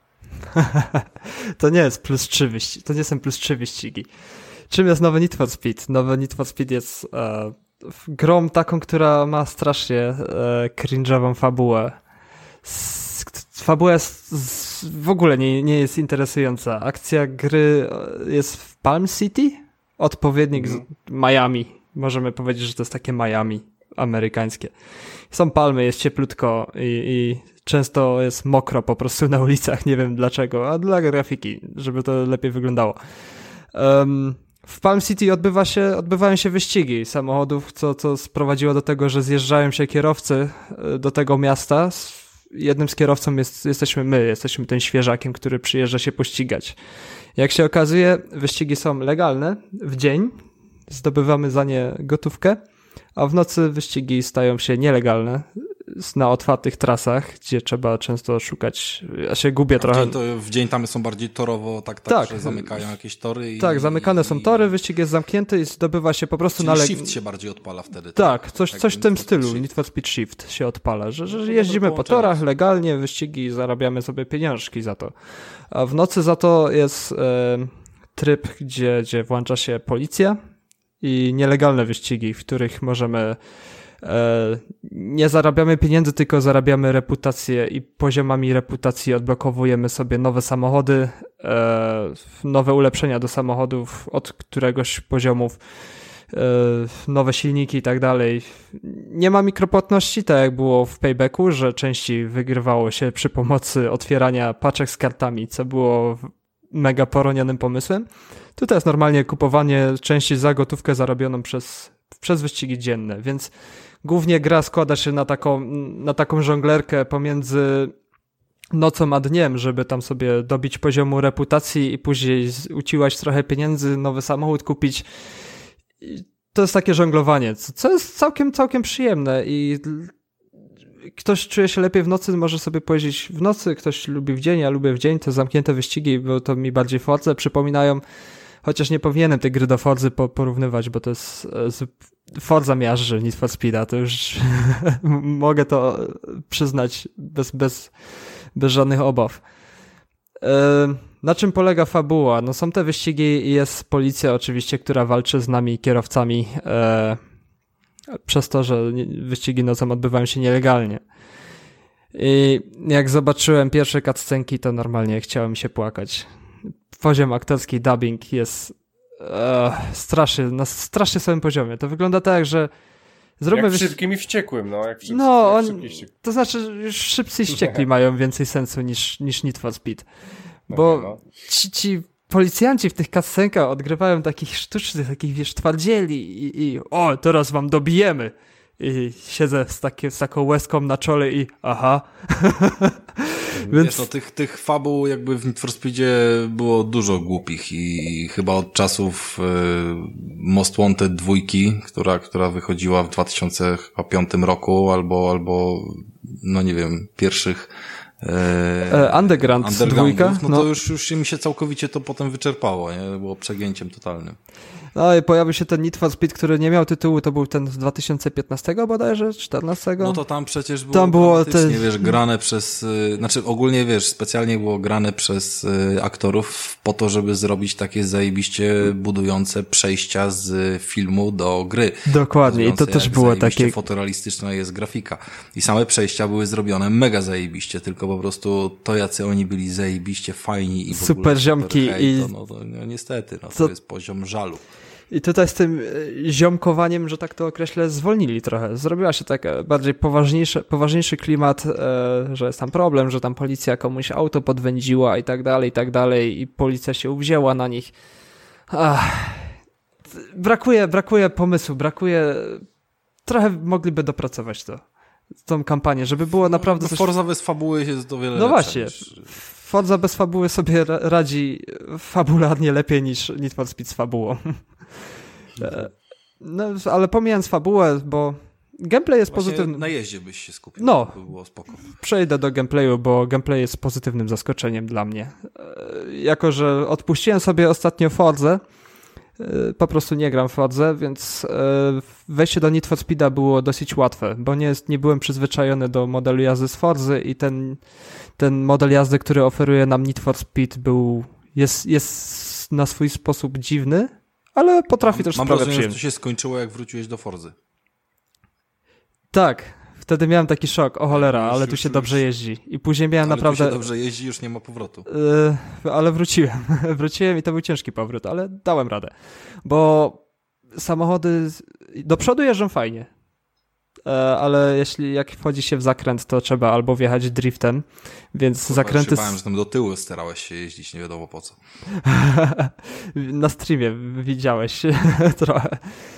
To nie jest plus trzy wyścigi. To nie są plus trzy wyścigi. Czym jest nowy Need for Speed? Nowy Need for Speed jest e, grą taką, która ma strasznie e, cringe'ową fabułę. S, fabuła jest, s, w ogóle nie, nie jest interesująca. Akcja gry jest w Palm City? Odpowiednik z Miami. Możemy powiedzieć, że to jest takie Miami amerykańskie. Są palmy, jest cieplutko i, i często jest mokro po prostu na ulicach, nie wiem dlaczego, a dla grafiki, żeby to lepiej wyglądało. Um, w Palm City odbywa się, odbywają się wyścigi samochodów, co, co sprowadziło do tego, że zjeżdżają się kierowcy do tego miasta. Jednym z kierowców jest, jesteśmy my, jesteśmy tym świeżakiem, który przyjeżdża się pościgać. Jak się okazuje, wyścigi są legalne w dzień, zdobywamy za nie gotówkę, a w nocy wyścigi stają się nielegalne na otwartych trasach, gdzie trzeba często szukać, ja się gubię A w trochę. dzień, to w dzień tam są bardziej torowo, tak, tak, Tak. że zamykają jakieś tory. I, Tak, zamykane i, są tory, wyścig jest zamknięty i zdobywa się po prostu Czyli na... Le... shift się bardziej odpala wtedy. Tak, coś, Tak, coś w Need tym for stylu, Speed Need for Speed Shift się odpala, że, że No to jeździmy dobre po torach połączenie. legalnie, wyścigi, zarabiamy sobie pieniążki za to. A w nocy za to jest e, tryb, gdzie, gdzie włącza się policja i nielegalne wyścigi, w których możemy e, nie zarabiamy pieniędzy, tylko zarabiamy reputację i poziomami reputacji odblokowujemy sobie nowe samochody, e, nowe ulepszenia do samochodów od któregoś poziomów, nowe silniki i tak dalej. Nie ma mikropłatności, tak jak było w Paybacku, że częściej wygrywało się przy pomocy otwierania paczek z kartami, co było mega poronionym pomysłem. Tutaj jest normalnie kupowanie części za gotówkę zarobioną przez, przez wyścigi dzienne, więc głównie gra składa się na taką, na taką żonglerkę pomiędzy nocą a dniem, żeby tam sobie dobić poziomu reputacji i później uciłać trochę pieniędzy, nowy samochód kupić. To jest takie żonglowanie, co jest całkiem, całkiem przyjemne i ktoś czuje się lepiej w nocy, może sobie pojeździć w nocy, ktoś lubi w dzień, ja lubię w dzień, te zamknięte wyścigi, bo to mi bardziej Forza przypominają, chociaż nie powinienem tej gry do Forzy porównywać, bo to jest, Forza miażdży Need for Speeda, to już mogę to przyznać bez, bez, bez żadnych obaw. Na czym polega fabuła? No są te wyścigi i jest policja oczywiście, która walczy z nami kierowcami e, przez to, że wyścigi nocą odbywają się nielegalnie. I jak zobaczyłem pierwsze cutscenki, to normalnie chciało mi się płakać. Poziom aktorski, dubbing jest e, strasznie, na strasznie samym poziomie. To wygląda tak, że Zróbmy jak szybkim i wściekłym, no. Jak szybcy, no, jak on, szybki, szybki. To znaczy już szybcy i wściekli mają więcej sensu niż, niż Need for Speed. Bo okay, no. ci, ci policjanci w tych cutscenkach odgrywają takich sztucznych, takich wiesz, twardzieli i, i o, teraz wam dobijemy. I siedzę z, takie, z taką łezką na czole i aha. Więc... Wiesz, no tych, tych fabuł jakby w Need for Speedzie było dużo głupich i chyba od czasów y, Most Wanted dwójki, która, która wychodziła w dwa tysiące piątym roku albo, albo no nie wiem, pierwszych e, Underground dwójka, no, no to już, już mi się całkowicie to potem wyczerpało, nie? Było przegięciem totalnym. No i pojawił się ten Need for Speed, który nie miał tytułu, to był ten z dwa tysiące piętnastego bodajże, czternastego. No to tam przecież było tam było te... wiesz, grane przez, y, znaczy ogólnie wiesz, specjalnie było grane przez y, aktorów po to, żeby zrobić takie zajebiście budujące przejścia z filmu do gry. Dokładnie i to też było takie... fotorealistyczna jest grafika. I same przejścia były zrobione mega zajebiście, tylko po prostu to, jacy oni byli zajebiście fajni i w super ogóle ziomki super i... hej, to, no, to, no niestety, no, to, to jest poziom żalu. I tutaj z tym ziomkowaniem, że tak to określę, zwolnili trochę. Zrobiła się tak bardziej poważniejszy, poważniejszy klimat, e, że jest tam problem, że tam policja komuś auto podwędziła i tak dalej, i tak dalej i policja się uwzięła na nich. Ach, brakuje, brakuje pomysłu, brakuje... Trochę mogliby dopracować to, tą kampanię, żeby było naprawdę... Coś... Forza bez fabuły jest o wiele No właśnie. Niż... Forza bez fabuły sobie radzi fabularnie lepiej niż Need for Speed z fabułą. No, ale pomijając fabułę, bo gameplay jest Właśnie pozytywny. Na jeździe byś się skupił. No, by było spoko. Przejdę do gameplayu, bo gameplay jest pozytywnym zaskoczeniem dla mnie. Jako że odpuściłem sobie ostatnio Forzę, po prostu nie gram w Forzę, więc wejście do Need for Speeda było dosyć łatwe, bo nie, jest, nie byłem przyzwyczajony do modelu jazdy z Forzy i ten, ten model jazdy, który oferuje nam Need for Speed był, jest, jest na swój sposób dziwny, ale potrafi mam, też mam sprawę wrażenie, przyjemnie. że to się skończyło, jak wróciłeś do Forzy. Tak, wtedy miałem taki szok, o cholera, już, ale już, tu się już, dobrze jeździ. I później miałem ale naprawdę... tu się dobrze jeździ, już nie ma powrotu. Yy, ale wróciłem. Wróciłem i to był ciężki powrót, ale dałem radę. Bo samochody do przodu jeżdżą fajnie. Ale jeśli jak wchodzi się w zakręt, to trzeba albo wjechać driftem, więc Kurwa, zakręty... Ja się że tam do tyłu starałeś się jeździć, nie wiadomo po co. Na streamie widziałeś trochę.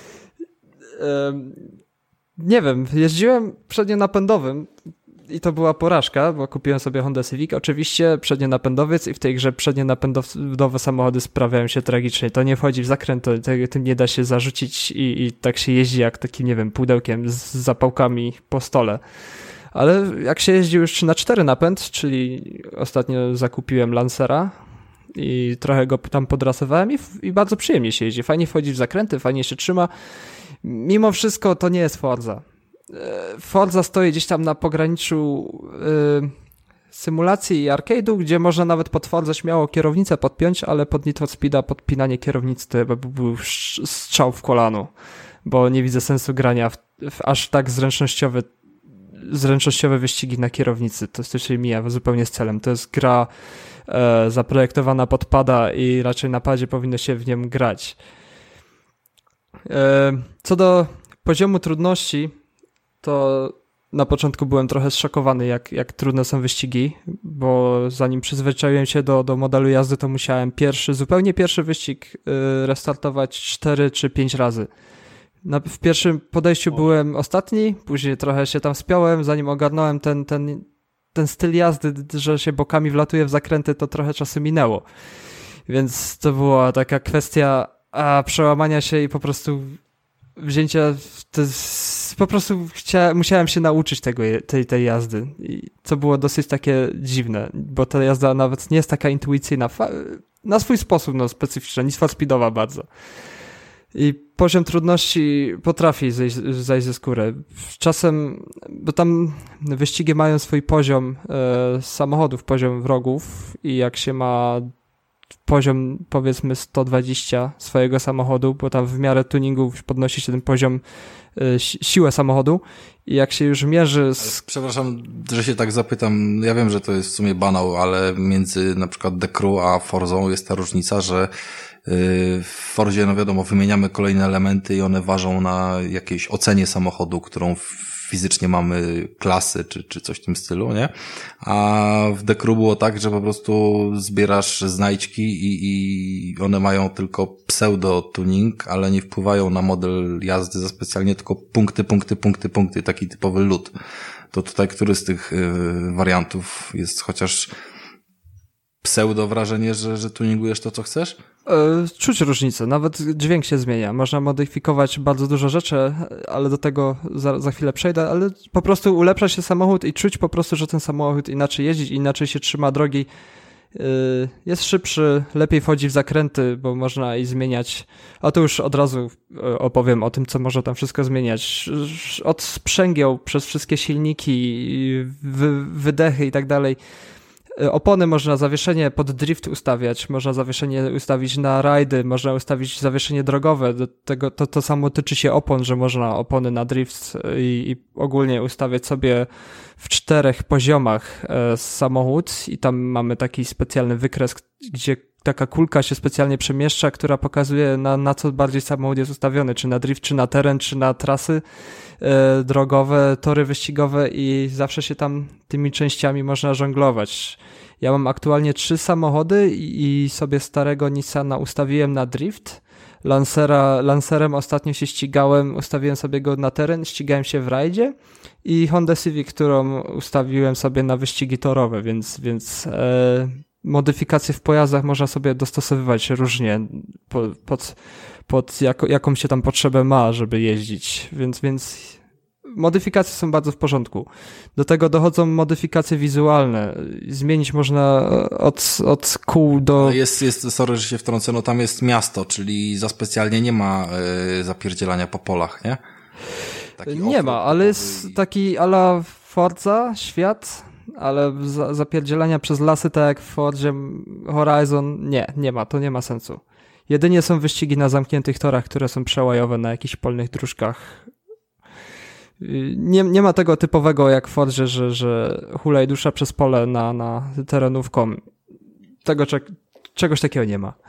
Nie wiem, jeździłem przednionapędowym i to była porażka, bo kupiłem sobie Honda Civic, oczywiście przednionapędowiec i w tej grze przednionapędowe samochody sprawiają się tragicznie. To nie wchodzi w zakręt, to, to, tym nie da się zarzucić i, i tak się jeździ jak takim, nie wiem, pudełkiem z zapałkami po stole. Ale jak się jeździ już na cztery napęd, czyli ostatnio zakupiłem Lancera i trochę go tam podrasowałem i, i bardzo przyjemnie się jeździ. Fajnie wchodzi w zakręty, fajnie się trzyma. Mimo wszystko to nie jest Forza. Forza stoi gdzieś tam na pograniczu yy, symulacji i arcade'u, gdzie można nawet pod Forza śmiało kierownicę podpiąć, ale pod Need for Speeda podpinanie kierownicy to by był strzał w kolano, bo nie widzę sensu grania w, w aż tak zręcznościowe, zręcznościowe wyścigi na kierownicy. To, to się mija zupełnie z celem. To jest gra e, zaprojektowana pod pada i raczej na padzie powinno się w nią grać. E, co do poziomu trudności, to na początku byłem trochę zszokowany, jak, jak trudne są wyścigi, bo zanim przyzwyczaiłem się do, do modelu jazdy, to musiałem pierwszy, zupełnie pierwszy wyścig y, restartować cztery czy pięć razy. Na, w pierwszym podejściu byłem ostatni, później trochę się tam spiąłem, zanim ogarnąłem ten, ten, ten styl jazdy, że się bokami wlatuje w zakręty, to trochę czasu minęło. Więc to była taka kwestia a, przełamania się i po prostu wzięcia, to jest, po prostu chciałem, musiałem się nauczyć tego, tej, tej jazdy, i co było dosyć takie dziwne, bo ta jazda nawet nie jest taka intuicyjna, na swój sposób, no specyficzna, Need for Speedowa bardzo. I poziom trudności potrafi zejść, zejść ze skóry. Czasem, bo tam wyścigi mają swój poziom e, samochodów, poziom wrogów i jak się ma poziom powiedzmy sto dwadzieścia swojego samochodu, bo tam w miarę tuningu podnosi się ten poziom, y, siłę samochodu i jak się już mierzy z... Ale, przepraszam, że się tak zapytam, ja wiem, że to jest w sumie banał, ale między na przykład The Crew a Forzą jest ta różnica, że W Fordzie, no wiadomo, wymieniamy kolejne elementy i one ważą na jakiejś ocenie samochodu, którą fizycznie mamy, klasy, czy, czy coś w tym stylu, nie? A w The Crew było tak, że po prostu zbierasz znajdźki i, i one mają tylko pseudo-tuning, ale nie wpływają na model jazdy za specjalnie, tylko punkty, punkty, punkty, punkty, taki typowy lód. To tutaj który z tych y, wariantów jest chociaż pseudo wrażenie, że, że tuningujesz to, co chcesz? Czuć różnicę, nawet dźwięk się zmienia. Można modyfikować bardzo dużo rzeczy, ale do tego za, za chwilę przejdę, ale po prostu ulepsza się samochód i czuć po prostu, że ten samochód inaczej jeździ, inaczej się trzyma drogi. Jest szybszy, lepiej wchodzi w zakręty, bo można i zmieniać, a to już od razu opowiem o tym, co może tam wszystko zmieniać. Od sprzęgieł przez wszystkie silniki, wy, wydechy i tak dalej. Opony można zawieszenie pod drift ustawiać, można zawieszenie ustawić na rajdy, można ustawić zawieszenie drogowe. Do tego, to, to samo tyczy się opon, że można opony na drift i, i ogólnie ustawiać sobie w czterech poziomach e, samochód i tam mamy taki specjalny wykres, gdzie taka kulka się specjalnie przemieszcza, która pokazuje na, na co bardziej samochód jest ustawiony, czy na drift, czy na teren, czy na trasy e, drogowe, tory wyścigowe i zawsze się tam tymi częściami można żonglować. Ja mam aktualnie trzy samochody i, i sobie starego Nissana ustawiłem na drift. Lancera, Lancerem ostatnio się ścigałem, ustawiłem sobie go na teren, ścigałem się w rajdzie i Honda Civic, którą ustawiłem sobie na wyścigi torowe, więc, więc e, modyfikacje w pojazdach można sobie dostosowywać różnie po, pod, pod jako, jaką się tam potrzebę ma, żeby jeździć, więc, więc modyfikacje są bardzo w porządku. Do tego dochodzą modyfikacje wizualne. Zmienić można od, od kół do... Jest, jest, sorry, że się wtrącę, no tam jest miasto, czyli za specjalnie nie ma y, zapierdzielania po polach, nie? Taki nie ma, ale jest i... taki a la Forza świat, ale za, zapierdzielania przez lasy, tak jak w Fordzie Horizon, nie, nie ma, to nie ma sensu. Jedynie są wyścigi na zamkniętych torach, które są przełajowe na jakichś polnych dróżkach. Nie, nie ma tego typowego jak w Fordzie, że, że hulaj dusza przez pole na, na terenówką. Tego, czegoś takiego nie ma.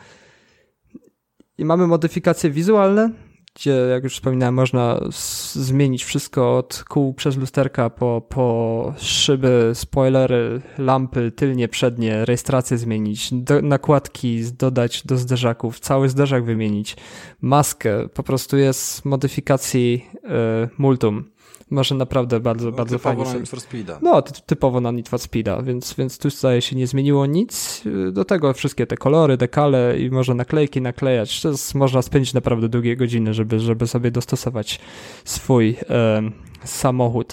I mamy modyfikacje wizualne, gdzie, jak już wspominałem, można zmienić wszystko od kół przez lusterka po, po szyby, spoilery, lampy tylnie, przednie, rejestrację zmienić, do, nakładki dodać do zderzaków, cały zderzak wymienić, maskę, po prostu jest modyfikacji y, multum. Może naprawdę bardzo, no, bardzo fajnie. Typowo na Need for Speeda. No, ty, typowo na Need for Speeda, więc, więc tu zdaje się nie zmieniło nic. Do tego wszystkie te kolory, dekale i można naklejki naklejać. To jest, można spędzić naprawdę długie godziny, żeby, żeby sobie dostosować swój e, samochód.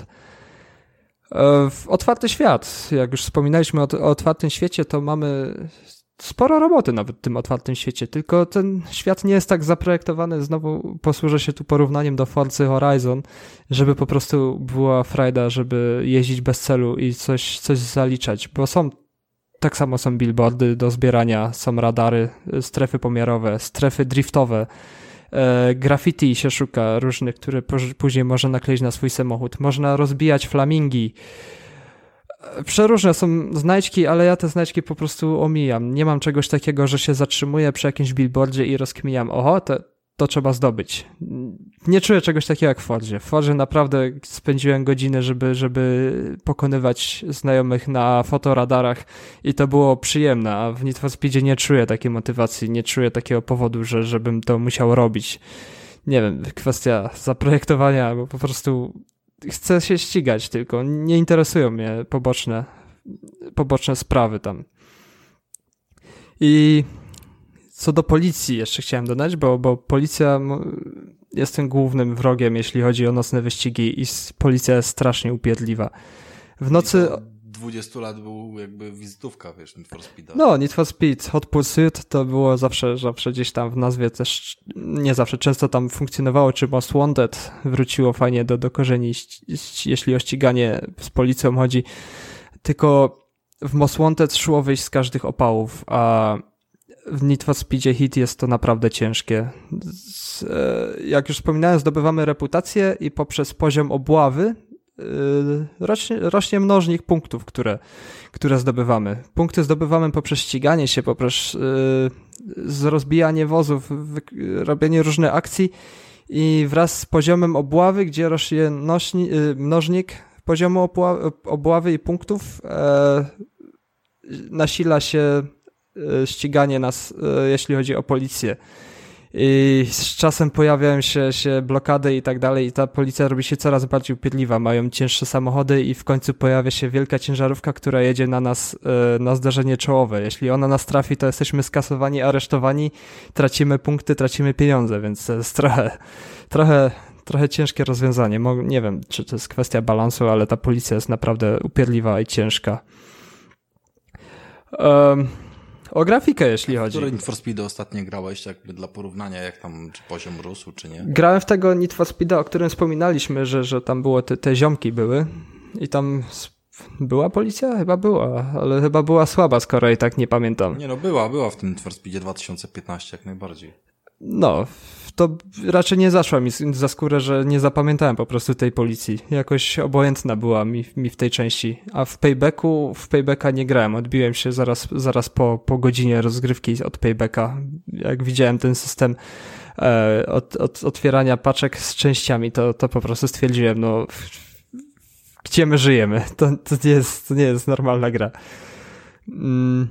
E, otwarty świat. Jak już wspominaliśmy o, o otwartym świecie, to mamy sporo roboty nawet w tym otwartym świecie, tylko ten świat nie jest tak zaprojektowany, znowu posłużę się tu porównaniem do Forza Horizon, żeby po prostu była frajda, żeby jeździć bez celu i coś, coś zaliczać, bo są, tak samo są billboardy do zbierania, są radary, strefy pomiarowe, strefy driftowe, e, graffiti się szuka różnych, które później można nakleić na swój samochód, można rozbijać flamingi. Przeróżne są znajdźki, ale ja te znajdźki po prostu omijam. Nie mam czegoś takiego, że się zatrzymuję przy jakimś billboardzie i rozkminiam, oho, to, to trzeba zdobyć. Nie czuję czegoś takiego jak w Fordzie. W Fordzie naprawdę spędziłem godziny, żeby, żeby pokonywać znajomych na fotoradarach i to było przyjemne, a w Need for Speedzie nie czuję takiej motywacji, nie czuję takiego powodu, że, żebym to musiał robić. Nie wiem, kwestia zaprojektowania, bo po prostu chcę się ścigać tylko, nie interesują mnie poboczne, poboczne sprawy tam. I co do policji jeszcze chciałem dodać, bo, bo policja jest tym głównym wrogiem, jeśli chodzi o nocne wyścigi i policja jest strasznie upierdliwa. W nocy... dwudziestu lat był jakby wizytówka, wiesz, Need for Speed. No, Need for Speed, Hot Pursuit to było zawsze, zawsze gdzieś tam w nazwie też, nie zawsze, często tam funkcjonowało, czy Most Wanted wróciło fajnie do, do korzeni, jeśli o ściganie z policją chodzi. Tylko w Most Wanted szło wyjść z każdych opałów, a w Need for Speedzie Heat jest to naprawdę ciężkie. Jak już wspominałem, zdobywamy reputację i poprzez poziom obławy rośnie, rośnie mnożnik punktów, które, które zdobywamy. Punkty zdobywamy poprzez ściganie się, poprzez rozbijanie wozów, robienie różnych akcji i wraz z poziomem obławy, gdzie rośnie nośni, mnożnik poziomu obławy i punktów, nasila się ściganie nas, jeśli chodzi o policję. I z czasem pojawiają się, się blokady i tak dalej i ta policja robi się coraz bardziej upierdliwa. Mają cięższe samochody i w końcu pojawia się wielka ciężarówka, która jedzie na nas na zdarzenie czołowe. Jeśli ona nas trafi, to jesteśmy skasowani, aresztowani, tracimy punkty, tracimy pieniądze, więc to jest trochę, trochę, trochę ciężkie rozwiązanie. Nie wiem, czy to jest kwestia balansu, ale ta policja jest naprawdę upierdliwa i ciężka. Um, O grafikę, jeśli chodzi. Który Need for Speed ostatnio grałeś, jakby dla porównania, jak tam czy poziom rósł, czy nie? Grałem w tego Need for Speeda, o którym wspominaliśmy, że, że tam było te, te ziomki były i tam była policja? Chyba była, ale chyba była słaba, skoro i tak nie pamiętam. Nie no, była, była w tym Need for Speedzie dwa tysiące piętnaście jak najbardziej. No, to raczej nie zaszła mi za skórę, że nie zapamiętałem po prostu tej policji. Jakoś obojętna była mi, mi w tej części. A w Paybacku, w Paybacka nie grałem. Odbiłem się zaraz, zaraz po, po godzinie rozgrywki od Paybacka. Jak widziałem ten system e, od, od otwierania paczek z częściami, to, to po prostu stwierdziłem, no gdzie my żyjemy? To, to, nie, jest, to nie jest normalna gra. Mm.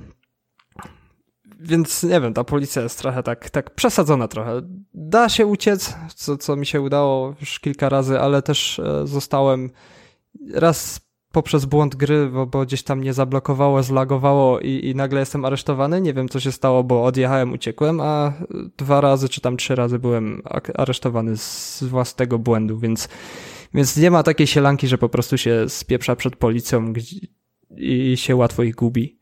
Więc nie wiem, ta policja jest trochę tak, tak przesadzona trochę. Da się uciec, co, co mi się udało już kilka razy, ale też e, zostałem raz poprzez błąd gry, bo, bo gdzieś tam mnie zablokowało, zlagowało i, i nagle jestem aresztowany. Nie wiem, co się stało, bo odjechałem, uciekłem, a dwa razy czy tam trzy razy byłem aresztowany z własnego błędu, więc, więc nie ma takiej sielanki, że po prostu się spieprza przed policją i, i się łatwo ich gubi.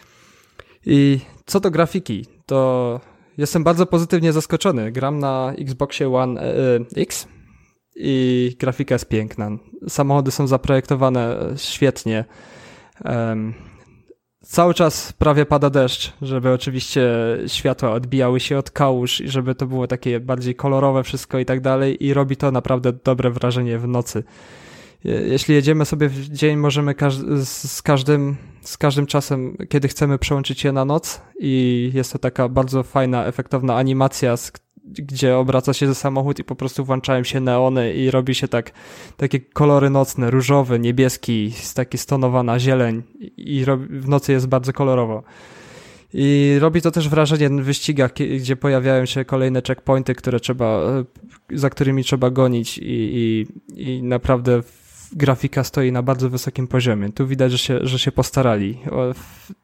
I co do grafiki, to jestem bardzo pozytywnie zaskoczony. Gram na Xboxie One X i grafika jest piękna. Samochody są zaprojektowane świetnie. Um, cały czas prawie pada deszcz, żeby oczywiście światła odbijały się od kałuż i żeby to było takie bardziej kolorowe wszystko i tak dalej i robi to naprawdę dobre wrażenie w nocy. Jeśli jedziemy sobie w dzień, możemy każ- z, każdym, z każdym czasem, kiedy chcemy, przełączyć je na noc i jest to taka bardzo fajna, efektowna animacja, z, gdzie obraca się samochód i po prostu włączają się neony i robi się tak takie kolory nocne, różowy, niebieski, taki stonowana zieleń i robi, w nocy jest bardzo kolorowo. I robi to też wrażenie w wyścigach, gdzie pojawiają się kolejne checkpointy, które trzeba, za którymi trzeba gonić i, i, i naprawdę grafika stoi na bardzo wysokim poziomie. Tu widać, że się, że się postarali. O,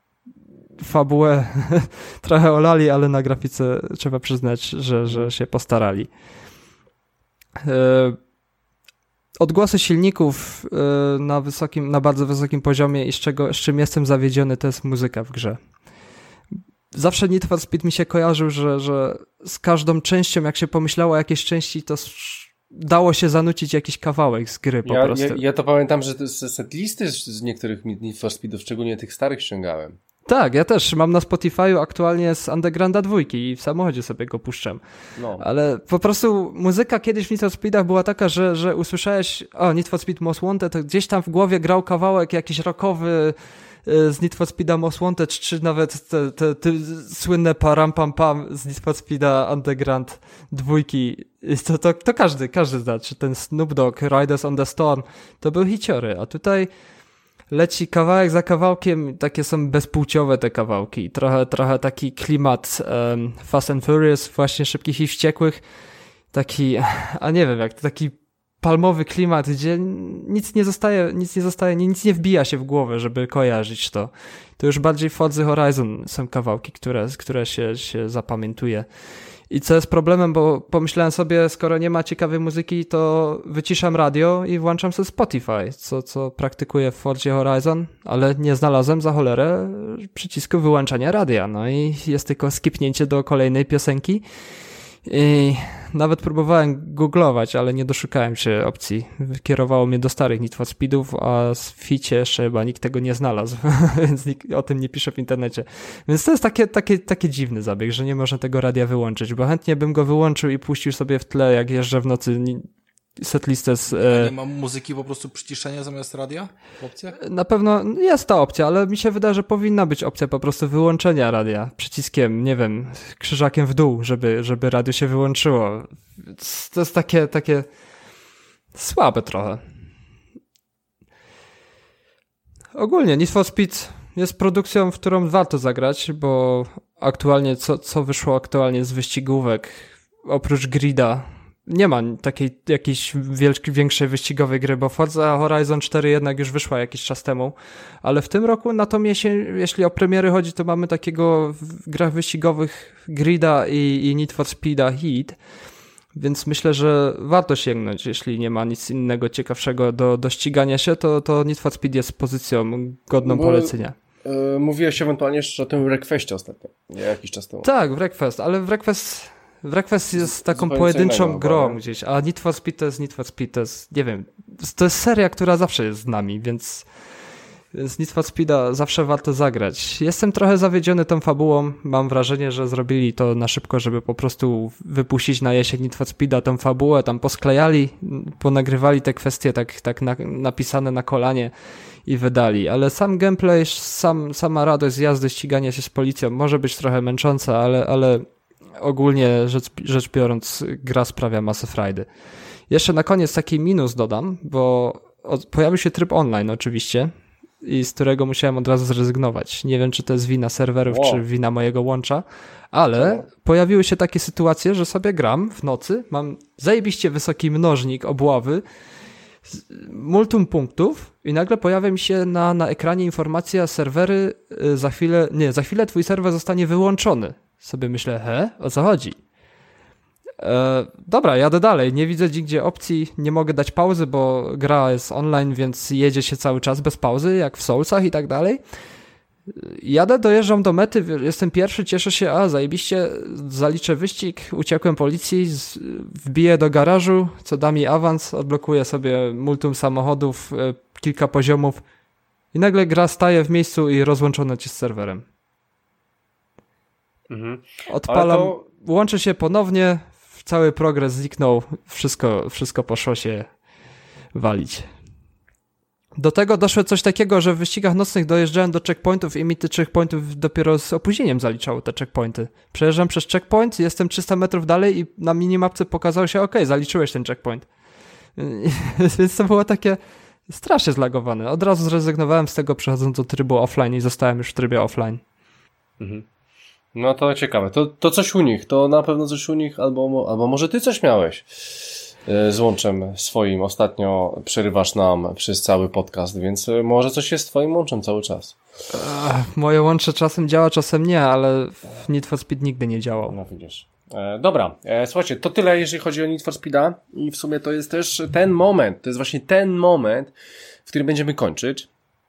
fabułę trochę olali, ale na grafice trzeba przyznać, że, że się postarali. E, odgłosy silników e, na wysokim, na bardzo wysokim poziomie i z czego, z czym jestem zawiedziony, to jest muzyka w grze. Zawsze Need for Speed mi się kojarzył, że, że z każdą częścią, jak się pomyślało o jakiejś części, to dało się zanucić jakiś kawałek z gry po ja, prostu. Ja, ja to pamiętam, że setlisty z niektórych Need for Speedów, szczególnie tych starych, ściągałem. Tak, ja też mam na Spotify'u aktualnie z Undergrounda dwójki i w samochodzie sobie go puszczam. No. Ale po prostu muzyka kiedyś w Need for Speedach była taka, że, że usłyszałeś o Need for Speed Most Wanted, to gdzieś tam w głowie grał kawałek jakiś rockowy z Need for Speeda Most Wanted, czy nawet te, te, te słynne param pam pam z Need for Speeda Underground dwójki. To, to, to każdy, każdy zna, czy ten Snoop Dogg, Riders on the Storm, to były hiciory, a tutaj leci kawałek za kawałkiem, takie są bezpłciowe te kawałki, trochę, trochę taki klimat um, Fast and Furious, właśnie Szybkich i Wściekłych, taki, a nie wiem, jak to taki palmowy klimat, gdzie nic nie zostaje, nic nie zostaje, nic nie wbija się w głowę, żeby kojarzyć to. To już bardziej Forza Horizon są kawałki, które, które się, się zapamiętuje. I co jest problemem, bo pomyślałem sobie, skoro nie ma ciekawej muzyki, to wyciszam radio i włączam sobie Spotify, co, co praktykuję w Forzie Horizon, ale nie znalazłem za cholerę przycisku wyłączania radia. No i jest tylko skipnięcie do kolejnej piosenki. I nawet próbowałem googlować, ale nie doszukałem się opcji. Kierowało mnie do starych Need for Speedów, a w ficie jeszcze chyba nikt tego nie znalazł, więc nikt o tym nie pisze w internecie. Więc to jest takie, takie, takie dziwny zabieg, że nie można tego radia wyłączyć, bo chętnie bym go wyłączył i puścił sobie w tle, jak jeżdżę w nocy setlistę z... A nie ma muzyki po prostu przyciszenia zamiast radia w opcjach? Na pewno jest ta opcja, ale mi się wydaje, że powinna być opcja po prostu wyłączenia radia przyciskiem, nie wiem, krzyżakiem w dół, żeby, żeby radio się wyłączyło. To jest takie, takie słabe trochę. Ogólnie Need for Speed jest produkcją, w którą warto zagrać, bo aktualnie, co, co wyszło aktualnie z wyścigówek, oprócz Grida, nie ma takiej jakiejś wielkiej, większej wyścigowej gry, bo Forza Horizon cztery jednak już wyszła jakiś czas temu, ale w tym roku na to miesiąc, jeśli o premiery chodzi, to mamy takiego w grach wyścigowych Grida i, i Need for Speeda Heat, więc myślę, że warto sięgnąć, jeśli nie ma nic innego ciekawszego do, do ścigania się, to, to Need for Speed jest pozycją godną Bo, polecenia. Yy, mówiłeś ewentualnie jeszcze o tym Wreckfestie ostatnio, nie, jakiś czas temu. Tak, Wreckfest, ale Wreckfest... Wreckfest jest taką zupełnie pojedynczą innego, grą nie? gdzieś, a Need for Speed to jest Need for Speed, to jest, nie wiem, to jest seria, która zawsze jest z nami, więc, więc Need for Speeda zawsze warto zagrać. Jestem trochę zawiedziony tą fabułą, mam wrażenie, że zrobili to na szybko, żeby po prostu wypuścić na jesień Need for Speeda tą fabułę, tam posklejali, ponagrywali te kwestie tak, tak na, napisane na kolanie i wydali, ale sam gameplay, sam, sama radość z jazdy, ścigania się z policją może być trochę męcząca, ale, ale ogólnie rzecz, rzecz biorąc gra sprawia masę frajdy. Jeszcze na koniec taki minus dodam, bo od, pojawił się tryb online oczywiście i z którego musiałem od razu zrezygnować. Nie wiem, czy to jest wina serwerów, wow. czy wina mojego łącza, ale wow. pojawiły się takie sytuacje, że sobie gram w nocy, mam zajebiście wysoki mnożnik obławy, multum punktów i nagle pojawia mi się na, na ekranie informacja serwery za chwilę, nie, za chwilę twój serwer zostanie wyłączony. Sobie myślę, he, o co chodzi? E, dobra, jadę dalej. Nie widzę nigdzie opcji, nie mogę dać pauzy, bo gra jest online, więc jedzie się cały czas bez pauzy, jak w Soulsach i tak dalej. Jadę, dojeżdżam do mety, jestem pierwszy, cieszę się, a zajebiście, zaliczę wyścig, uciekłem policji, z, wbiję do garażu, co da mi awans, odblokuję sobie multum samochodów, e, kilka poziomów i nagle gra staje w miejscu i rozłączona cię z serwerem. Mhm. Odpalam, to... łączę się ponownie, cały progres zniknął, wszystko, wszystko poszło się walić. Do tego doszło coś takiego, że w wyścigach nocnych dojeżdżałem do checkpointów i mi tych checkpointów dopiero z opóźnieniem zaliczało te checkpointy. Przejeżdżam przez checkpoint, jestem trzysta metrów dalej i na minimapce pokazało się, ok, zaliczyłeś ten checkpoint. Więc to było takie strasznie zlagowane. Od razu zrezygnowałem z tego, przechodząc do trybu offline i zostałem już w trybie offline. Mhm. No to ciekawe. To, to coś u nich, to na pewno coś u nich, albo, albo może ty coś miałeś z łączem swoim. Ostatnio przerywasz nam przez cały podcast, więc może coś jest z twoim łączem cały czas. Ech, moje łącze czasem działa, czasem nie, ale Need for Speed nigdy nie działał. No widzisz. E, dobra, e, słuchajcie, to tyle jeżeli chodzi o Need for Speeda i w sumie to jest też ten moment, to jest właśnie ten moment, w którym będziemy kończyć.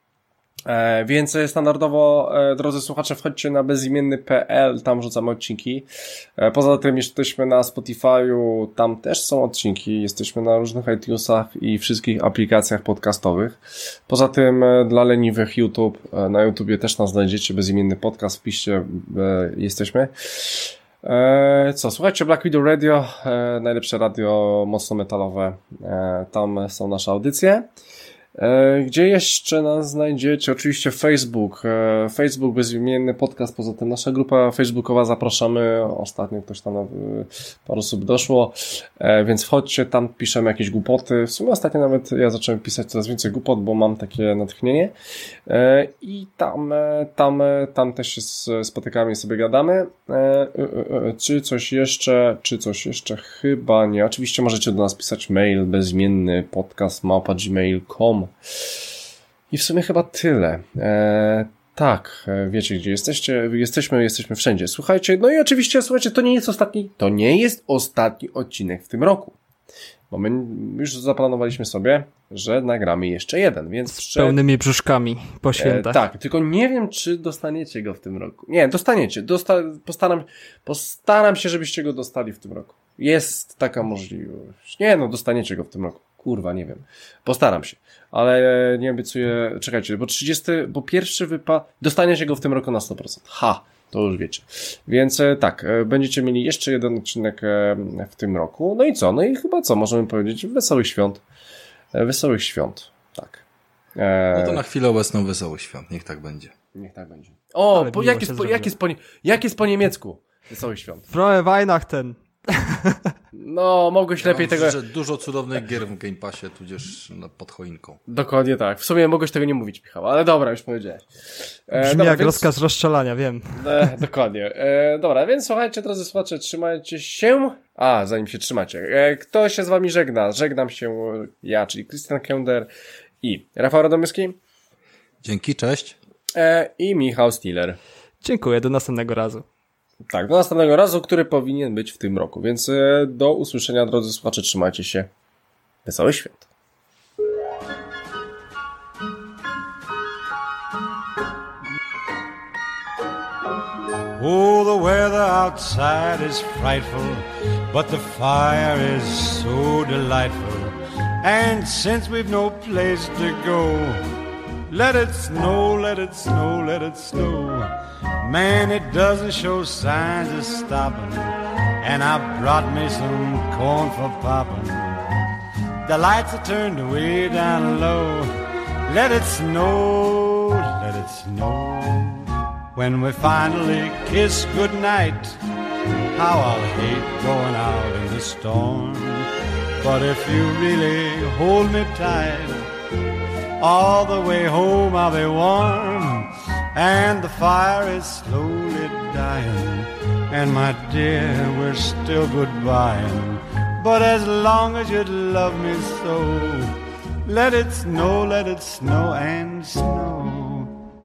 E, więc standardowo, e, drodzy słuchacze, wchodźcie na bezimienny kropka p l, tam rzucamy odcinki. E, poza tym jesteśmy na Spotify'u, tam też są odcinki, jesteśmy na różnych iTunesach i wszystkich aplikacjach podcastowych. Poza tym e, dla leniwych YouTube, e, na YouTubie też nas znajdziecie, bezimienny podcast, wpiszcie, e, jesteśmy. E, co, słuchajcie, Black Widow Radio, e, najlepsze radio mocno metalowe, e, tam są nasze audycje. E, gdzie jeszcze nas znajdziecie? Oczywiście Facebook, e, Facebook bezimienny podcast, poza tym nasza grupa facebookowa, zapraszamy, ostatnio ktoś tam, e, parę osób doszło, e, więc wchodźcie, tam piszemy jakieś głupoty, w sumie ostatnio nawet ja zacząłem pisać coraz więcej głupot, bo mam takie natchnienie e, i tam, e, tam, e, tam też się z, spotykamy i sobie gadamy. E, e, e, czy coś jeszcze, czy coś jeszcze? Chyba nie. Oczywiście możecie do nas pisać mail bezimienny podcast małpa gmail kropka com. I w sumie chyba tyle. E, tak, wiecie gdzie jesteście, jesteśmy, jesteśmy wszędzie. Słuchajcie, no i oczywiście, słuchajcie, to nie jest ostatni, to nie jest ostatni odcinek w tym roku. Bo my już zaplanowaliśmy sobie, że nagramy jeszcze jeden, więc... Z pełnymi brzuszkami po świętach. E, tak, tylko nie wiem, czy dostaniecie go w tym roku. Nie, dostaniecie. Dosta, postaram, postaram się, żebyście go dostali w tym roku. Jest taka możliwość. Nie, no dostaniecie go w tym roku. Kurwa, nie wiem. Postaram się. Ale nie obiecuję... Czekajcie, bo trzydziesty... Bo pierwszy wypad... Dostaniecie go w tym roku na sto procent. Ha! To już wiecie. Więc tak, będziecie mieli jeszcze jeden odcinek w tym roku. No i co? No i chyba co? Możemy powiedzieć wesołych świąt. Wesołych świąt. Tak. E... No to na chwilę obecną wesołych świąt. Niech tak będzie. Niech tak będzie. O, po, jak, jest po, jak, jest po, jak jest po niemiecku? Wesołych świąt. Frohe Weihnachten. No, mogłeś ja lepiej tego... Że dużo cudownych gier w Game Passie, tudzież pod choinką. Dokładnie tak. W sumie mogłeś tego nie mówić, Michał, ale dobra, już powiedziałeś. E, Brzmi dobra, jak więc... rozkaz rozstrzelania, wiem. E, dokładnie. E, dobra, więc słuchajcie, drodzy słuchacze, trzymajcie się. A, zanim się trzymacie. E, kto się z wami żegna? Żegnam się ja, czyli Krystian Kender i Rafał Radomyski. Dzięki, cześć. E, I Michał Stiller. Dziękuję, do następnego razu. Tak, do następnego razu, który powinien być w tym roku. Więc e, do usłyszenia, drodzy słuchacze, trzymajcie się. Wesołych świąt. Oh, the weather outside is frightful, but the fire is so delightful. And since we've no place to go, let it snow, let it snow, let it snow. Man, it doesn't show signs of stopping, and I brought me some corn for popping. The lights are turned way down low. Let it snow, let it snow. When we finally kiss goodnight, how I'll hate going out in the storm. But if you really hold me tight, all the way home I'll be warm. And the fire is slowly dying, and my dear, we're still goodbying. But as long as you love me so, let it snow, let it snow and snow.